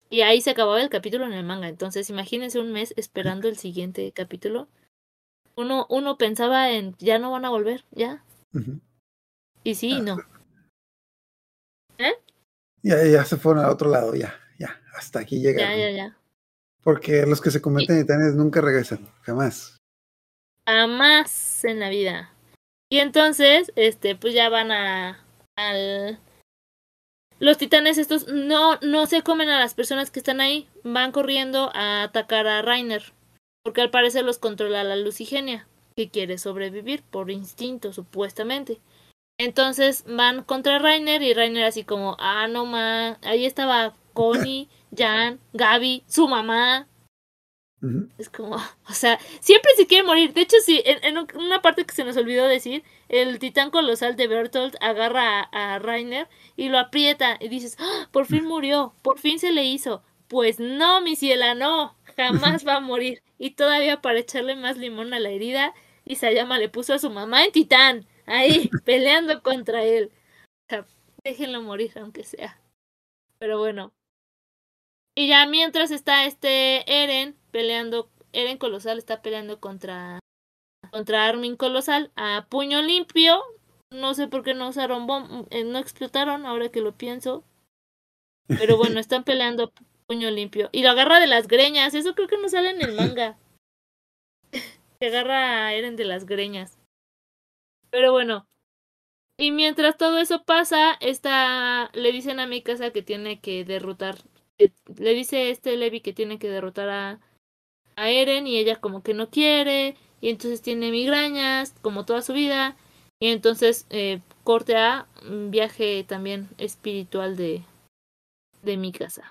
Y ahí se acababa el capítulo en el manga. Entonces, imagínense un mes esperando el siguiente capítulo. Uno, uno pensaba en, ya no van a volver, ya. Ujú. Y sí y no. ¿Eh? Ya, ya se fueron al otro lado, ya, ya, hasta aquí Ya, llegaron. ya, ya. Porque los que se Y convierten en titanes nunca regresan, jamás. jamás en la vida. Y entonces, este, pues ya van a, al... Los titanes estos no, no se comen a las personas que están ahí. Van corriendo a atacar a Reiner. Porque al parecer los controla la Lucigenia, que quiere sobrevivir por instinto, supuestamente. Entonces van contra Reiner y Reiner así como, ah, no ma, ahí estaba Connie, Jan, Gaby, su mamá. Ujú. Es como, o sea, siempre se quiere morir. De hecho, sí, en, en una parte que se nos olvidó decir, el titán colosal de Bertolt agarra a, a Reiner y lo aprieta y dices, ¡ah! Por fin murió, por fin se le hizo. Pues no, mi ciela, no, jamás va a morir. Y todavía para echarle más limón a la herida, Isayama le puso a su mamá en titán, ahí, peleando contra él. O sea, déjenlo morir, aunque sea. Pero bueno. Y ya mientras está este Eren peleando, Eren Colosal está peleando contra, contra Armin Colosal a puño limpio. No sé por qué no usaron bom, eh, no explotaron, ahora que lo pienso. Pero bueno, están peleando a puño limpio. Y lo agarra de las greñas, eso creo que no sale en el manga. Se agarra a Eren de las greñas. Pero bueno. Y mientras todo eso pasa, está, le dicen a Mikasa que tiene que derrotar. que- Le dice este Levi que tiene que derrotar a, a Eren y ella como que no quiere. Y entonces tiene migrañas como toda su vida. Y entonces eh, corte a un viaje también espiritual de, de Mikasa.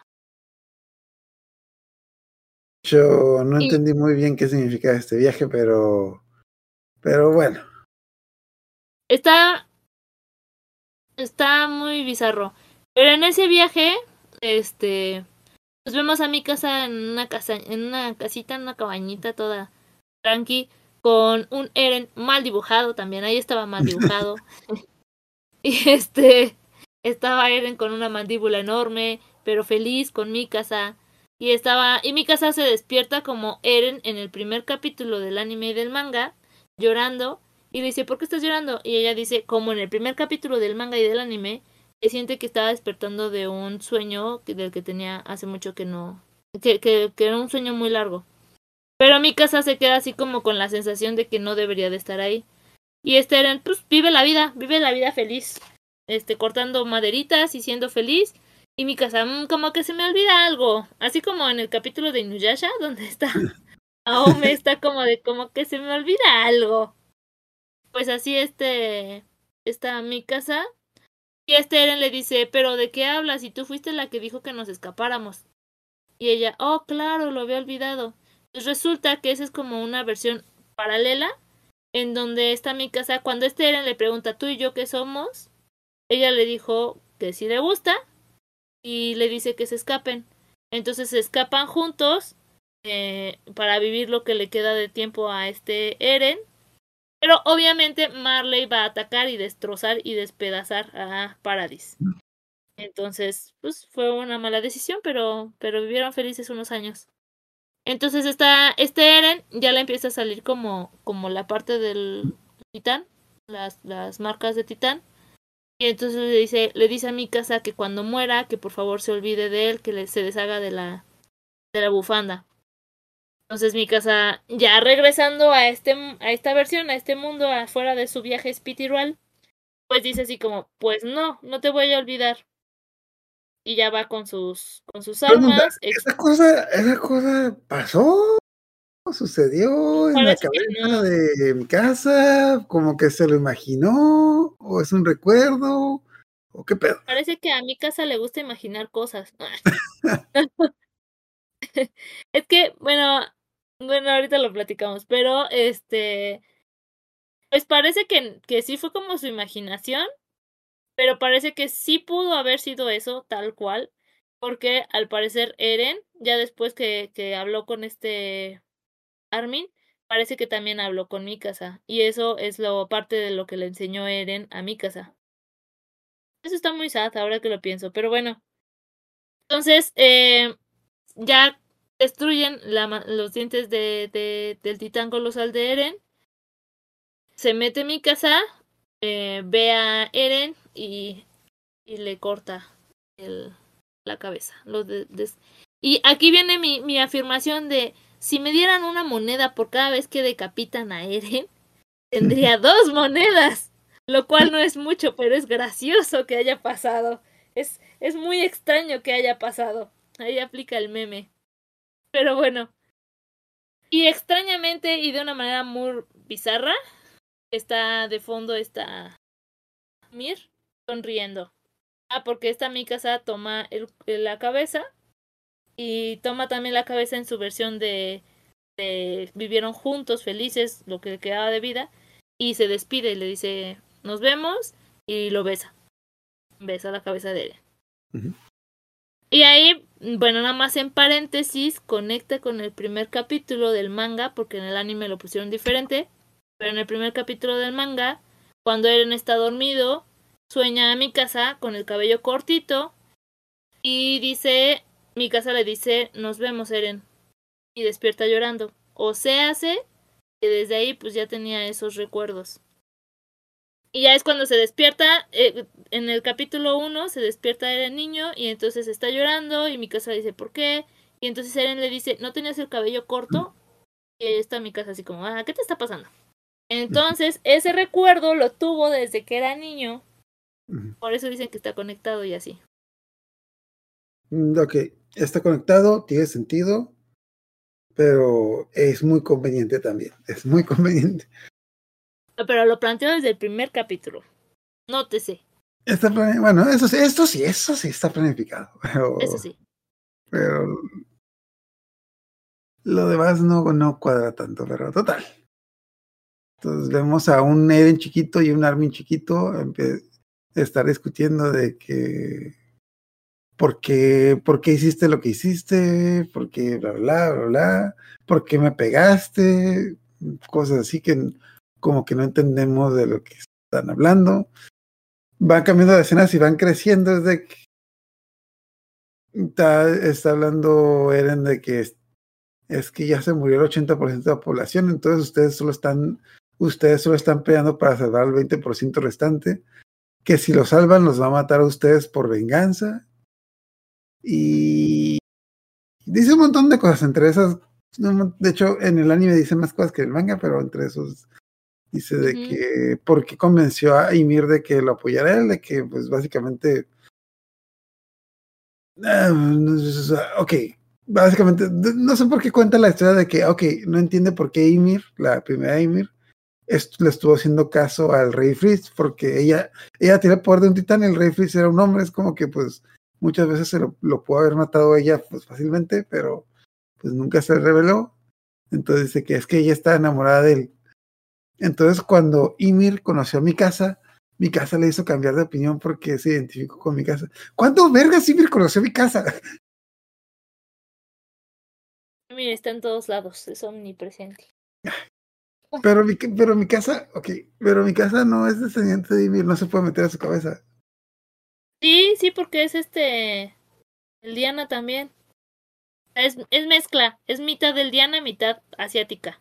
Yo no Y entendí muy bien qué significa este viaje, pero, pero bueno. está, está muy bizarro. Pero en ese viaje, este, pues vemos a Mikasa en una casa, en una casita, en una cabañita toda tranqui, con un Eren mal dibujado también, ahí estaba mal dibujado. Y este, estaba Eren con una mandíbula enorme, pero feliz con Mikasa. Y estaba, y Mikasa se despierta como Eren en el primer capítulo del anime y del manga, llorando, y le dice, ¿por qué estás llorando? Y ella dice, como en el primer capítulo del manga y del anime, que siente que estaba despertando de un sueño que- del que tenía hace mucho que no, que, que, que era un sueño muy largo. Pero Mikasa se queda así como con la sensación de que no debería de estar ahí. Y este Eren, pues, vive la vida, vive la vida feliz. Este, cortando maderitas y siendo feliz. Y Mikasa, mmm, como que se me olvida algo. Así como en el capítulo de Inuyasha, donde está Aome, está como de, como que se me olvida algo. Pues así este, está Mikasa. Y este Eren le dice, pero ¿de qué hablas? Si tú fuiste la que dijo que nos escapáramos. Y ella, oh, claro, lo había olvidado. Pues resulta que esa es como una versión paralela en donde está Mikasa. Cuando este Eren le pregunta, ¿tú y yo qué somos? Ella le dijo que sí le gusta y le dice que se escapen. Entonces se escapan juntos eh, para vivir lo que le queda de tiempo a este Eren. Pero obviamente Marley va a atacar y destrozar y despedazar a Paradis. Entonces, pues fue una mala decisión, pero, pero vivieron felices unos años. Entonces está este Eren ya le empieza a salir como, como la parte del titán, las, las marcas de titán. Y entonces le dice, le dice a Mikasa que cuando muera, que por favor se olvide de él, que le, se deshaga de la, de la bufanda. Entonces Mikasa, ya regresando a este, a esta versión, a este mundo, afuera de su viaje espiritual, pues dice así como, pues no, no te voy a olvidar. Y ya va con sus, con sus Pregunta, armas. Ex- ¿esa cosa, esa cosa pasó? ¿Sucedió en la parece que cabeza no. de mi casa? ¿Como que se lo imaginó? ¿O es un recuerdo? ¿O qué pedo? Parece que a Mikasa le gusta imaginar cosas. Es que, bueno, bueno, ahorita lo platicamos, pero este, pues parece que, que sí fue como su imaginación, pero parece que sí pudo haber sido eso, tal cual, porque al parecer Eren, ya después que, que habló con este Armin, parece que también habló con Mikasa, y eso es lo parte de lo que le enseñó Eren a Mikasa. Eso está muy sad ahora que lo pienso, pero bueno. Entonces, eh, ya destruyen la, los dientes de, de, del titán colosal de Eren. Se mete en Mikasa, eh, ve a Eren y, y le corta el, la cabeza. Lo de, de, y aquí viene mi, mi afirmación de, si me dieran una moneda por cada vez que decapitan a Eren, tendría dos monedas, lo cual no es mucho, pero es gracioso que haya pasado. Es, es muy extraño que haya pasado. Ahí aplica el meme. Pero bueno. Y extrañamente y de una manera muy bizarra, está de fondo esta Mir sonriendo. Ah, porque esta Mikasa toma el, la cabeza y toma también la cabeza en su versión de, de vivieron juntos, felices, lo que le quedaba de vida, y se despide y le dice, nos vemos, y lo besa. Besa la cabeza de Eren. Uh-huh. Y ahí, bueno, nada más en paréntesis, conecta con el primer capítulo del manga, porque en el anime lo pusieron diferente, pero en el primer capítulo del manga, cuando Eren está dormido, sueña a Mikasa con el cabello cortito, y dice, Mikasa le dice, nos vemos, Eren, y despierta llorando. O se hace que desde ahí pues ya tenía esos recuerdos. Y ya es cuando se despierta, eh, en el capítulo uno se despierta Eren niño y entonces está llorando y Mikasa le dice ¿por qué? Y entonces Eren le dice, ¿no tenías el cabello corto? Y ahí está Mikasa así como, ah, ¿qué te está pasando? Entonces ese recuerdo lo tuvo desde que era niño. Por eso dicen que está conectado y así. Ok, está conectado, tiene sentido, pero es muy conveniente también, es muy conveniente. Pero lo planteo desde el primer capítulo. Nótese. Está plane... Bueno, eso sí, esto sí, eso sí está planificado. Pero, eso sí. Pero lo demás no, no cuadra tanto, pero total. Entonces vemos a un Eren chiquito y un Armin chiquito estar discutiendo de que ¿por qué, por qué hiciste lo que hiciste? ¿Por qué bla, bla, bla, bla? ¿Por qué me pegaste? Cosas así que como que no entendemos de lo que están hablando. Van cambiando de escenas y van creciendo. Desde que está, está hablando Eren de que es, es que ya se murió el ochenta por ciento de la población, entonces ustedes solo están ustedes solo están peleando para salvar el veinte por ciento restante, que si lo salvan los va a matar a ustedes por venganza. Y dice un montón de cosas, entre esas, de hecho en el anime dice más cosas que en el manga, pero entre esos dice de uh-huh. que por qué convenció a Ymir de que lo apoyara él, de que pues básicamente uh, ok, básicamente no sé por qué cuenta la historia de que ok, no entiende por qué Ymir, la primera Ymir, esto, le estuvo haciendo caso al rey Fritz, porque ella ella tiene el poder de un titán y el rey Fritz era un hombre, es como que pues muchas veces se lo, lo pudo haber matado a ella pues fácilmente, pero pues nunca se reveló. Entonces dice que es que ella está enamorada de él. Entonces cuando Ymir conoció a Mikasa, Mikasa le hizo cambiar de opinión porque se identificó con Mikasa. ¿Cuántos vergas Ymir conoció a Mikasa? Ymir está en todos lados, es omnipresente. Pero mi, pero Mikasa, ok, pero Mikasa no es descendiente de Ymir, no se puede meter a su cabeza. Sí, sí, porque es este, el Diana también. Es, es mezcla, es mitad del Diana, mitad asiática.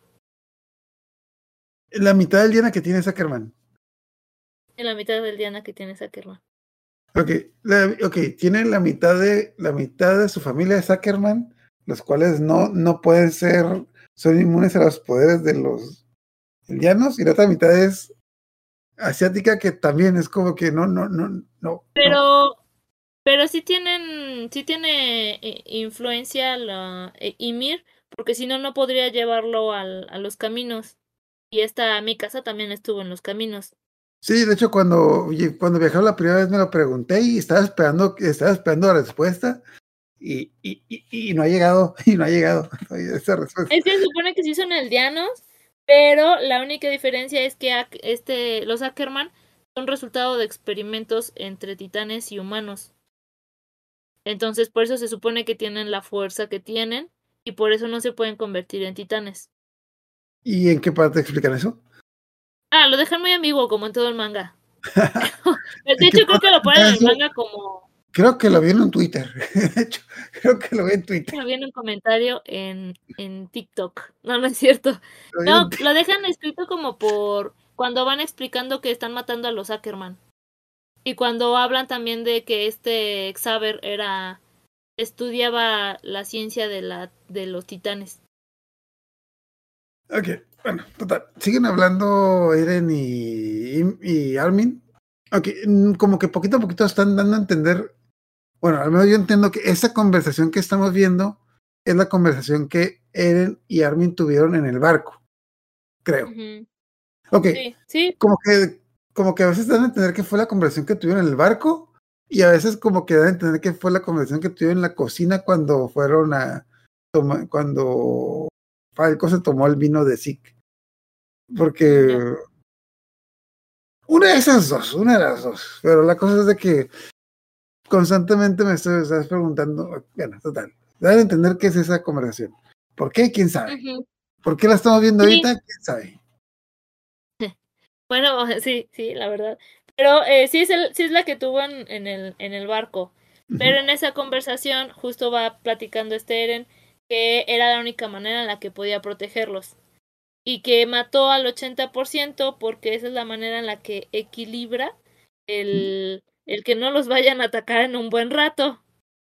La mitad del Diana que tiene Zuckerman. En la mitad del Diana que tiene Zuckerman. Ok, la, okay, tiene la mitad de la mitad de su familia de Zuckerman, los cuales no, no pueden ser, son inmunes a los poderes de los indianos, y la otra mitad es asiática, que también es como que no, no, no, no. Pero, no. pero sí tienen, sí tiene eh, influencia la eh, Ymir, porque si no, no podría llevarlo al, a los caminos. Y esta Mikasa también estuvo en los caminos. Sí, de hecho, cuando, cuando viajaba la primera vez me lo pregunté y estaba esperando, estaba esperando la respuesta y, y, y, y no ha llegado, y no ha llegado esa respuesta. Es que se supone que sí son eldianos, pero la única diferencia es que este, los Ackerman son resultado de experimentos entre titanes y humanos. Entonces, por eso se supone que tienen la fuerza que tienen y por eso no se pueden convertir en titanes. ¿Y en qué parte explican eso? Ah, lo dejan muy ambiguo, como en todo el manga. De hecho, creo que lo ponen en el manga como... Creo que lo vi en un Twitter. De hecho, creo que lo vi en Twitter. Lo vi en un comentario en, en TikTok. No, no es cierto. Lo vi No, en- lo dejan escrito como por cuando van explicando que están matando a los Ackerman. Y cuando hablan también de que este Xaver era estudiaba la ciencia de la de los titanes. Ok, bueno, total. Siguen hablando Eren y, y, y Armin. Ok, mm, como que poquito a poquito están dando a entender. Bueno, al menos yo entiendo que esa conversación que estamos viendo es la conversación que Eren y Armin tuvieron en el barco, creo. Ujú. Ok, Sí, sí. como que, como que a veces dan a entender que fue la conversación que tuvieron en el barco y a veces como que dan a entender que fue la conversación que tuvieron en la cocina cuando fueron a tomar, cuando Falco se tomó el vino de Zeke. Porque Ya. una de esas dos, una de las dos. Pero la cosa es de que constantemente me estoy, estás preguntando, bueno, total, dan a entender qué es esa conversación. ¿Por qué? ¿Quién sabe? Ujú. ¿Por qué la estamos viendo Sí. ahorita? ¿Quién sabe? Bueno, sí, sí, la verdad. Pero eh, sí es el, sí es la que tuvo en, en el, en el barco. Pero en esa conversación justo va platicando este Eren que era la única manera en la que podía protegerlos. Y que mató al ochenta por ciento porque esa es la manera en la que equilibra el, el que no los vayan a atacar en un buen rato.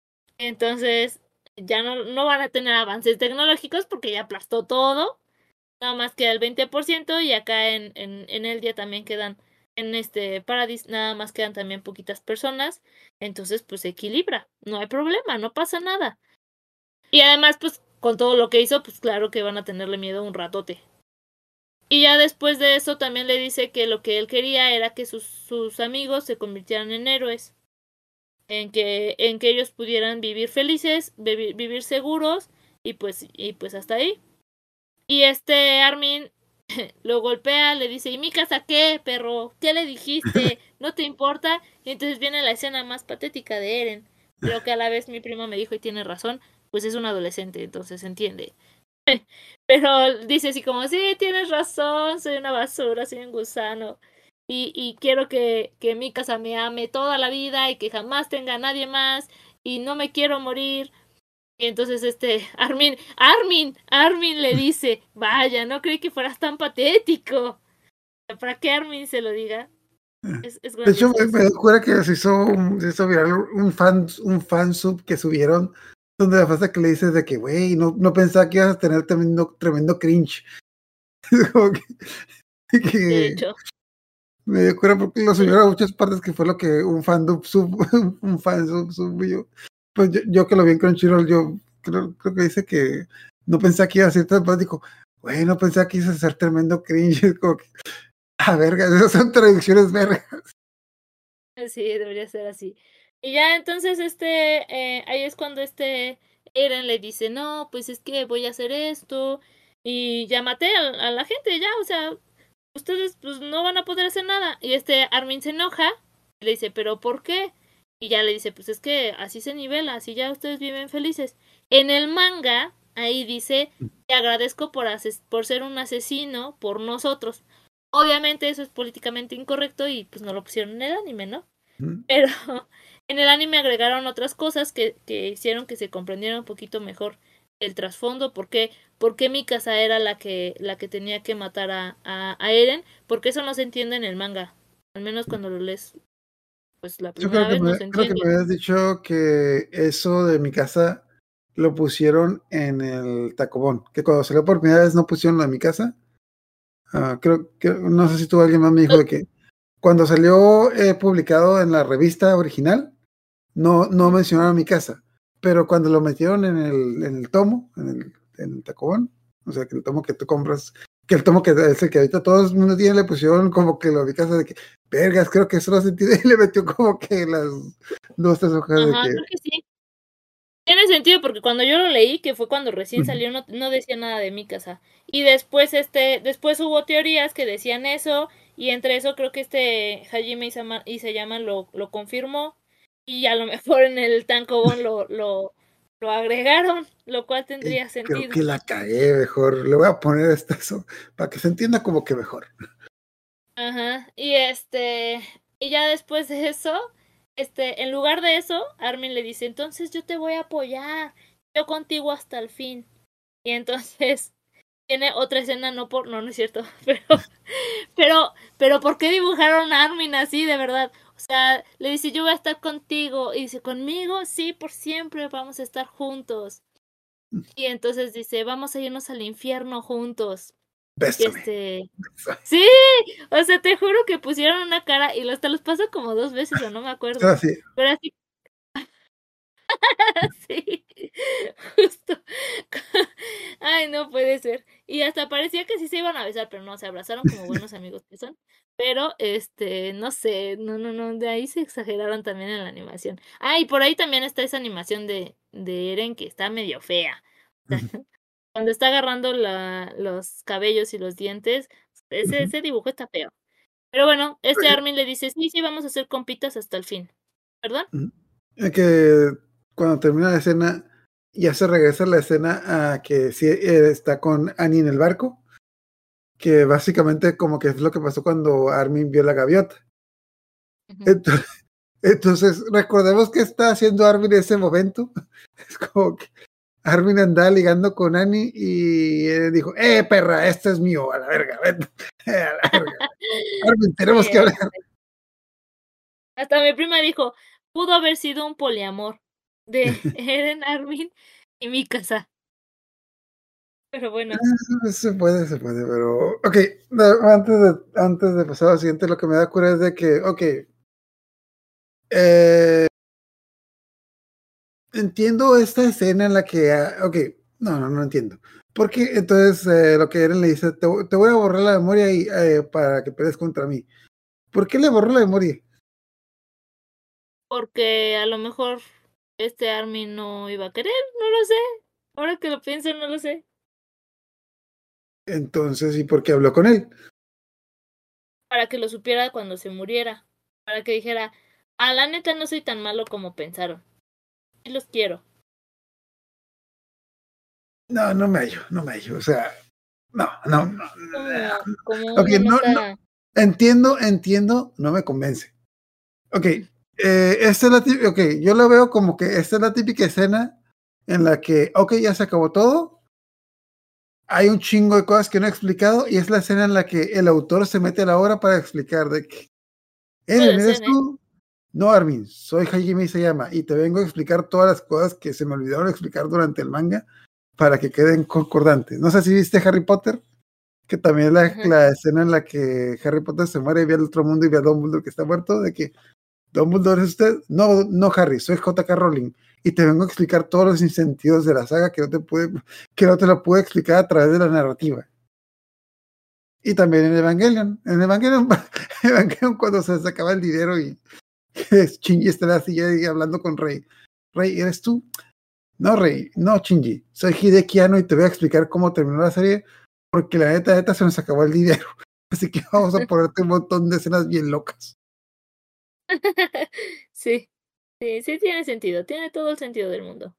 Entonces ya no, no van a tener avances tecnológicos porque ya aplastó todo. Nada más queda el veinte por ciento y acá en, en, en el día también quedan, en este Paradis nada más quedan también poquitas personas. Entonces pues se equilibra, no hay problema, no pasa nada. Y además pues con todo lo que hizo pues claro que van a tenerle miedo un ratote. Y ya después de eso también le dice que lo que él quería era que sus, sus amigos se convirtieran en héroes. En que, en que ellos pudieran vivir felices, vivir, vivir seguros y pues, y pues hasta ahí. Y este Armin lo golpea, le dice, ¿y mi casa qué, perro? ¿Qué le dijiste? ¿No te importa? Y entonces viene la escena más patética de Eren. Pero que a la vez mi prima me dijo y tiene razón, pues es un adolescente, entonces se entiende. Pero dice así como, sí, tienes razón, soy una basura, soy un gusano. Y, y quiero que, que mi casa me ame toda la vida y que jamás tenga a nadie más y no me quiero morir. Y entonces este Armin, Armin, Armin le dice, vaya, no creí que fueras tan patético. Para que Armin se lo diga. Es, es De hecho, me, grandioso me doy cuenta que se hizo, un, se hizo viral un fan, un fan sub que subieron donde la frase que le dices de que, güey, no, no pensaba que ibas a tener tremendo, tremendo cringe. Como que, de que hecho. me dio cuenta porque lo subieron a muchas partes que fue lo que un fan sub, un fan sub subió. Pues yo, yo que lo vi en Crunchyroll, yo creo, creo que dice que no pensaba que iba a ser tan práctico. Güey, no pensaba que ibas a hacer tremendo cringe. Como que, ah, verga, esas son traducciones vergas. Sí, debería ser así. Y ya entonces este, eh, ahí es cuando este Eren le dice, no, pues es que voy a hacer esto y ya maté a, a la gente, ya, o sea, ustedes pues no van a poder hacer nada. Y este Armin se enoja y le dice, ¿pero por qué? Y ya le dice, pues es que así se nivela, así ya ustedes viven felices. En el manga, ahí dice, te agradezco por, ases por ser un asesino por nosotros. Obviamente eso es políticamente incorrecto y pues no lo pusieron en el anime, ¿no? Pero en el anime agregaron otras cosas que, que hicieron que se comprendiera un poquito mejor el trasfondo, por qué, por qué Mikasa era la que, la que tenía que matar a, a, a Eren, porque eso no se entiende en el manga, al menos cuando lo lees pues la Yo creo primera que, vez no me, se creo que entiende. me habías dicho que eso de mi casa lo pusieron en el Tacobón, que cuando salió por primera vez no pusieron lo de mi casa. Uh, creo que, no sé si tú alguien más me dijo de que cuando salió eh, publicado en la revista original, no, no mencionaron mi casa, pero cuando lo metieron en el, en el tomo, en el, en el Tacobón, o sea, que el tomo que tú compras, que el tomo que es el que ahorita todo el mundo tiene, le pusieron como que lo de mi casa de que, vergas, creo que eso no sentido, y le metió como que las dos, tres hojas de Ajá, que... creo que sí. Tiene sentido porque cuando yo lo leí, que fue cuando recién Ujú. salió, no, no decía nada de Mikasa. Y después, este, después hubo teorías que decían eso, y entre eso creo que este Hajime Isama- Isayama lo, lo confirmó, y a lo mejor en el tankobon lo, lo, lo agregaron, lo cual Y tendría creo sentido. que la cagué mejor, le voy a poner esta eso, para que se entienda como que mejor. Ajá, y este, y ya después de eso, este, en lugar de eso, Armin le dice, entonces yo te voy a apoyar, yo contigo hasta el fin. Y entonces tiene otra escena, no por, no, no es cierto, pero, pero, pero ¿por qué dibujaron a Armin así, de verdad? O sea, le dice, yo voy a estar contigo, y dice, ¿conmigo? Sí, por siempre vamos a estar juntos. Y entonces dice, vamos a irnos al infierno juntos. Y Bésame. este, sí, o sea, te juro que pusieron una cara y hasta los pasó como dos veces o no me acuerdo. Así. Pero así, sí, justo. Ay, no puede ser. Y hasta parecía que sí se iban a besar, pero no, se abrazaron como buenos amigos que son. Pero, este, no sé, no, no, no, de ahí se exageraron también en la animación. Ah, y por ahí también está esa animación de, de Eren que está medio fea. Cuando está agarrando la, los cabellos y los dientes, ese, Ujú. ese dibujo está feo. Pero bueno, este Armin le dice, sí, sí, vamos a hacer compitas hasta el fin. ¿Perdón? Ujú. Es que cuando termina la escena, ya se regresa la escena a que sí eh, está con Annie en el barco, que básicamente como que es lo que pasó cuando Armin vio la gaviota. Ujú. Entonces, entonces recordemos qué está haciendo Armin en ese momento. Es como que Armin andaba ligando con Annie y él dijo, eh, perra, esto es mío, a la verga, vete, a la verga. Armin, tenemos Sí, que hablar. hasta mi prima dijo, pudo haber sido un poliamor de Eren, Armin y Mikasa. Pero bueno, Se puede, se puede, pero ok, no, antes de, antes de pasar al siguiente, lo que me da cura es de que, ok, eh, entiendo esta escena en la que, ah, ok, no, no, no entiendo. Porque entonces eh, lo que Eren le dice, te, te voy a borrar la memoria y, eh, para que pelees contra mí. ¿Por qué le borró la memoria? porque a lo mejor este Armin no iba a querer, no lo sé. Ahora que lo pienso, no lo sé. Entonces, ¿y por qué habló con él? Para que lo supiera cuando se muriera. Para que dijera, ah, la neta no soy tan malo como pensaron. Y los quiero. No, no me hallo, no me hallo, o sea, no, no, no. Como, como Ok, una no, no, nota. entiendo, entiendo, no me convence. Ok, eh, esta es la típica, ok, yo lo veo como que esta es la típica escena en la que, ok, ya se acabó todo, hay un chingo de cosas que no he explicado y es la escena en la que el autor se mete a la obra para explicar de que, Eren, Puede ¿eres ser, ¿eh? tú? No, Armin, soy Hajime Isayama y te vengo a explicar todas las cosas que se me olvidaron explicar durante el manga para que queden concordantes. No sé si viste Harry Potter, que también es la, Ajá. la escena en la que Harry Potter se muere y ve al otro mundo y ve a Dumbledore que está muerto, de que Dumbledore es usted. No, no, Harry, soy J K. Rowling y te vengo a explicar todos los insentidos de la saga que no te pude, que no te lo pude explicar a través de la narrativa. Y también en Evangelion. En Evangelion, Evangelion cuando se sacaba el dinero y Shinji está en la silla y hablando con Rey. Rey, ¿eres tú? No, Rey, no, Shinji. Soy Hideki Anno y te voy a explicar cómo terminó la serie porque la neta, neta se nos acabó el dinero. Así que vamos a ponerte un montón de escenas bien locas. Sí, sí, sí tiene sentido. Tiene todo el sentido del mundo.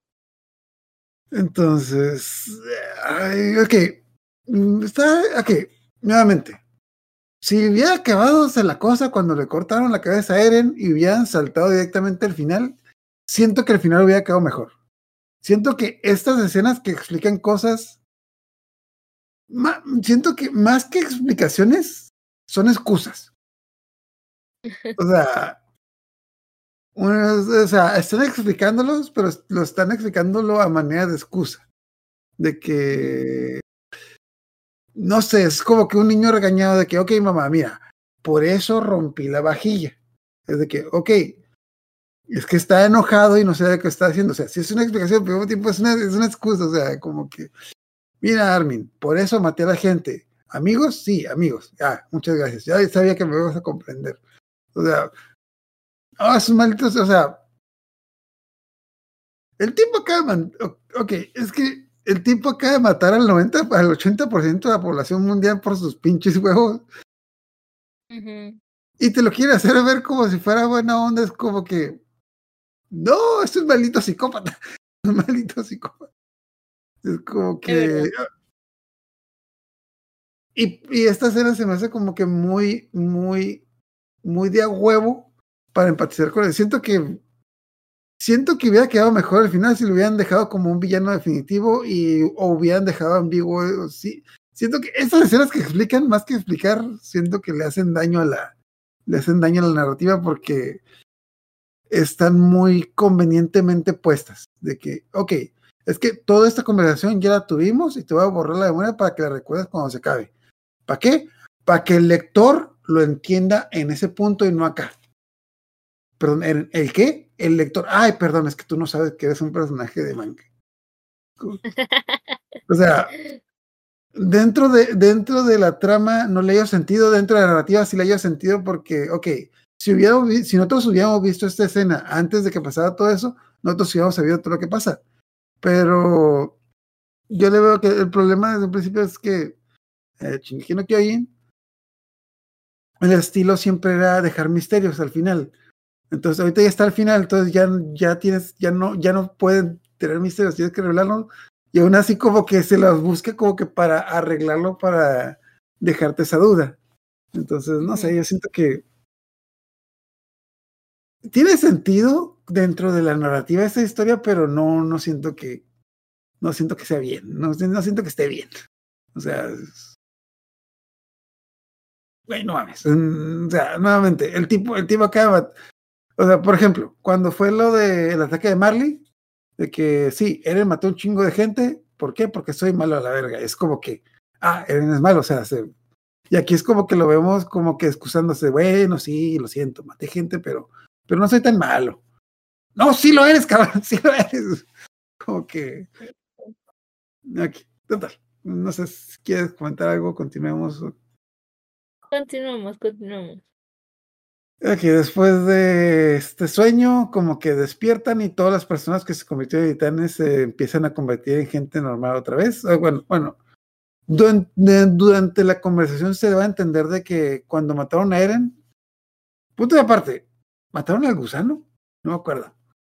Entonces, ay, ok, mm, está, ok, nuevamente. Si hubiera acabado la cosa cuando le cortaron la cabeza a Eren y hubieran saltado directamente al final, siento que el final hubiera quedado mejor. Siento que estas escenas que explican cosas, ma, siento que más que explicaciones, son excusas. O sea, o sea, están explicándolos, pero lo están explicándolo a manera de excusa. De que, no sé, es como que un niño regañado de que, ok, mamá, mira, por eso rompí la vajilla. Es de que, ok, es que está enojado y no sé de qué está haciendo. O sea, si es una explicación, pero al mismo tiempo es una, es una excusa. O sea, como que, mira, Armin, por eso maté a la gente. ¿Amigos? Sí, amigos. Ah, muchas gracias. Ya sabía que me ibas a comprender. O sea, ah, oh, sus malditos, o sea, el tipo acaba de, ok, es que el tipo acaba de matar al noventa, al ochenta por ciento de la población mundial por sus pinches huevos. Uh-huh. Y te lo quiere hacer ver como si fuera buena onda, es como que, no, es un maldito psicópata, un maldito psicópata. Es como que... Y, y esta escena se me hace como que muy, muy, muy de a huevo para empatizar con él. Siento que siento que hubiera quedado mejor al final si lo hubieran dejado como un villano definitivo y o hubieran dejado ambiguo. Sí, siento que estas escenas que explican, más que explicar, siento que le hacen daño a la le hacen daño a la narrativa porque están muy convenientemente puestas. De que, ok, es que toda esta conversación ya la tuvimos y te voy a borrar la memoria para que la recuerdes cuando se acabe. ¿Para qué? Para que el lector lo entienda en ese punto y no acá. Perdón, ¿el, el qué? El lector. Ay, perdón, es que tú no sabes que eres un personaje de manga. O sea, dentro de, dentro de la trama no le haya sentido, dentro de la narrativa sí le haya sentido porque, ok, si, hubiéramos, si nosotros hubiéramos visto esta escena antes de que pasara todo eso, nosotros hubiéramos sabido todo lo que pasa. Pero yo le veo que el problema desde el principio es que eh, Shingeki no Kyojin, el estilo siempre era dejar misterios al final. Entonces ahorita ya está al final, entonces ya, ya tienes, ya no, ya no pueden tener misterios, tienes que revelarlo, y aún así como que se los busque como que para arreglarlo, para dejarte esa duda. Entonces, no sé, yo siento que tiene sentido dentro de la narrativa de esta historia, pero no, no siento que, no siento que sea bien, no, no siento que esté bien. O sea, es, güey, no mames. O sea, nuevamente, el tipo, el tipo acaba. O sea, por ejemplo, cuando fue lo del ataque de Marley, de que sí, Eren mató un chingo de gente, ¿por qué? Porque soy malo a la verga. Es como que, ah, Eren es malo, o sea, se, y aquí es como que lo vemos como que excusándose, bueno, sí, lo siento, maté gente, pero, pero no soy tan malo. No, sí lo eres, cabrón, sí lo eres. Como que, aquí, total. No sé si quieres comentar algo, continuemos. Continuamos, continuamos. Aquí después de este sueño, como que despiertan y todas las personas que se convirtieron en titanes se empiezan a convertir en gente normal otra vez. Bueno, bueno, durante, durante la conversación se va a entender de que cuando mataron a Eren, punto de aparte, ¿mataron al gusano? No me acuerdo.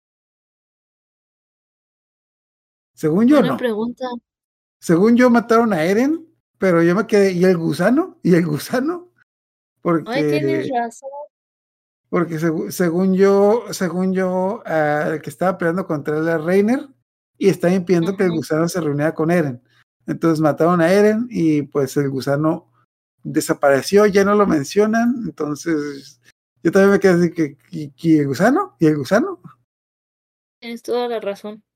Según yo, Buena no. pregunta. Según yo, mataron a Eren, pero yo me quedé, ¿y el gusano? ¿Y el gusano? Ay, tienes Porque... razón. Porque seg según yo, según yo, uh, el que estaba peleando contra él era Reiner y estaba impidiendo uh-huh. que el gusano se reuniera con Eren. Entonces mataron a Eren y pues el gusano desapareció, ya no lo mencionan. Entonces yo también me quedé así que, ¿y, y el gusano? ¿Y el gusano? Tienes toda la razón.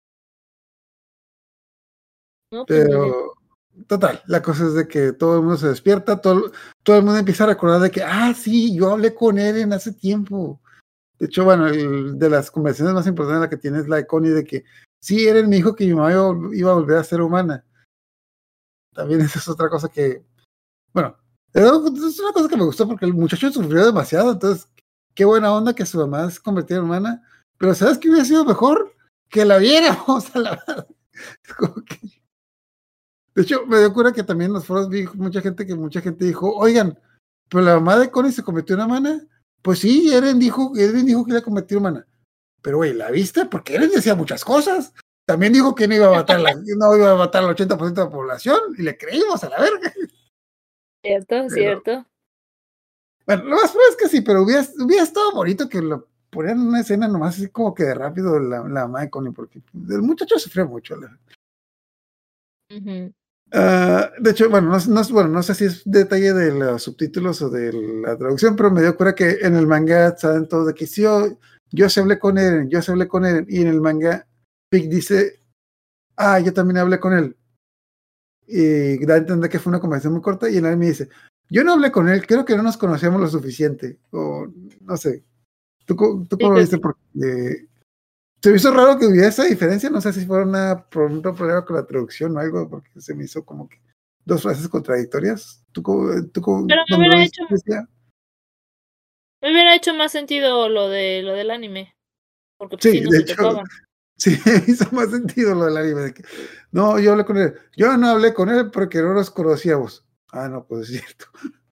No, pues Pero total, la cosa es de que todo el mundo se despierta, todo, todo el mundo empieza a recordar de que, ah, sí, yo hablé con Eren hace tiempo. De hecho, bueno, el, de las conversaciones más importantes la que tiene es la de Connie, de que sí, Eren me dijo que mi mamá iba, iba a volver a ser humana. También esa es otra cosa que, bueno, es una cosa que me gustó porque el muchacho sufrió demasiado, entonces, qué buena onda que su mamá se convirtiera en humana, pero ¿sabes qué hubiera sido mejor? Que la viéramos a la... Es como que... De hecho, me dio cura que también en los foros vi mucha gente que mucha gente dijo, oigan, pero la mamá de Connie se convirtió en humana. Pues sí, Eren dijo, Eren dijo que iba a convertir humana. Pero güey, ¿la viste? Porque Eren decía muchas cosas. También dijo que no iba a matar la, no iba a matar al ochenta por ciento de la población y le creímos a la verga. Cierto, pero, cierto. Bueno, lo más probable es que sí, pero hubiera, hubiera estado bonito que lo ponían en una escena nomás así como que de rápido la, la mamá de Connie, porque el muchacho sufrió mucho. La... Uh-huh. Uh, de hecho, bueno no, no, bueno, no sé si es detalle de los subtítulos o de la traducción, pero me dio cura que en el manga saben todos de que sí, yo, yo se hablé con Eren, yo se hablé con Eren, y en el manga Pig dice, ah, yo también hablé con él. Y da a entender que fue una conversación muy corta, y en el anime dice, yo no hablé con él, creo que no nos conocíamos lo suficiente, o no sé. ¿Tú, tú cómo lo viste? Porque eh, se me hizo raro que hubiera esa diferencia, no sé si fuera una, un problema con la traducción o algo, porque se me hizo como que dos frases contradictorias. ¿Tú, tú, Pero me hubiera, hecho, me hubiera hecho más sentido lo, de, lo del anime. Porque pues, sí, sí no de se hecho, tocaban. sí, hizo más sentido lo del anime. De que, no, yo hablé con él. Yo no hablé con él porque no nos conocíamos. Ah, no, pues es cierto.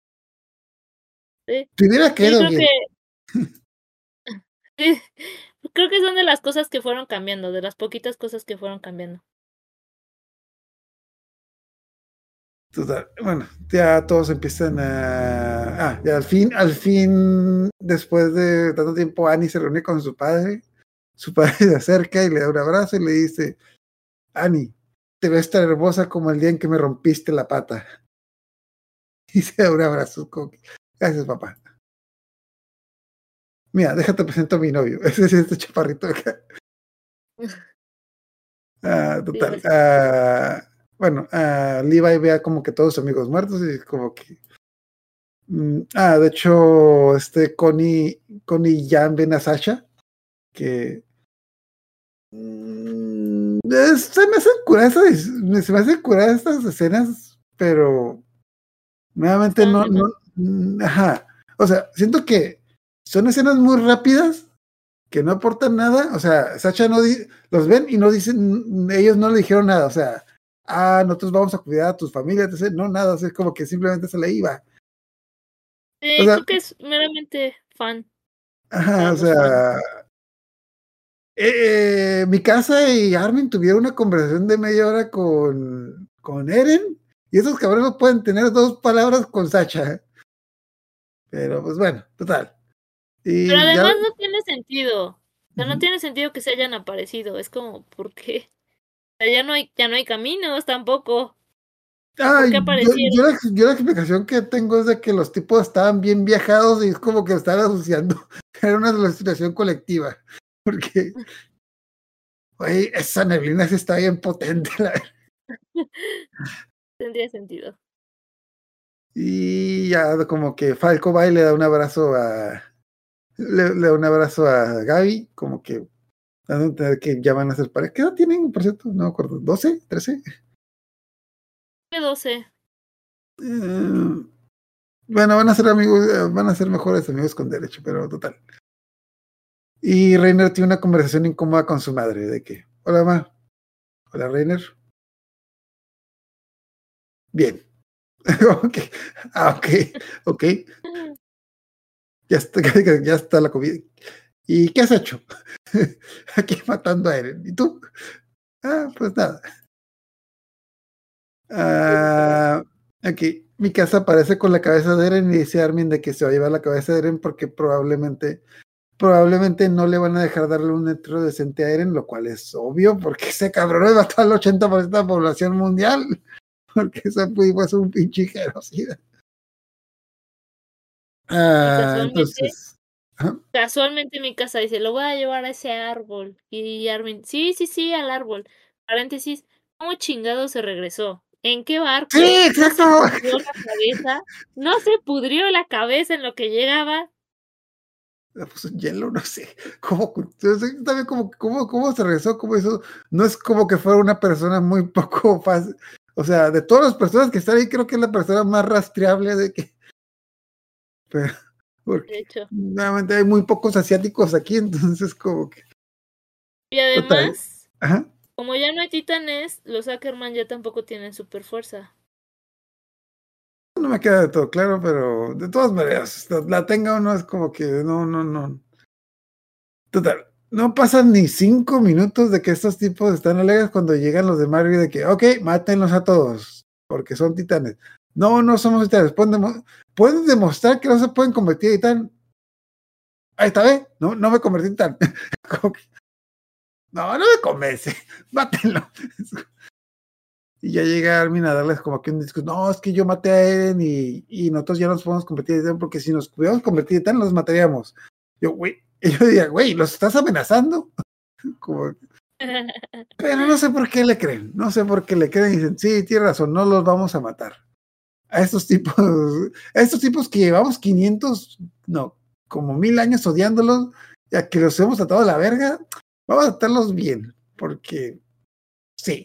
Sí. Te hubiera quedado bien. Que... sí. Creo que son de las cosas que fueron cambiando, de las poquitas cosas que fueron cambiando. Total, bueno, ya todos empiezan a... Ah, ya al fin, al fin, después de tanto tiempo, Annie se reúne con su padre. Su padre se acerca y le da un abrazo y le dice, Annie, te ves tan hermosa como el día en que me rompiste la pata. Y se da un abrazo. Como que, gracias, papá. Mira, déjate presento a mi novio. Ese es este chaparrito de acá. Ah, total. Ah, bueno, uh, Levi vea como que todos sus amigos muertos y como que... Mm, ah, de hecho, este Connie, Connie Jan ven a Sasha, que... Mm, es, se me hacen curar esas, se me hacen curar estas escenas, pero nuevamente no, no, no, ajá. O sea, siento que son escenas muy rápidas que no aportan nada. O sea, Sasha no di, los ven y no dicen, ellos no le dijeron nada. O sea, ah, nosotros vamos a cuidar a tus familias, entonces, no, nada, o sea, es como que simplemente se le iba. Sí, o sea, creo que es meramente fan. Ajá, o sea, eh, eh, mi casa y Armin tuvieron una conversación de media hora con, con Eren, y esos cabrones pueden tener dos palabras con Sasha. Pero pues bueno, total. Y Pero además ya... no tiene sentido. O sea, no tiene sentido que se hayan aparecido. Es como, ¿por qué? O sea, ya no hay, ya no hay caminos tampoco. Ah, ¿Por qué yo, aparecieron? yo, la, yo la explicación que tengo es de que los tipos estaban bien viajados y es como que estaban asociando. Era una alucinación colectiva. Porque, oye, esa neblina sí está bien potente. La... Tendría sentido. Y ya como que Falco va y le da un abrazo a... Le, le da un abrazo a Gaby, como que que ya van a ser pareja. ¿Qué edad tienen, por cierto? No me acuerdo. ¿doce? ¿trece? ¿Qué doce? Eh, bueno, van a ser amigos, van a ser mejores amigos con derecho, pero total. Y Reiner tiene una conversación incómoda con su madre, de que, hola, ma. Hola, Reiner. Bien. Okay. Ah, ok, ok. Ya está, ya está la comida. ¿Y qué has hecho? Aquí matando a Eren. ¿Y tú? Ah, pues nada. Ah, aquí. Mi casa aparece con la cabeza de Eren y dice Armin de que se va a llevar la cabeza de Eren porque probablemente probablemente no le van a dejar darle un entro decente a Eren, lo cual es obvio porque ese cabrón le mató al ochenta por ciento de la población mundial, porque ese fue un pinche genocida. Ah, casualmente, entonces, ¿ah? casualmente mi casa dice, lo voy a llevar a ese árbol. Y Armin, sí, sí, sí, al árbol. Paréntesis, ¿cómo chingado se regresó? ¿En qué barco? Sí, exacto. ¿No se pudrió la cabeza? ¿No se pudrió la cabeza en lo que llegaba? Pues un hielo, no sé. ¿Cómo, también como, cómo, cómo se regresó? ¿Cómo eso? No es como que fuera una persona muy poco fácil. O sea, de todas las personas que están ahí, creo que es la persona más rastreable de que. Pero, porque De hecho. nuevamente hay muy pocos asiáticos aquí, entonces como que. Y además, Ajá. como ya no hay titanes, los Ackerman ya tampoco tienen super fuerza. No me queda de todo claro, pero de todas maneras, la tenga o no es como que no, no, no. Total, no pasan ni cinco minutos de que estos tipos están alegres cuando llegan los de Mario de que, ok, mátenlos a todos, porque son titanes. No, no somos titanes. Pueden, demo pueden demostrar que no se pueden convertir en titán. Ahí está, ¿ve? No, no me convertí en titán. No, no me convence. Mátenlo. Y ya llega Armin a darles como que un discurso. No, es que yo maté a Eren y, y nosotros ya nos podemos convertir en titán, porque si nos pudiéramos convertir en titán, los mataríamos. Yo, güey, y yo diría, güey, ¿los estás amenazando? Como... Pero no sé por qué le creen, no sé por qué le creen y dicen, sí, tiene razón, no los vamos a matar. A estos tipos, a estos tipos que llevamos quinientos, no, como mil años odiándolos, ya que los hemos tratado a la verga, vamos a tratarlos bien, porque sí.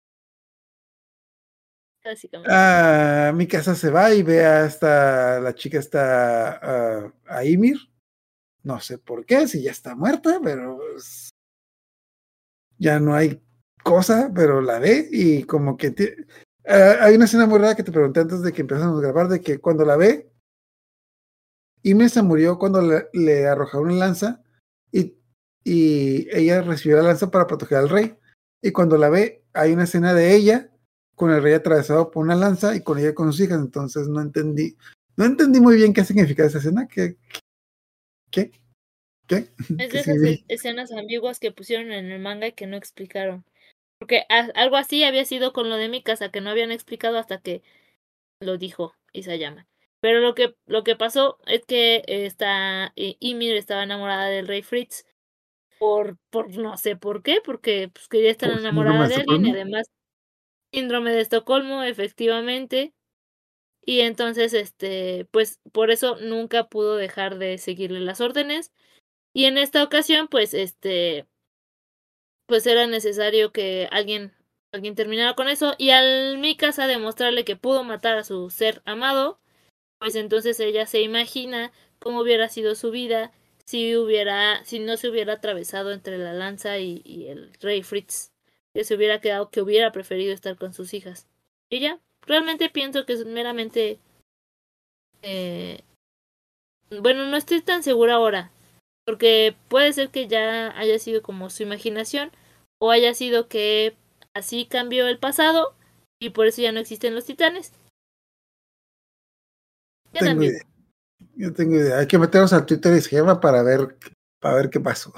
Básicamente. Ah, mi casa se va y ve a esta, la chica está uh, a Ymir. No sé por qué, si ya está muerta, pero pues, ya no hay cosa, pero la ve y como que uh, hay una escena muy rara que te pregunté antes de que empezamos a grabar, de que cuando la ve, Ymir se murió cuando le, le arrojaron una lanza y, y ella recibió la lanza para proteger al rey. Y cuando la ve, hay una escena de ella con el rey atravesado por una lanza y con ella con sus hijas, entonces no entendí, no entendí muy bien qué significa esa escena, qué, qué, qué, Es ¿Qué de esas significa? escenas ambiguas que pusieron en el manga y que no explicaron. Porque a- algo así había sido con lo de mi casa, que no habían explicado hasta que lo dijo Isayama. Pero lo que, lo que pasó es que esta eh, Ymir estaba enamorada del rey Fritz por, por no sé por qué, porque pues, quería estar Por síndrome enamorada de de alguien y Estocolmo. además síndrome de Estocolmo, efectivamente. Y entonces, este, pues por eso nunca pudo dejar de seguirle las órdenes. Y en esta ocasión, pues, este, pues era necesario que alguien, alguien terminara con eso. Y al Mikasa demostrarle que pudo matar a su ser amado, pues entonces ella se imagina cómo hubiera sido su vida si hubiera, si no se hubiera atravesado entre la lanza y, y el rey Fritz, que se hubiera quedado, que hubiera preferido estar con sus hijas. Y ya, realmente pienso que es meramente, eh, bueno, no estoy tan segura ahora, porque puede ser que ya haya sido como su imaginación, o haya sido que así cambió el pasado y por eso ya no existen los titanes. Ya Tengo también. idea, yo tengo idea, hay que meternos al Twitter y esquema para ver, para ver qué pasó.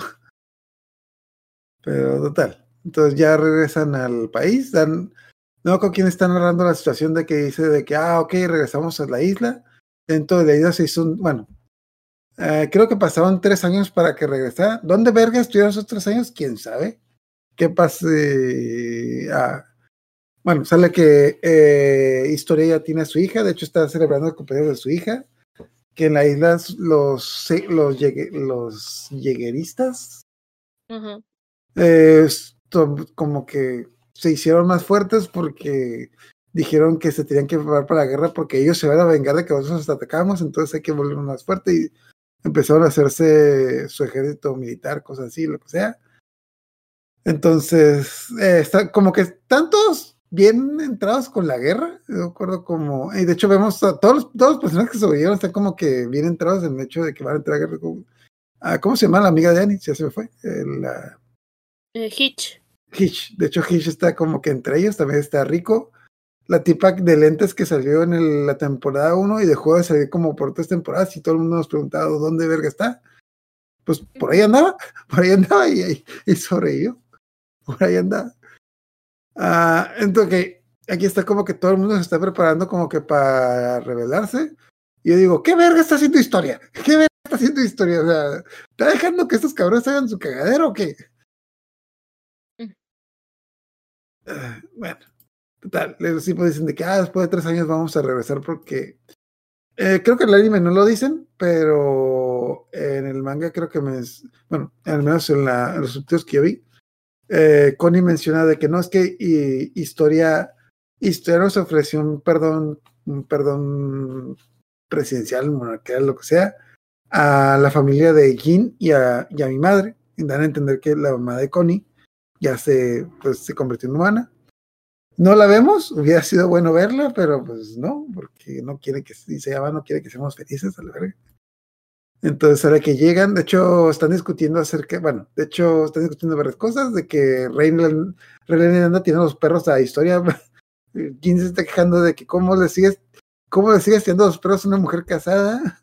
Pero total, entonces ya regresan al país, dan, no con quién está narrando la situación de que dice de que, ah, ok, regresamos a la isla, dentro de la isla se hizo un, bueno, eh, creo que pasaron tres años para que regresara, ¿dónde verga estuvieron esos tres años? ¿Quién sabe? ¿Qué pase? Ah, bueno, sale que eh, Historia ya tiene a su hija, de hecho está celebrando el cumpleaños de su hija, que en la isla los, los, llegue, los llegueristas Ajá. eh, esto, como que se hicieron más fuertes porque dijeron que se tenían que preparar para la guerra porque ellos se van a vengar de que nosotros los atacamos, entonces hay que volver más fuerte y empezaron a hacerse su ejército militar, cosas así, lo que sea. Entonces, eh, está, como que están todos bien entrados con la guerra, yo acuerdo como, y de hecho vemos a todos, los, todos los personajes que sobrevivieron están como que bien entrados en el hecho de que van a entrar a guerra. Como, ah, ¿cómo se llama la amiga de Annie? Ya se me fue. Eh, la, Eh, Hitch. Hitch, de hecho Hitch está como que entre ellos, también está Rico, la tipa de lentes que salió en el, la temporada uno y dejó de salir como por tres temporadas y todo el mundo nos preguntaba dónde verga está, pues por ahí andaba, por ahí andaba y, y, y sobrevivió, por ahí andaba. Uh, entonces, aquí está como que todo el mundo se está preparando como que para rebelarse, y yo digo, ¿qué verga está haciendo Historia? ¿Qué verga está haciendo Historia? O sea, ¿está dejando que estos cabrones hagan su cagadero o qué? Uh, bueno, total, los tipos dicen de que ah, después de tres años vamos a regresar porque eh, creo que en el anime no lo dicen, pero en el manga creo que me, bueno, al menos en, la, en los subtítulos que yo vi, eh, Connie menciona de que no es que y, Historia, Historia nos ofreció un perdón, un perdón presidencial, monarquial, lo que sea, a la familia de Jin y a, y a mi madre, y dan a entender que la mamá de Connie ya se, pues, se convirtió en humana. No la vemos, hubiera sido bueno verla, pero pues no, porque no quiere que, si se llama, no quiere que seamos felices a la verga. Entonces, ahora que llegan, de hecho, están discutiendo acerca, bueno, de hecho, están discutiendo varias cosas, de que Reyna anda tirando los perros a Historia. Jin se está quejando de que cómo le sigues, cómo le sigues tirando los perros a una mujer casada.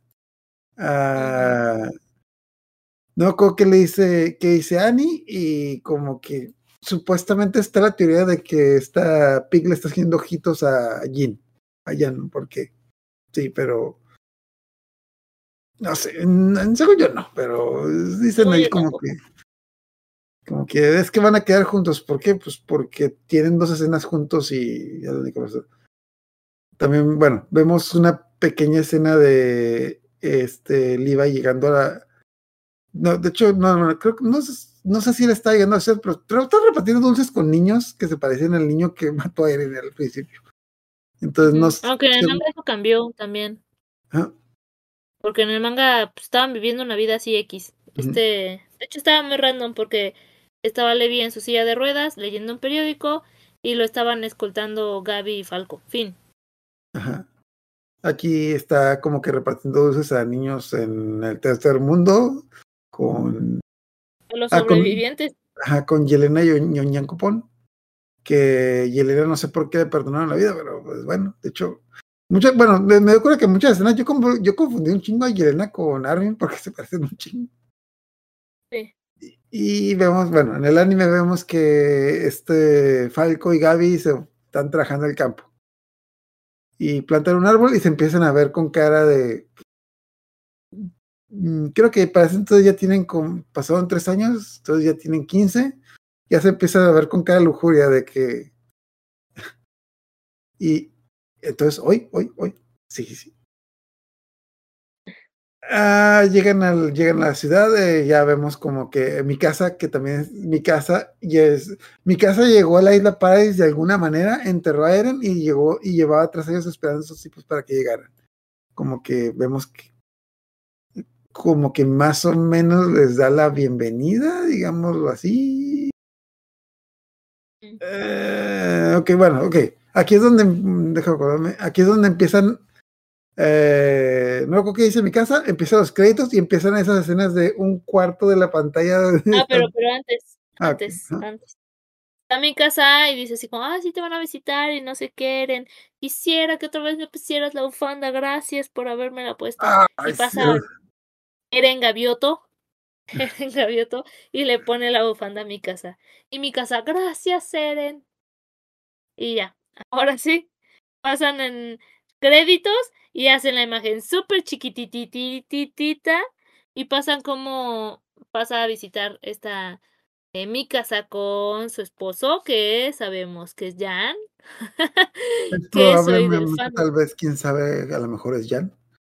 Uh, no, como que le dice, que dice Annie, y como que supuestamente está la teoría de que esta Pig le está haciendo ojitos a Jin, a Jan, porque sí, pero no sé, en según yo no, pero dicen ahí como tampoco. que como que es que van a quedar juntos, ¿por qué? Pues porque tienen dos escenas juntos y ya lo único que pasa. También, bueno, vemos una pequeña escena de este Levi llegando a la no, de hecho, no, no, creo que no sé, no sé si le está llegando a hacer, pero, pero está repartiendo dulces con niños que se parecen al niño que mató a Eren al principio. Entonces, uh-huh. no sé. Aunque en el manga eso cambió también. ¿Ah? Porque en el manga pues, estaban viviendo una vida así X. Este, uh-huh. De hecho, estaba muy random porque estaba Levi en su silla de ruedas leyendo un periódico y lo estaban escoltando Gaby y Falco. Fin. Ajá. Aquí está como que repartiendo dulces a niños en el tercer mundo con los sobrevivientes. Ah, con, ajá, con Yelena Ñoñancopón, que Yelena no sé por qué le perdonaron la vida, pero pues bueno, de hecho, muchas, bueno, me, me acuerdo que muchas escenas yo, confu- yo confundí un chingo a Yelena con Armin porque se parecen un chingo. Sí. Y, y vemos, bueno, en el anime vemos que este Falco y Gaby se están trabajando en el campo y plantan un árbol y se empiezan a ver con cara de mm, creo que para ese entonces ya tienen con, pasaron tres años, entonces ya tienen quince, ya se empiezan a ver con cara de lujuria de que y entonces hoy, hoy, hoy, sí, sí. Ah, llegan, al, llegan a la ciudad, eh, ya vemos como que mi casa, que también es mi casa, y es, mi casa llegó a la isla Paradise de alguna manera, enterró a Eren y llegó y llevaba tres años esperando a esos tipos para que llegaran. Como que vemos que como que más o menos les da la bienvenida, digámoslo así. Mm. Eh, ok, bueno, ok. Aquí es donde, déjame acordarme, aquí es donde empiezan, eh, no recuerdo qué dice mi casa, empiezan los créditos y empiezan esas escenas de un cuarto de la pantalla. Ah, pero, pero antes, Ah, ok, antes, ajá. antes. Está a mi casa y dice así como, ah, sí te van a visitar y no se quieren. Quisiera que otra vez me pusieras la bufanda, gracias por habérmela puesto. Ay, Y sí, pasa Eren Gavioto, Eren Gavioto, y le pone la bufanda a mi casa. Y mi casa, gracias, Eren. Y ya, ahora sí, pasan en créditos y hacen la imagen súper chiquitititita y pasan como pasa a visitar esta eh, mi casa con su esposo, que sabemos que es Jan, es que soy del probablemente, fan. tal vez, quién sabe, a lo mejor es Jan.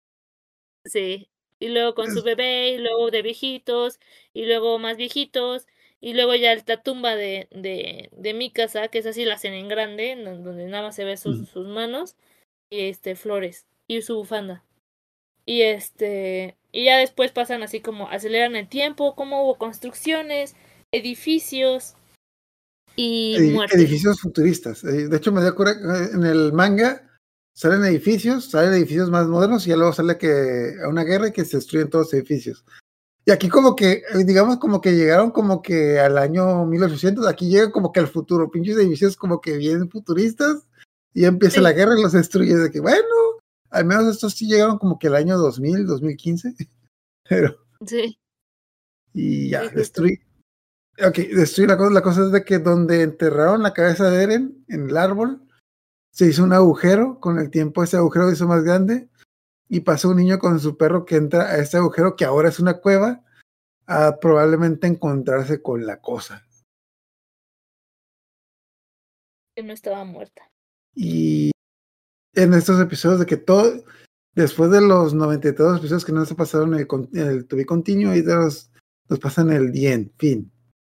Sí, y luego con su Es- bebé, y luego de viejitos, y luego más viejitos, y luego ya la tumba de, de, de mi casa, que es así la hacen en grande, en don- donde nada más se ve sus, mm. sus manos, y este, flores, y su bufanda. Y este, y ya después pasan así como aceleran el tiempo, como hubo construcciones, edificios y Edi- muerte. edificios futuristas. Eh, De hecho, me da cura, eh, en el manga salen edificios, salen edificios más modernos y ya luego sale que a una guerra y que se destruyen todos los edificios. Y aquí como que, eh, digamos como que llegaron como que al año mil ochocientos, aquí llegan como que al futuro, pinches edificios como que bien futuristas, y ya empieza la Sí, guerra y los destruye, de que bueno, al menos estos sí llegaron como que al año dos mil, dos mil quince, pero, sí, y ya, sí, justo. destruye. Ok, destruye la cosa, la cosa es de que donde enterraron la cabeza de Eren, en el árbol, se hizo un agujero, con el tiempo ese agujero se hizo más grande, y pasó un niño con su perro que entra a ese agujero, que ahora es una cueva, a probablemente encontrarse con la cosa. Que no estaba muerta. Y en estos episodios de que todo, después de los noventa y dos episodios que no se pasaron el, con- el To Be Continue, y de los, los pasan el Dien, fin.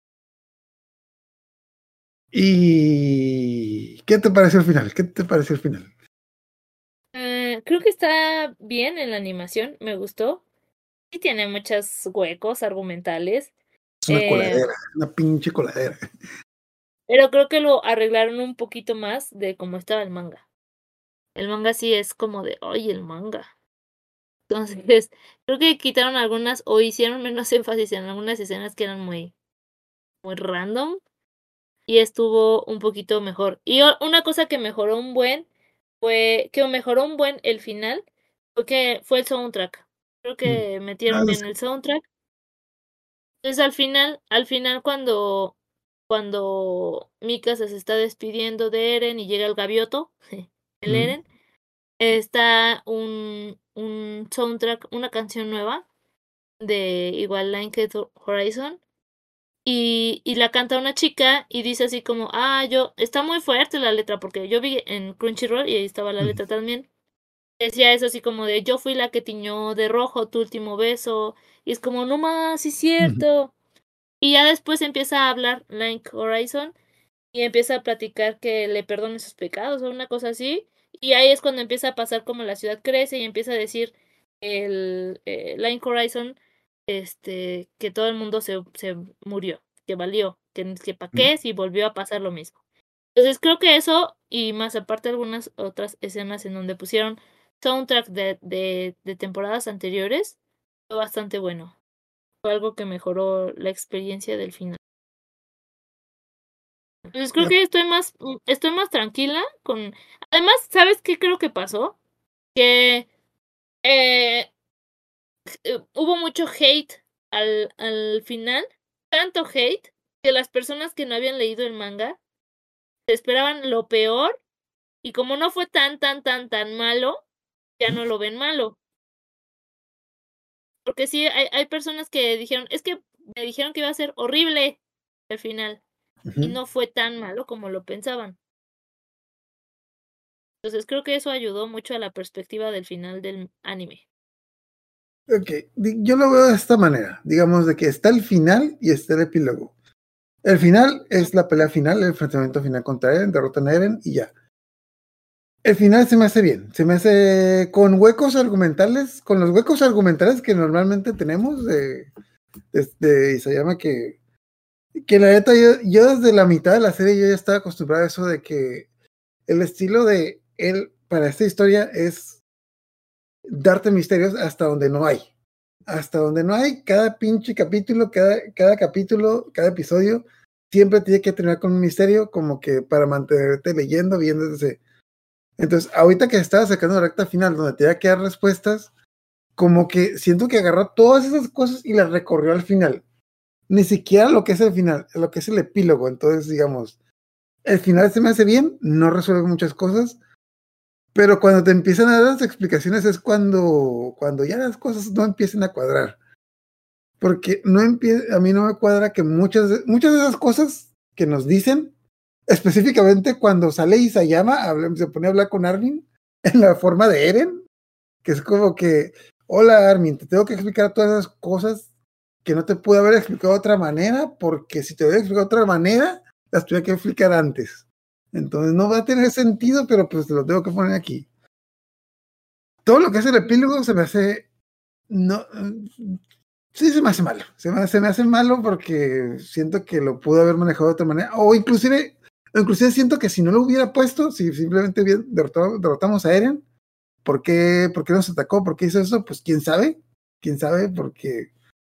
¿Y qué te pareció el final? ¿Qué te pareció el final? Eh, creo que está bien en la animación, me gustó. Sí tiene muchos huecos argumentales, Es una eh, coladera, una pinche coladera. pero creo que lo arreglaron un poquito más de cómo estaba el manga. El manga sí es como de, oye, el manga. Entonces, creo que quitaron algunas o hicieron menos énfasis en algunas escenas que eran muy, muy random y estuvo un poquito mejor. Y o- una cosa que mejoró un buen fue que mejoró un buen el final fue que fue el soundtrack. Creo Mm. que Ah, metieron es bien el soundtrack. Entonces al final, al final cuando cuando Mikasa se está despidiendo de Eren y llega el gavioto, el mm, Eren, está un un soundtrack, una canción nueva de igual Linked Horizon y, y la canta una chica y dice así como, ah, yo, está muy fuerte la letra porque yo vi en Crunchyroll y ahí estaba la mm, letra también. Decía eso así como de, yo fui la que tiñó de rojo tu último beso y es como, no más, sí es mm, cierto. Y ya después empieza a hablar Link Horizon y empieza a platicar que le perdone sus pecados o una cosa así. Y ahí es cuando empieza a pasar como la ciudad crece y empieza a decir el eh, Line Horizon este que todo el mundo se, se murió, que valió, que, que pa' mm. qué si volvió a pasar lo mismo. Entonces creo que eso, y más aparte algunas otras escenas en donde pusieron soundtrack de, de, de temporadas anteriores, fue bastante bueno. Fue algo que mejoró la experiencia del final. Entonces creo que estoy más, estoy más tranquila con... Además, ¿sabes qué creo que pasó? Que eh, eh, hubo mucho hate al, al final, tanto hate, que las personas que no habían leído el manga se esperaban lo peor, y como no fue tan, tan, tan, tan malo, ya no lo ven malo. Porque sí, hay, hay personas que dijeron, es que me dijeron que iba a ser horrible al final, Ujú. y no fue tan malo como lo pensaban. Entonces creo que eso ayudó mucho a la perspectiva del final del anime. Ok, di- yo lo veo de esta manera, digamos de que está el final y está el epílogo. El final es la pelea final, el enfrentamiento final contra Eren, derrotan a Eren y ya. El final se me hace bien, se me hace con huecos argumentales, con los huecos argumentales que normalmente tenemos de, de, de Isayama, que, que la neta yo, yo desde la mitad de la serie yo ya estaba acostumbrado a eso de que el estilo de él para esta historia es darte misterios hasta donde no hay. Hasta donde no hay, cada pinche capítulo, cada, cada capítulo, cada episodio, siempre tiene que terminar con un misterio como que para mantenerte leyendo, viendo ese. Entonces, ahorita que estaba sacando la recta final, donde tenía que dar respuestas, como que siento que agarró todas esas cosas y las recorrió al final. Ni siquiera lo que es el final, lo que es el epílogo. Entonces, digamos, el final se me hace bien, no resuelve muchas cosas, pero cuando te empiezan a dar las explicaciones es cuando, cuando ya las cosas no empiezan a cuadrar. Porque no empie- a mí no me cuadra que muchas de, muchas de esas cosas que nos dicen, específicamente cuando sale Isayama, habla, se pone a hablar con Armin en la forma de Eren, que es como que, hola Armin, te tengo que explicar todas esas cosas que no te pude haber explicado de otra manera, porque si te hubiera explicado de otra manera, las tuve que explicar antes. Entonces no va a tener sentido, pero pues te lo tengo que poner aquí. Todo lo que es el epílogo se me hace, no, sí se me hace malo, se me, se me hace malo porque siento que lo pudo haber manejado de otra manera, o inclusive, inclusive siento que si no lo hubiera puesto, si simplemente hubiera derrotado, derrotamos a Eren, ¿por qué, ¿por qué nos atacó? ¿Por qué hizo eso? Pues quién sabe, quién sabe, porque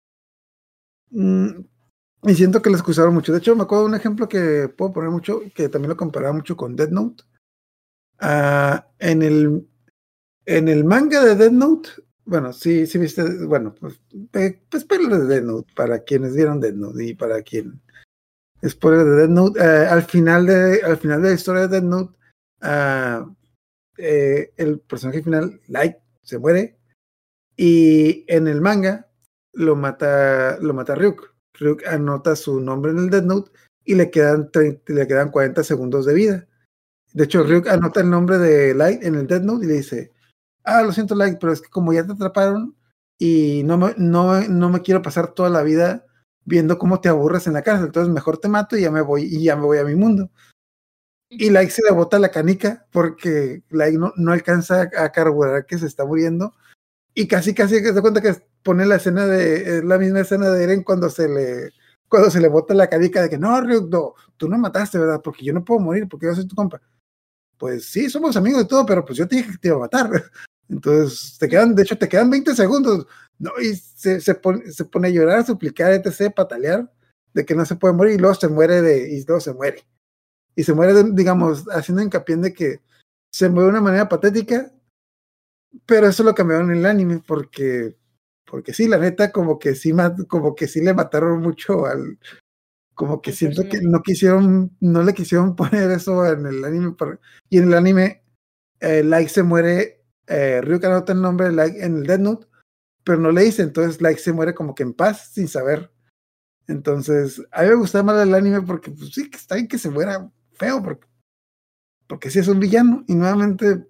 mmm, y siento que lo excusaron mucho. De hecho, me acuerdo de un ejemplo que puedo poner mucho, que también lo comparaba mucho con Death Note. Uh, en el en el manga de Death Note, bueno, sí, sí viste, bueno, pues, eh, pues spoiler de Death Note, para quienes vieron Death Note y para quien spoiler de Death Note, eh, al final de, al final de la historia de Death Note, uh, eh, el personaje final, Light, se muere, y en el manga lo mata, lo mata Ryuk. Ryuk anota su nombre en el Death Note y le quedan, treinta, le quedan cuarenta segundos de vida. De hecho, Ryuk anota el nombre de Light en el Death Note y le dice, ah, lo siento, Light, pero es que como ya te atraparon y no me, no, no me quiero pasar toda la vida viendo cómo te aburres en la cárcel, entonces mejor te mato y ya me voy, y ya me voy a mi mundo. Y Light se le bota la canica porque Light no, no alcanza a carburar que se está muriendo, y casi casi se da cuenta que pone la escena de, es la misma escena de Eren cuando se le cuando se le bota la canica de que no, Ryuk, no, tú no mataste, ¿verdad? Porque yo no puedo morir, porque yo soy tu compa. Pues sí, somos amigos y todo, pero pues yo te dije que te iba a matar. Entonces, te quedan, de hecho, te quedan veinte segundos. No, y se, se, pone, se pone a llorar, a suplicar, etcétera, patalear, de que no se puede morir, y luego se muere de, y luego se muere. Y se muere, de, digamos, haciendo hincapié de que se muere de una manera patética, pero eso lo cambiaron en el anime, porque, porque sí, la neta, como que sí, como que sí le mataron mucho al, como que siento que no quisieron, no le quisieron poner eso en el anime, para, y en el anime, eh, Light se muere, eh, Ryuk anota el nombre de Light en el Death Note, pero no le dice, entonces Light se muere como que en paz, sin saber. Entonces, a mí me gustaba más el anime porque, pues sí, que está bien que se muera feo, porque, porque sí es un villano, y nuevamente,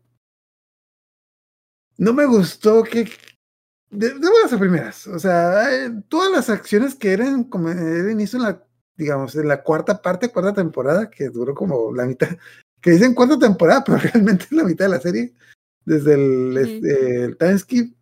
no me gustó que, de, de buenas a primeras, o sea, eh, todas las acciones que Eren, como Eren hizo en la, digamos, en la cuarta parte, cuarta temporada, que duró como la mitad, que dicen cuarta temporada, pero realmente es la mitad de la serie, desde el, uh-huh. este, el time skip,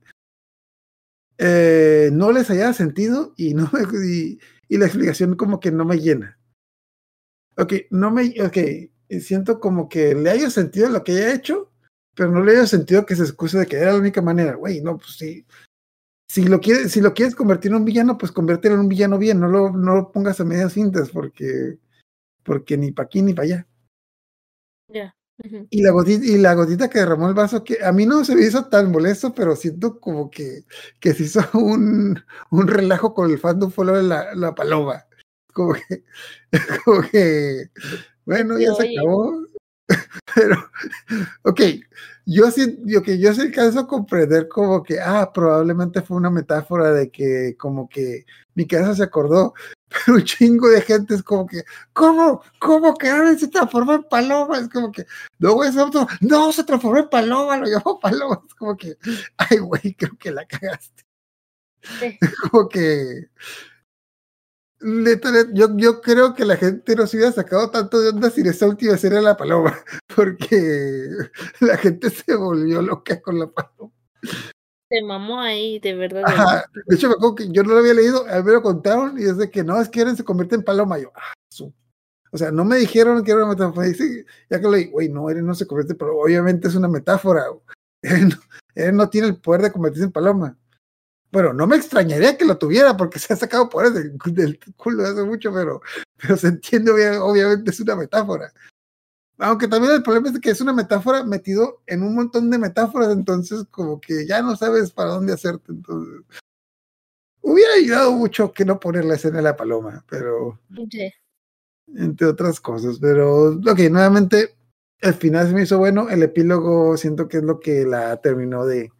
eh, no les haya sentido y, no me, y, y la explicación como que no me llena. Ok, no me, ok, siento como que le haya sentido lo que haya hecho, pero no le haya sentido que se excuse de que era la única manera, güey, no, pues sí. Si lo, quieres, si lo quieres convertir en un villano, pues conviértelo en un villano bien, no lo, no lo pongas a medias cintas, porque porque ni para aquí ni para allá. Ya. Ujú. Y la gotita, y la gotita que derramó el vaso, que a mí no se me hizo tan molesto, pero siento como que, que se hizo un, un relajo con el fandom follow de la, la paloma. Como que, como que, bueno, Sí, ya se oye. acabó. Pero, ok, yo sí, yo que yo sí alcanzo a comprender como que, ah, probablemente fue una metáfora de que como que mi casa se acordó, pero un chingo de gente es como que, ¿cómo? ¿Cómo que ahora se transformó en paloma? Es como que, no, güey, se otro, no, se transformó en paloma, lo llamó paloma, es como que, ay, güey, creo que la cagaste. Sí. Como que, Literal, yo, yo creo que la gente no se hubiera sacado tanto de onda si esa última serie era la paloma, porque la gente se volvió loca con la paloma. Se mamó ahí, de verdad. el Ajá. estúpido. De hecho, me acuerdo que yo no lo había leído, a mí me lo contaron y es de que no, es que Eren se convierte en paloma. Yo, ah, su. O sea, no me dijeron que era una metáfora. Dice, ya que lo leí, güey, no, Eren no se convierte, pero obviamente es una metáfora. Eren, Eren no tiene el poder de convertirse en paloma. Bueno, no me extrañaría que lo tuviera porque se ha sacado poderes del, del culo hace mucho, pero, pero se entiende, obvia, obviamente es una metáfora. Aunque también el problema es que es una metáfora metido en un montón de metáforas, entonces como que ya no sabes para dónde hacerte. Entonces, hubiera ayudado mucho que no poner la escena de la paloma, pero Sí. entre otras cosas. Pero, ok, nuevamente, el final se me hizo bueno, el epílogo siento que es lo que la terminó de...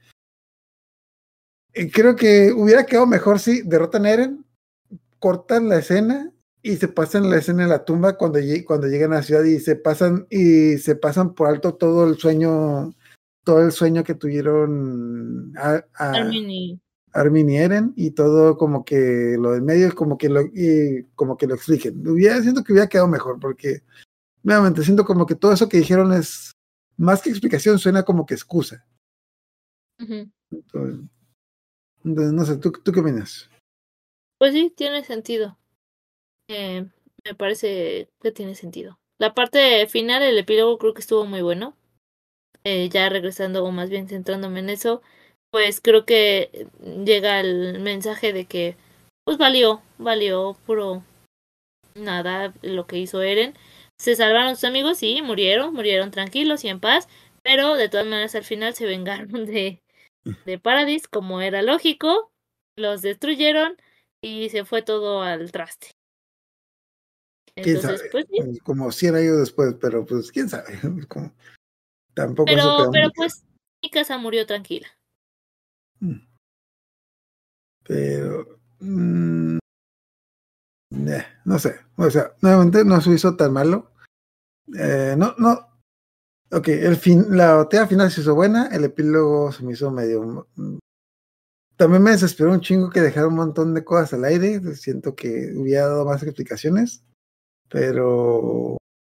Creo que hubiera quedado mejor si derrotan a Eren, cortan la escena y se pasan la escena en la tumba cuando, lleg cuando llegan a la ciudad y se pasan y se pasan por alto todo el sueño, todo el sueño que tuvieron a, a Armin y... Armin y Eren y todo como que lo del medio como que lo y como que lo expliquen. Hubiera, siento que hubiera quedado mejor porque nuevamente siento como que todo eso que dijeron es más que explicación, suena como que excusa. Ujú. Entonces, entonces no sé, ¿tú, tú qué opinas? Pues sí, tiene sentido. Eh, me parece que tiene sentido. La parte final, el epílogo, creo que estuvo muy bueno. Eh, ya regresando, o más bien centrándome en eso, pues creo que llega el mensaje de que, pues valió, valió puro nada lo que hizo Eren. Se salvaron sus amigos, sí, murieron, murieron tranquilos y en paz, pero de todas maneras al final se vengaron de, de Paradis, como era lógico, los destruyeron y se fue todo al traste. ¿Quién Entonces, sabe? pues sí, Como cien años después, pero pues quién sabe. Como, tampoco eso pero, queda pero muy claro. pues mi casa murió tranquila. Pero mmm, eh, no sé, o sea, nuevamente no se hizo tan malo. Eh, no, no. Ok, el fin, la batalla final se hizo buena, el epílogo se me hizo medio. También me desesperó un chingo que dejara un montón de cosas al aire. Siento que hubiera dado más explicaciones, pero.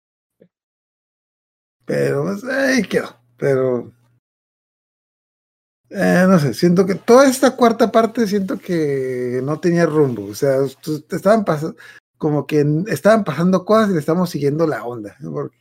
Pero, pues, ahí quedó. Pero. Eh, no sé, siento que toda esta cuarta parte siento que no tenía rumbo. O sea, estaban pasando, como que estaban pasando cosas y le estamos siguiendo la onda. ¿No? Porque,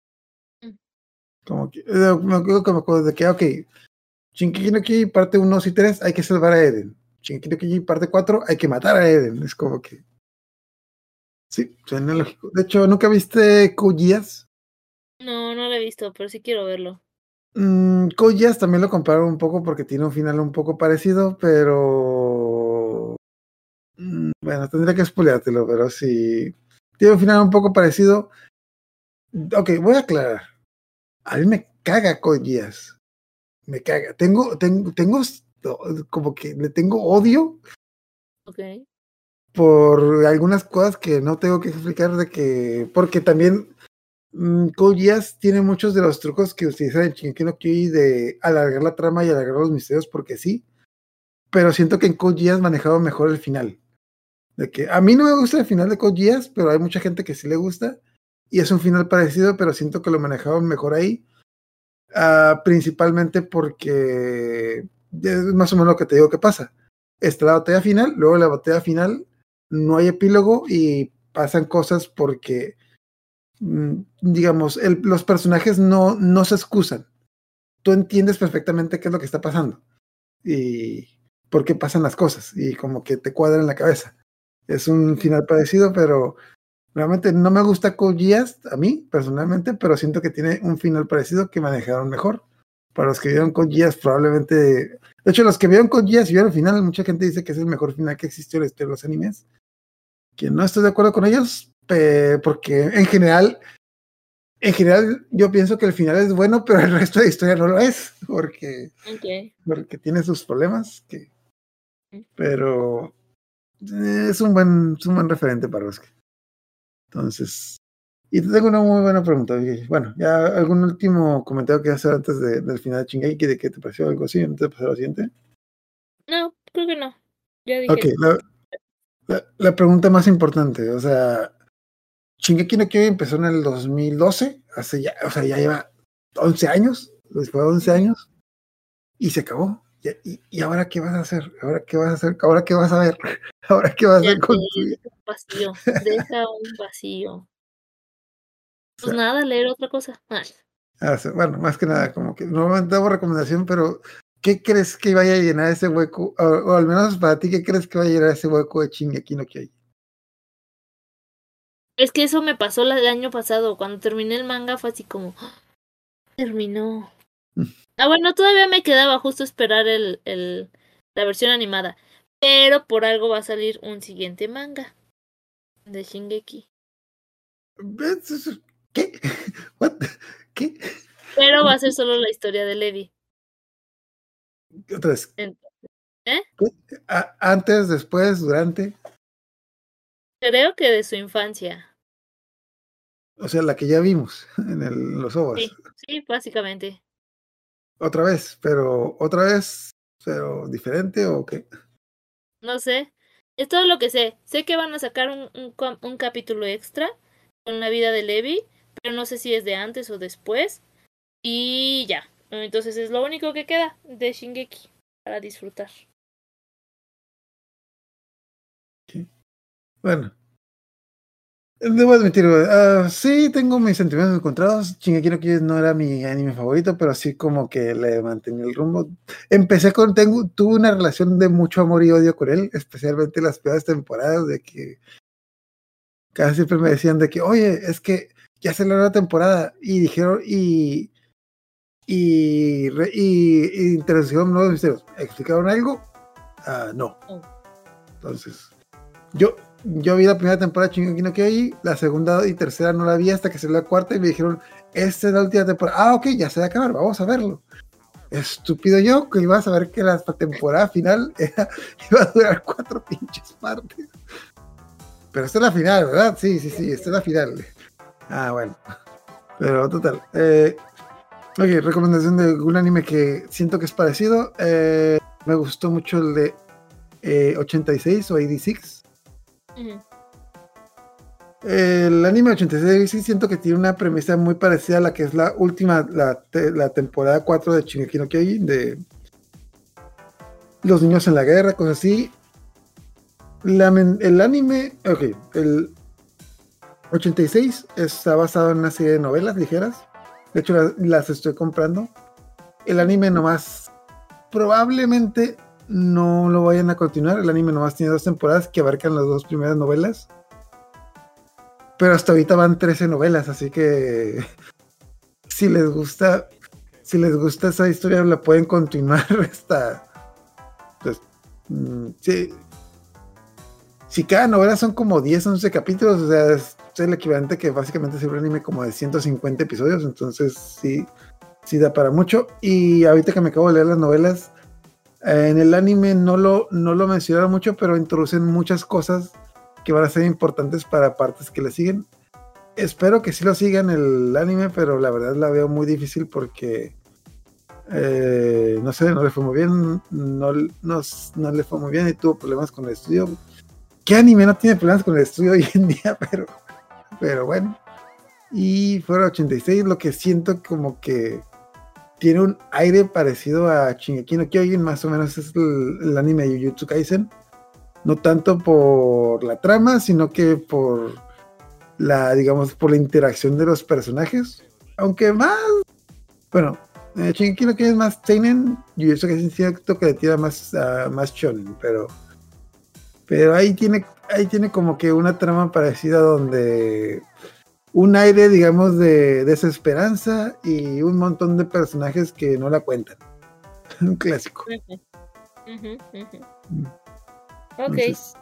como que, me acuerdo que me acuerdo de que, ok, Shingeki no Kyojin parte uno, dos y tres, hay que salvar a Eren. Shingeki no Kyojin parte cuatro, hay que matar a Eren. Es como que. Sí, suena lógico. De hecho, ¿nunca viste Code Geass? No, no lo he visto, pero sí quiero verlo. Mm, Code Geass también lo compararon un poco porque tiene un final un poco parecido, pero. Mm, bueno, tendría que spoileártelo, pero sí. Tiene un final un poco parecido. Ok, voy a aclarar. A mí me caga Code Geass. Me caga. Tengo, tengo, tengo como que le tengo odio. Ok. Por algunas cosas que no tengo que explicar de que. Porque también mmm, Code Geass tiene muchos de los trucos que utilizan en Shingeki no Kyojin de alargar la trama y alargar los misterios porque sí. Pero siento que en Code Geass manejaba mejor el final. De que a mí no me gusta el final de Code Geass, pero hay mucha gente que sí le gusta. Y es un final parecido, pero siento que lo manejaban mejor ahí. Uh, principalmente porque es más o menos lo que te digo que pasa. Está la batalla final, luego la batalla final no hay epílogo y pasan cosas porque, mmm, digamos, el, los personajes no, no se excusan. Tú entiendes perfectamente qué es lo que está pasando y por qué pasan las cosas y como que te cuadra en la cabeza. Es un final parecido, pero Realmente no me gusta Code Geass a mí, personalmente, pero siento que tiene un final parecido que manejaron mejor. Para los que vieron Code Geass, probablemente... De hecho, los que vieron Code Geass y vieron el final, mucha gente dice que es el mejor final que existió en la historia de los animes. Que no estoy de acuerdo con ellos, porque en general... En general, yo pienso que el final es bueno, pero el resto de la historia no lo es, porque, Okay. porque tiene sus problemas. Que, pero es un buen, es un buen referente para los que. Entonces, y te tengo una muy buena pregunta. Bueno, ya algún último comentario que hacer antes de, del final de Shingeki, de qué te pareció algo así, antes de pasar a la siguiente. No, creo que no. Ya dije. Ok, la, la, la pregunta más importante, o sea. Shingeki no Kyojin empezó en el dos mil doce, hace ya, o sea, ya lleva once años, después de once años, y se acabó. Y, y, y ahora qué vas a hacer, ahora qué vas a hacer, ahora qué vas a ver, ahora qué vas a hacer con tu vida. Deja un vacío, deja un vacío. Pues o sea, nada, leer otra cosa. Ah, bueno, más que nada, como que normalmente hago recomendación, pero ¿qué crees que vaya a llenar ese hueco? O, o al menos para ti, ¿qué crees que vaya a llenar ese hueco de Shingeki no Kyojin? Es que eso me pasó el año pasado. Cuando terminé el manga fue así como... ¡Oh! Terminó. Ah, bueno, todavía me quedaba justo esperar el, el, la versión animada. Pero por algo va a salir un siguiente manga de Shingeki. ¿Qué? ¿What? ¿Qué? Pero va a ser solo la historia de Levi. Otra vez. ¿Eh? Antes, después, durante. Creo que de su infancia. O sea, la que ya vimos en el, los ovas. Sí, sí, básicamente. Otra vez, pero otra vez, pero diferente o qué? No sé. Es todo lo que sé. Sé que van a sacar un, un, un capítulo extra con la vida de Levi, pero no sé si es de antes o después. Y ya. Entonces es lo único que queda de Shingeki para disfrutar. ¿Qué? Bueno. Debo admitir, uh, sí tengo mis sentimientos encontrados. Shingeki no Kyojin no era mi anime favorito, pero sí como que le mantenía el rumbo. Empecé con, tengo, tuve una relación de mucho amor y odio con él, especialmente las primeras temporadas, de que casi siempre me decían de que, oye, es que ya se la nueva temporada, y dijeron, y y, y, y introdujeron nuevos misterios. ¿Explicaron algo? Uh, no. Entonces, yo Yo vi la primera temporada de Shingeki no Kyojin, la segunda y tercera no la vi hasta que salió la cuarta y me dijeron, esta es la última temporada. Ah, ok, ya se va a acabar, vamos a verlo. Estúpido yo, que iba a saber que la temporada final era, iba a durar cuatro pinches partes. Pero esta es la final, ¿verdad? Sí, sí, sí, esta es la final. Ah, bueno. Pero total. Eh, ok, recomendación de un anime que siento que es parecido. Eh, me gustó mucho el de eh, ochenta y seis o ochenta y seis. Uh-huh. El anime ochenta y seis sí siento que tiene una premisa muy parecida a la que es la última, la, te, la temporada cuatro de Shingeki no Kyojin, de los niños en la guerra, cosas así. La, el anime, ok, el ochenta y seis está basado en una serie de novelas ligeras, de hecho las, las estoy comprando. El anime nomás, probablemente no lo vayan a continuar. El anime nomás tiene dos temporadas que abarcan las dos primeras novelas, pero hasta ahorita van trece novelas, así que si les gusta si les gusta esa historia la pueden continuar hasta pues, si, si cada novela son como diez, once capítulos, o sea, es, es el equivalente que básicamente es un anime como de ciento cincuenta episodios, entonces sí, sí da para mucho. Y ahorita que me acabo de leer las novelas, en el anime no lo, no lo mencionaron mucho, pero introducen muchas cosas que van a ser importantes para partes que le siguen. Espero que sí lo sigan el anime, pero la verdad la veo muy difícil porque eh, no sé, no le fue muy bien, no, no, no le fue muy bien y tuvo problemas con el estudio. ¿Qué anime no tiene problemas con el estudio hoy en día? Pero, pero bueno. Y fuera ochenta y seis, lo que siento como que tiene un aire parecido a Shingeki no Kyojin, más o menos es el, el anime de Jujutsu Kaisen. No tanto por la trama, sino que por la, digamos, por la interacción de los personajes. Aunque más, bueno, eh, Shingeki no Kyojin es más seinen, Jujutsu Kaisen siento que le tira más, uh, más shonen, pero Pero ahí tiene, ahí tiene como que una trama parecida donde un aire, digamos, de desesperanza y un montón de personajes que no la cuentan. Un clásico. Ujú, ujú, ujú. Mm. Ok. Entonces,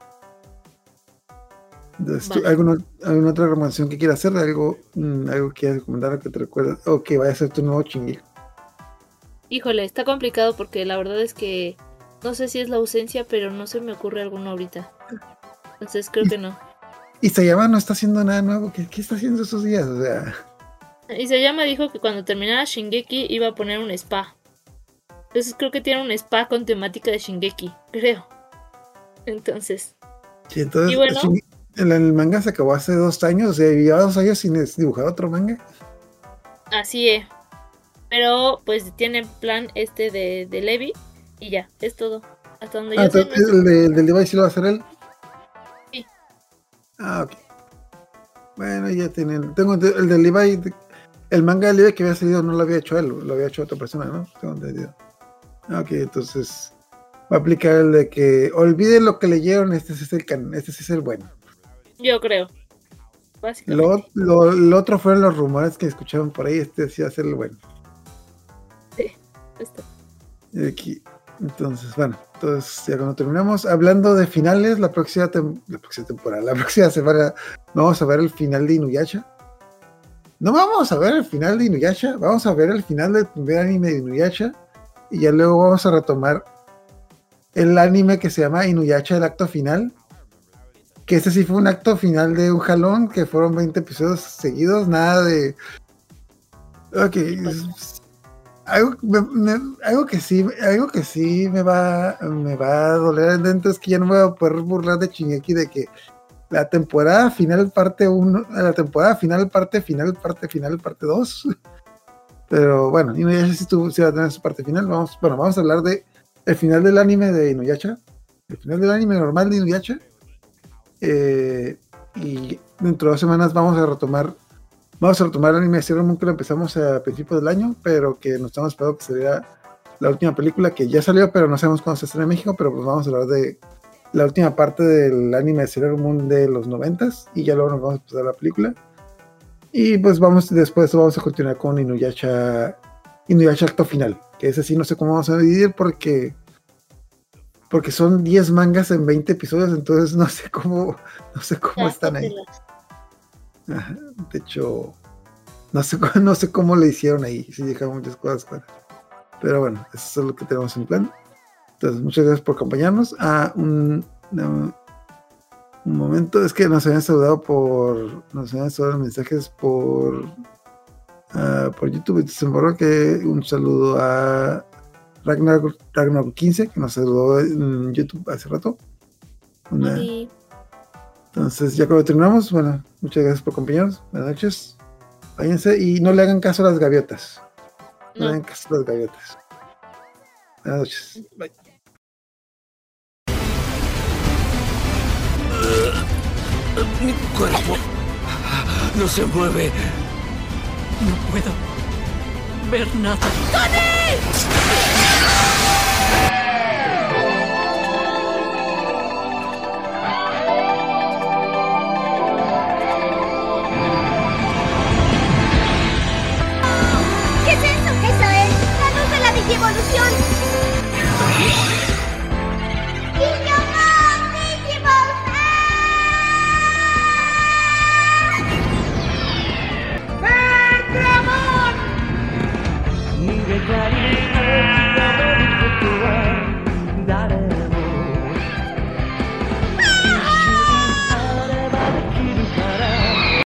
entonces, ¿tú- Vale. ¿alguna, alguna otra recomendación que quieras hacer? ¿Algo, mm, algo que quieras recomendar o que te recuerdas? O que vaya a ser tu nuevo chingue. Híjole, está complicado porque la verdad es que no sé si es la ausencia, pero no se me ocurre alguno ahorita. Entonces creo que no. Y Sayama no está haciendo nada nuevo. ¿Qué, qué está haciendo esos días? O sea, Isayama dijo que cuando terminara Shingeki iba a poner un spa. Entonces creo que tiene un spa con temática de Shingeki, creo. Entonces, sí, entonces Y bueno. Shinge- el, el manga se acabó hace dos años. O sea, lleva dos años sin es- dibujar otro manga. así es. Pero pues tiene plan este de, de Levi y ya, es todo. Hasta donde Ah, yo sé, no entonces, es- el, de, el del Levi sí lo va a hacer él. Sí. Ah, ok. Bueno, ya tienen. Tengo ente- el del Levi. El manga de Levi que había salido no lo había hecho él, lo había hecho otra persona, ¿no? Tengo entendido. Ah, ok, entonces va a aplicar el de que olviden lo que leyeron, este sí es el can, este sí es el bueno. yo creo. Básicamente. Lo, lo, lo otro fueron los rumores que escucharon por ahí, este sí va a ser el bueno. Esto. Y aquí, entonces, bueno, entonces ya cuando terminamos, hablando de finales, la próxima, tem- la próxima temporada, la próxima semana vamos a ver el final de Inuyasha. No vamos a ver el final de Inuyasha, vamos a ver el final del primer anime de Inuyasha y ya luego vamos a retomar el anime que se llama Inuyasha el acto final, que ese sí fue un acto final de un jalón, que fueron veinte episodios seguidos, nada de... Ok, es- algo, me- me- algo que sí, algo que sí me va, me va a doler dentro es que ya no me voy a poder burlar de Shingeki de que la temporada final parte uno, la temporada final parte final, parte final, parte dos. Pero bueno, Inuyasha sí, tuvo, sí va a tener su parte final. Vamos, bueno, vamos a hablar de el final del anime de Inuyasha, el final del anime normal de Inuyasha. Eh, y dentro de dos semanas vamos a retomar Vamos a retomar el anime de Sailor Moon que lo empezamos a principios del año, pero que nos estamos esperando que saliera la última película que ya salió, pero no sabemos cuándo se estrena en México, pero pues vamos a hablar de la última parte del anime de Sailor Moon de los noventas y ya luego nos vamos a pasar a la película. Y pues vamos, después vamos a continuar con Inuyasha, Inuyasha acto final, que ese sí no sé cómo vamos a dividir porque porque son diez mangas en veinte episodios, entonces no sé cómo, no sé cómo están ahí. Ajá, de hecho, no sé, no sé cómo le hicieron ahí, si dejaron muchas cosas claras. Pero bueno, eso es lo que tenemos en plan. Entonces, muchas gracias por acompañarnos. A un, no, un momento, es que nos habían saludado por, nos habían saludado mensajes por, uh, por YouTube. Entonces, me acuerdo que un saludo a Ragnar, Ragnar quince, que nos saludó en YouTube hace rato. Una, Sí. Entonces, ya cuando terminamos, bueno, muchas gracias por acompañarnos. Buenas noches. Váyanse y no le hagan caso a las gaviotas. No, No. le hagan caso a las gaviotas. Buenas noches. Bye. Mi cuerpo no se mueve. No puedo ver nada. ¿Qué es eso? Eso es la luz de la digievolución. ¡Digimon! ¡Digimon! ¡Ah! ¡Ventramon!